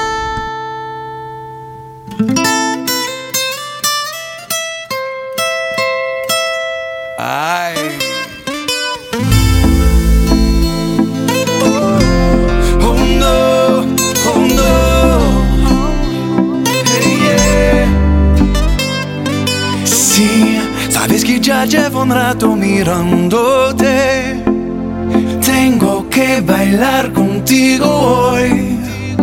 Ay. Oh no, oh no. Hey, yeah. Sí, sabes que ya llevo un rato mirándote. Tengo que bailar contigo hoy.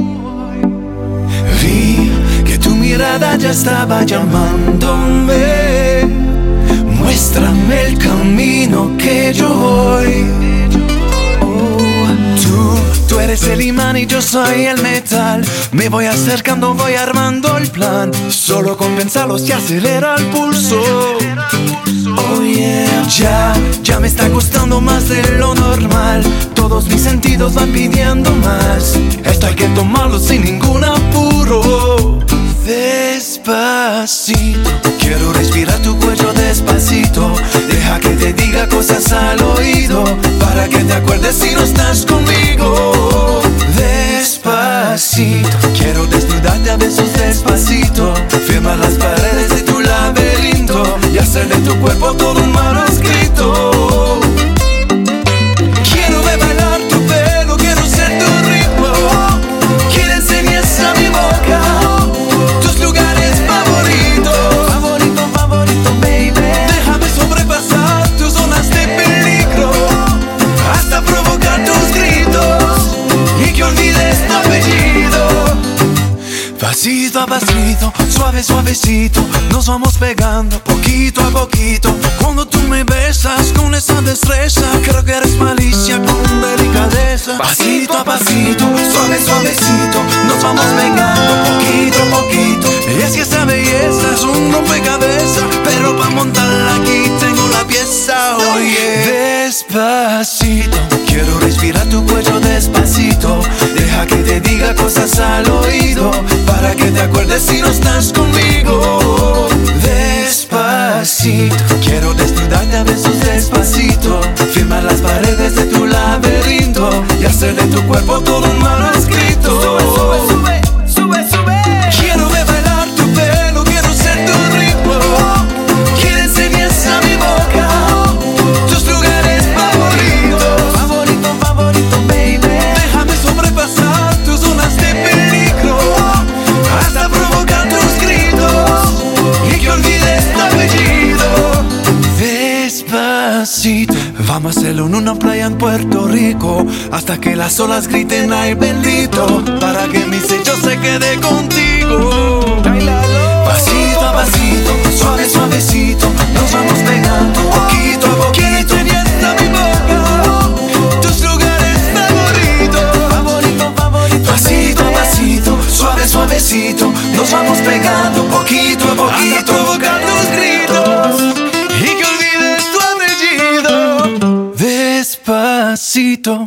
Vi que tu mirada ya estaba llamándome. Muéstrame el camino que yo voy. Oh, tú, tú eres el imán y yo soy el metal. Me voy acercando, voy armando el plan. Solo con pensarlo se acelera el pulso. Oh yeah, ya, ya me está costando más de lo normal. Todos mis sentidos van pidiendo más. Esto hay que tomarlo sin ningún apuro. Despacito, quiero respirar tu cuello despacito. Deja que te diga cosas al oído, para que te acuerdes si no estás conmigo. Despacito, quiero desnudarte a besos despacito. Firmar las paredes de tu laberinto y hacer de tu cuerpo todo un manuscrito. Quiero ver bailar tu pelo, quiero ser tu ritmo. Quiero enseñes a mi boca tus lugares favoritos. Favorito, favorito, baby. Déjame sobrepasar tus zonas de peligro hasta provocar tus gritos y que olvides tu apellido. Pasito a pasito, suave suavecito, nos vamos pegando poquito a poquito. Cuando tú me besas con esa destreza, creo que eres malicia con delicadeza. Pasito a pasito, suave suavecito, nos vamos pegando poquito a poquito. Y es que esa belleza es un rompecabezas, pero para montarla aquí tengo la pieza. Oye, despacito, quiero respirar tu cuello despacito. Deja que te diga cosas al oído, para que te acuerdes si no estás conmigo. Despacito, quiero desnudarte a besos despacito, firmar las paredes de tu laberinto y hacer de tu cuerpo todo un manuscrito. Sube, sube, sube, sube, sube. Quiero ver bailar tu pelo, quiero ser tu ritmo. Quiero enseñarse a mi boca tus lugares favoritos. Favorito, favorito, baby. Déjame sobrepasar tus zonas de peligro, hasta provocar tus gritos y que olvides tu apellido. Despacito, vamos a hacerlo en una playa en Puerto Rico, hasta que las olas griten ay bendito, para que mi sello se quede contigo. Pasito a pasito, suave suavecito, nos vamos pegando poquito a poquito. Llena mi boca tus lugares favoritos. Favorito, favorito. Pasito a pasito, suave suavecito, nos vamos pegando poquito a poquito, hasta provocar tus gritos y que olvides tu apellido. Despacito.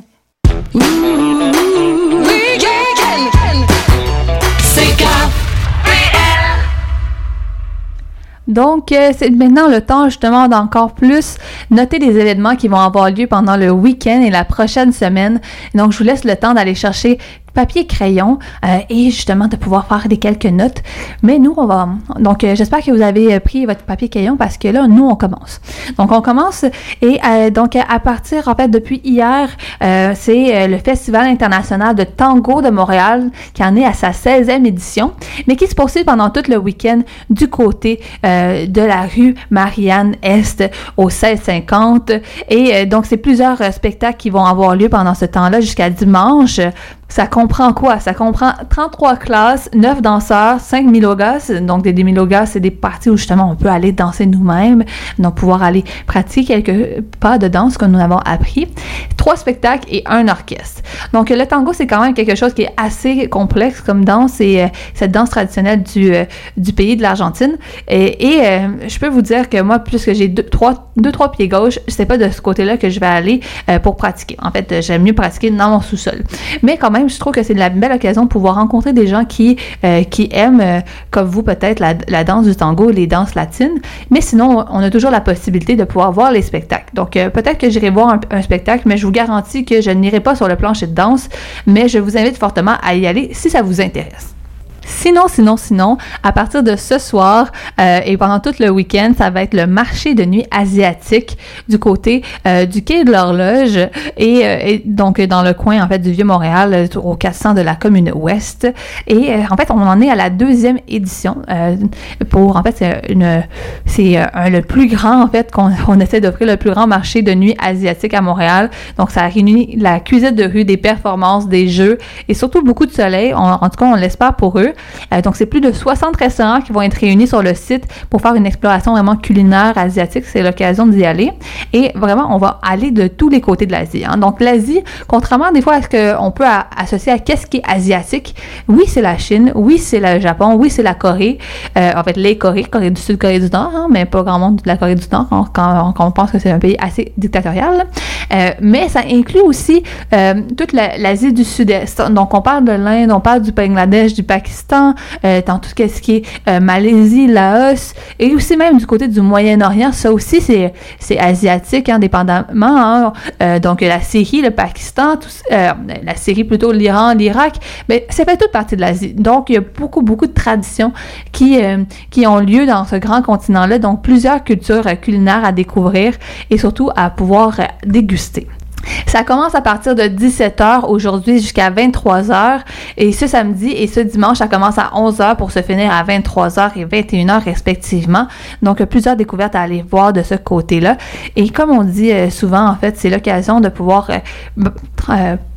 Donc, euh, c'est maintenant le temps justement d'encore plus noter les événements qui vont avoir lieu pendant le week-end et la prochaine semaine. Donc, je vous laisse le temps d'aller chercher papier et crayon euh, et justement de pouvoir faire des quelques notes. Mais nous, on va... Donc, euh, j'espère que vous avez pris votre papier et crayon parce que là, nous, on commence. Donc, on commence et euh, donc à partir, en fait, depuis hier, euh, c'est euh, le Festival international de tango de Montréal qui en est à sa seizième édition, mais qui se poursuit pendant tout le week-end du côté euh, de la rue Marianne-Est au seize cinquante. Et euh, donc, c'est plusieurs euh, spectacles qui vont avoir lieu pendant ce temps-là jusqu'à dimanche. Ça comprend quoi? Ça comprend trente-trois classes, neuf danseurs, cinq milongas. Donc, des, des milongas, c'est des parties où justement on peut aller danser nous-mêmes, donc pouvoir aller pratiquer quelques pas de danse que nous avons appris. Trois spectacles et un orchestre. Donc, le tango, c'est quand même quelque chose qui est assez complexe comme danse et euh, cette danse traditionnelle du, euh, du pays de l'Argentine. Et, et euh, je peux vous dire que moi, plus que j'ai deux, trois, deux, trois pieds gauche, c'est pas de ce côté-là que je vais aller euh, pour pratiquer. En fait, j'aime mieux pratiquer dans mon sous-sol. Mais quand même, je trouve que c'est une belle occasion de pouvoir rencontrer des gens qui, euh, qui aiment, euh, comme vous peut-être, la, la danse du tango, les danses latines. Mais sinon, on a toujours la possibilité de pouvoir voir les spectacles. Donc, euh, peut-être que j'irai voir un, un spectacle, mais je vous garantis que je n'irai pas sur le plancher de danse, mais je vous invite fortement à y aller si ça vous intéresse. Sinon, sinon, sinon, à partir de ce soir euh, et pendant tout le week-end, ça va être le marché de nuit asiatique du côté euh, du quai de l'Horloge et, euh, et donc dans le coin en fait du Vieux-Montréal, au quatre cents de la commune ouest. Et euh, en fait, on en est à la deuxième édition euh, pour en fait c'est une c'est euh, le plus grand en fait qu'on on essaie d'offrir le plus grand marché de nuit asiatique à Montréal. Donc ça réunit la cuisine de rue, des performances, des jeux et surtout beaucoup de soleil. On, en tout cas, on l'espère pour eux. Euh, donc, c'est plus de soixante restaurants qui vont être réunis sur le site pour faire une exploration vraiment culinaire asiatique. C'est l'occasion d'y aller. Et vraiment, on va aller de tous les côtés de l'Asie. Hein. Donc, l'Asie, contrairement des fois à ce qu'on peut à, associer à qu'est-ce qui est asiatique, oui, c'est la Chine, oui, c'est le Japon, oui, c'est la Corée. Euh, en fait, les Corées, Corée du Sud, Corée du Nord, hein, mais pas grand monde de la Corée du Nord hein, quand, quand on pense que c'est un pays assez dictatorial. Euh, mais ça inclut aussi euh, toute la, l'Asie du Sud-Est. Donc, on parle de l'Inde, on parle du Bangladesh, du Pakistan, Euh, dans tout ce qui est euh, Malaisie, Laos, et aussi même du côté du Moyen-Orient, ça aussi c'est, c'est asiatique, indépendamment. Hein, euh, donc la Syrie, le Pakistan, tout, euh, la Syrie plutôt, l'Iran, l'Irak, mais ça fait toute partie de l'Asie. Donc il y a beaucoup, beaucoup de traditions qui, euh, qui ont lieu dans ce grand continent-là, donc plusieurs cultures euh, culinaires à découvrir et surtout à pouvoir euh, déguster. Ça commence à partir de dix-sept heures aujourd'hui jusqu'à vingt-trois heures et ce samedi et ce dimanche, ça commence à onze heures pour se finir à vingt-trois heures et vingt et une heures respectivement. Donc, plusieurs découvertes à aller voir de ce côté-là. Et comme on dit euh, souvent, en fait, c'est l'occasion de pouvoir euh, euh,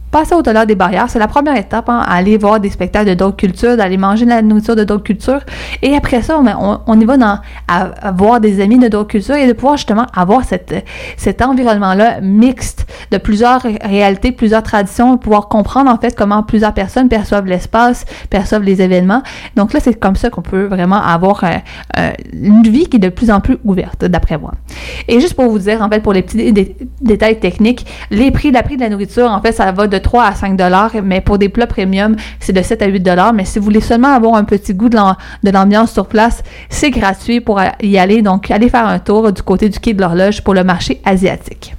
passer au-delà des barrières. C'est la première étape, hein, aller voir des spectacles de d'autres cultures, d'aller manger de la nourriture de d'autres cultures. Et après ça, on, on y va dans, à, à voir des amis de d'autres cultures et de pouvoir justement avoir cette, cet environnement-là mixte de plusieurs réalités, plusieurs traditions, pouvoir comprendre en fait comment plusieurs personnes perçoivent l'espace, perçoivent les événements. Donc là, c'est comme ça qu'on peut vraiment avoir euh, euh, une vie qui est de plus en plus ouverte, d'après moi. Et juste pour vous dire, en fait, pour les petits dé- dé- détails techniques, les prix, la prix de la nourriture, en fait, ça va de trois à cinq dollars, mais pour des plats premium, c'est de sept à huit dollars. Mais si vous voulez seulement avoir un petit goût de, l'am- de l'ambiance sur place, c'est gratuit pour y aller. Donc, allez faire un tour du côté du quai de l'horloge pour le marché asiatique.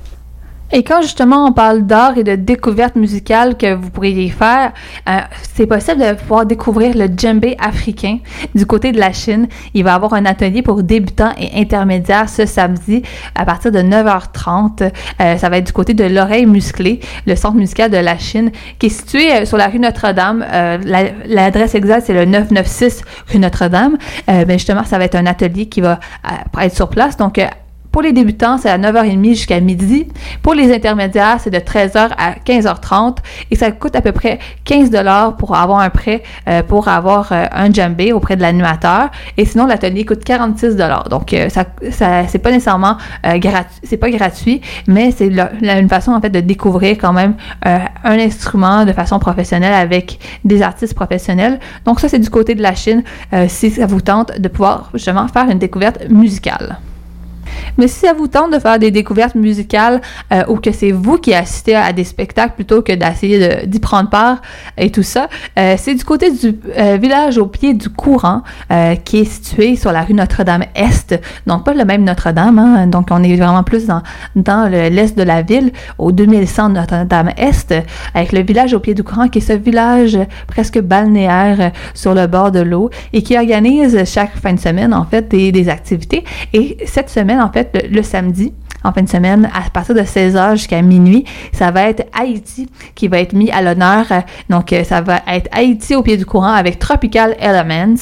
Et quand justement on parle d'art et de découverte musicale que vous pourriez faire, euh, c'est possible de pouvoir découvrir le djembé africain du côté de la Chine. Il va y avoir un atelier pour débutants et intermédiaires ce samedi à partir de neuf heures trente. Euh, ça va être du côté de l'Oreille Musclée, le centre musical de la Chine, qui est situé euh, sur la rue Notre-Dame. Euh, la, l'adresse exacte, c'est le neuf cent quatre-vingt-seize rue Notre-Dame. Euh, ben justement, ça va être un atelier qui va euh, être sur place. Donc, euh, pour les débutants, c'est à neuf heures trente jusqu'à midi. Pour les intermédiaires, c'est de treize heures à quinze heures trente. Et ça coûte à peu près quinze dollars pour avoir un prêt, euh, pour avoir euh, un djembé auprès de l'animateur. Et sinon, l'atelier coûte quarante-six dollars. Donc, euh, ça, ça, c'est pas nécessairement euh, gratuit, c'est pas gratuit, mais c'est le, la, une façon, en fait, de découvrir quand même euh, un instrument de façon professionnelle avec des artistes professionnels. Donc, ça, c'est du côté de la Chine, euh, si ça vous tente de pouvoir, justement, faire une découverte musicale. Mais si ça vous tente de faire des découvertes musicales euh, ou que c'est vous qui assistez à des spectacles plutôt que d'essayer de, d'y prendre part et tout ça, euh, c'est du côté du euh, village au pied du courant euh, qui est situé sur la rue Notre-Dame-Est. Donc, pas le même Notre-Dame, hein, donc on est vraiment plus dans, dans le, l'est de la ville, au deux mille cent Notre-Dame-Est, avec le village au pied du courant qui est ce village presque balnéaire euh, sur le bord de l'eau et qui organise chaque fin de semaine, en fait, des, des activités. Et cette semaine, en fait, le, le samedi, en fin de semaine, à partir de seize heures jusqu'à minuit, ça va être Haïti qui va être mis à l'honneur. Donc, ça va être Haïti au pied du courant avec Tropical Elements.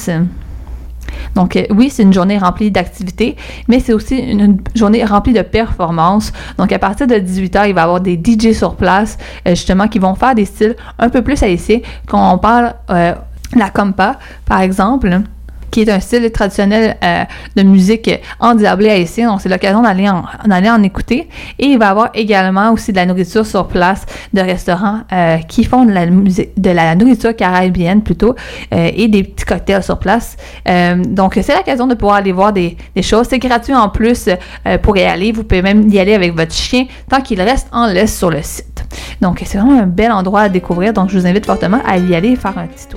Donc, euh, oui, c'est une journée remplie d'activités, mais c'est aussi une, une journée remplie de performances. Donc, à partir de dix-huit heures, il va y avoir des D J sur place, euh, justement, qui vont faire des styles un peu plus haïtiens. Quand on parle euh, la compa, par exemple, qui est un style traditionnel euh, de musique endiablée haïtienne. Donc, c'est l'occasion d'aller en, d'aller en écouter. Et il va y avoir également aussi de la nourriture sur place, de restaurants euh, qui font de la, musique, de la nourriture caribéenne plutôt, euh, et des petits cocktails sur place. Euh, donc, c'est l'occasion de pouvoir aller voir des, des choses. C'est gratuit en plus euh, pour y aller. Vous pouvez même y aller avec votre chien tant qu'il reste en laisse sur le site. Donc, c'est vraiment un bel endroit à découvrir. Donc, je vous invite fortement à y aller et faire un petit tour.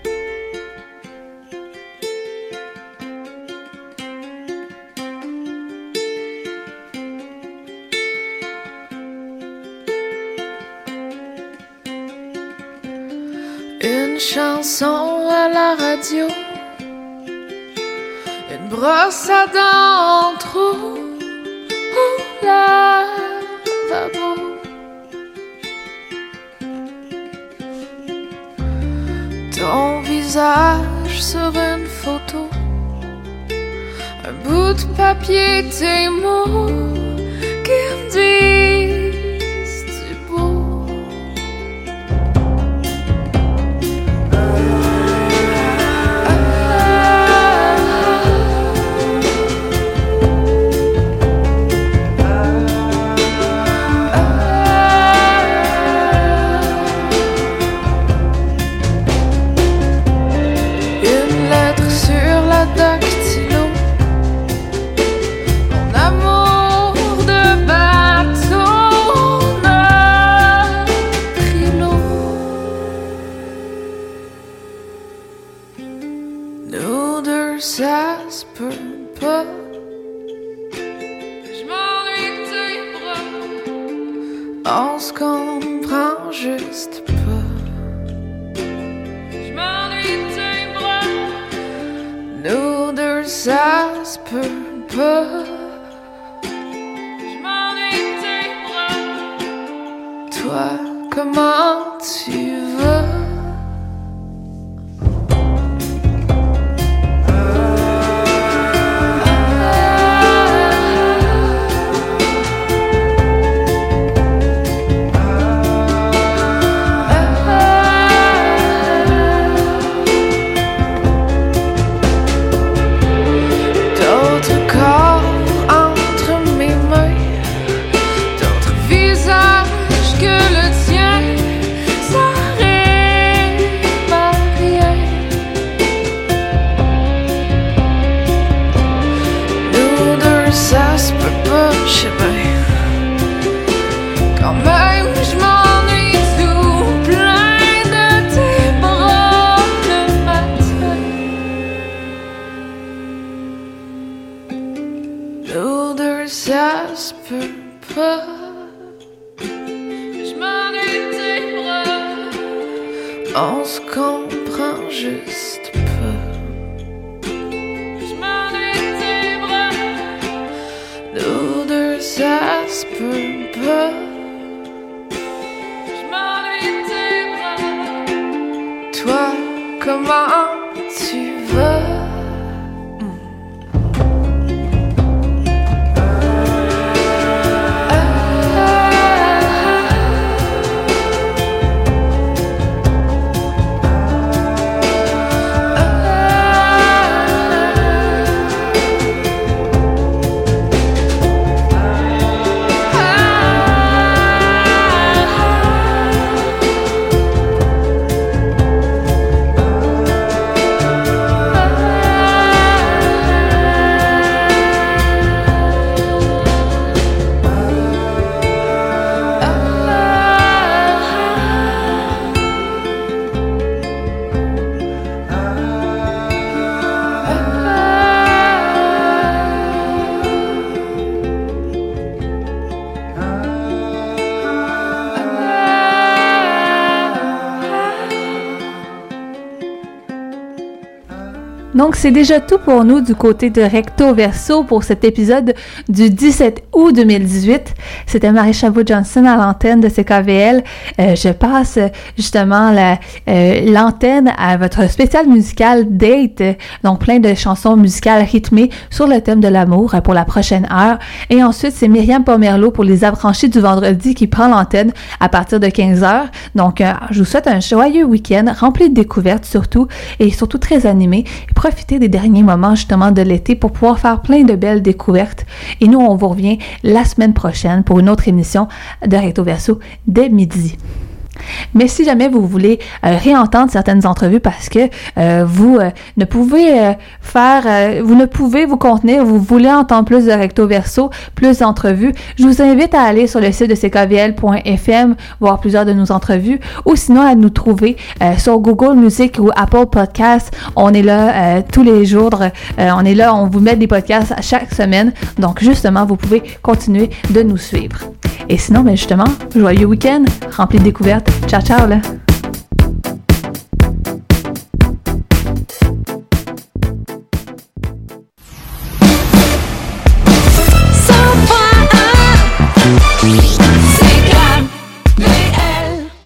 Une chanson à la radio, une brosse à dents en trou, au lavabo. Ton visage sur une photo, un bout de papier, tes mots qui me disent du beau. Ça se peut pas. Je m'ennuie de tes bras. On se comprend juste pas. Je m'ennuie de tes bras. Nous deux, ça se peut pas. Je m'ennuie de tes bras. Toi, comment tu vas? se peut pas. Je m'ennuie de tes bras. On se comprend juste pas. Je m'ennuie de tes bras. Nous deux, ça se peut pas. Je m'ennuie de tes bras. Toi, comment tu vas? Donc, c'est déjà tout pour nous du côté de Recto Verso pour cet épisode du dix-sept août deux mille dix-huit. C'était Marie Chabot-Johnson à l'antenne de C K V L. Euh, je passe justement la, euh, l'antenne à votre spécial musical Date, donc plein de chansons musicales rythmées sur le thème de l'amour pour la prochaine heure. Et ensuite, c'est Myriam Pomerleau pour les affranchis du vendredi qui prend l'antenne à partir de quinze heures. Donc, euh, je vous souhaite un joyeux week-end rempli de découvertes surtout et surtout très animé. Profitez des derniers moments justement de l'été pour pouvoir faire plein de belles découvertes. Et nous, on vous revient la semaine prochaine pour une autre émission de Recto Verso dès midi. Mais si jamais vous voulez euh, réentendre certaines entrevues parce que euh, vous euh, ne pouvez euh, faire, euh, vous ne pouvez vous contenir, vous voulez entendre plus de Recto Verso, plus d'entrevues, je vous invite à aller sur le site de c k v l point f m, voir plusieurs de nos entrevues, ou sinon à nous trouver euh, sur Google Music ou Apple Podcasts. On est là euh, tous les jours, euh, on est là, on vous met des podcasts chaque semaine, donc justement, vous pouvez continuer de nous suivre. Et sinon, ben justement, joyeux week-end, rempli de découvertes. Ciao, ciao, là!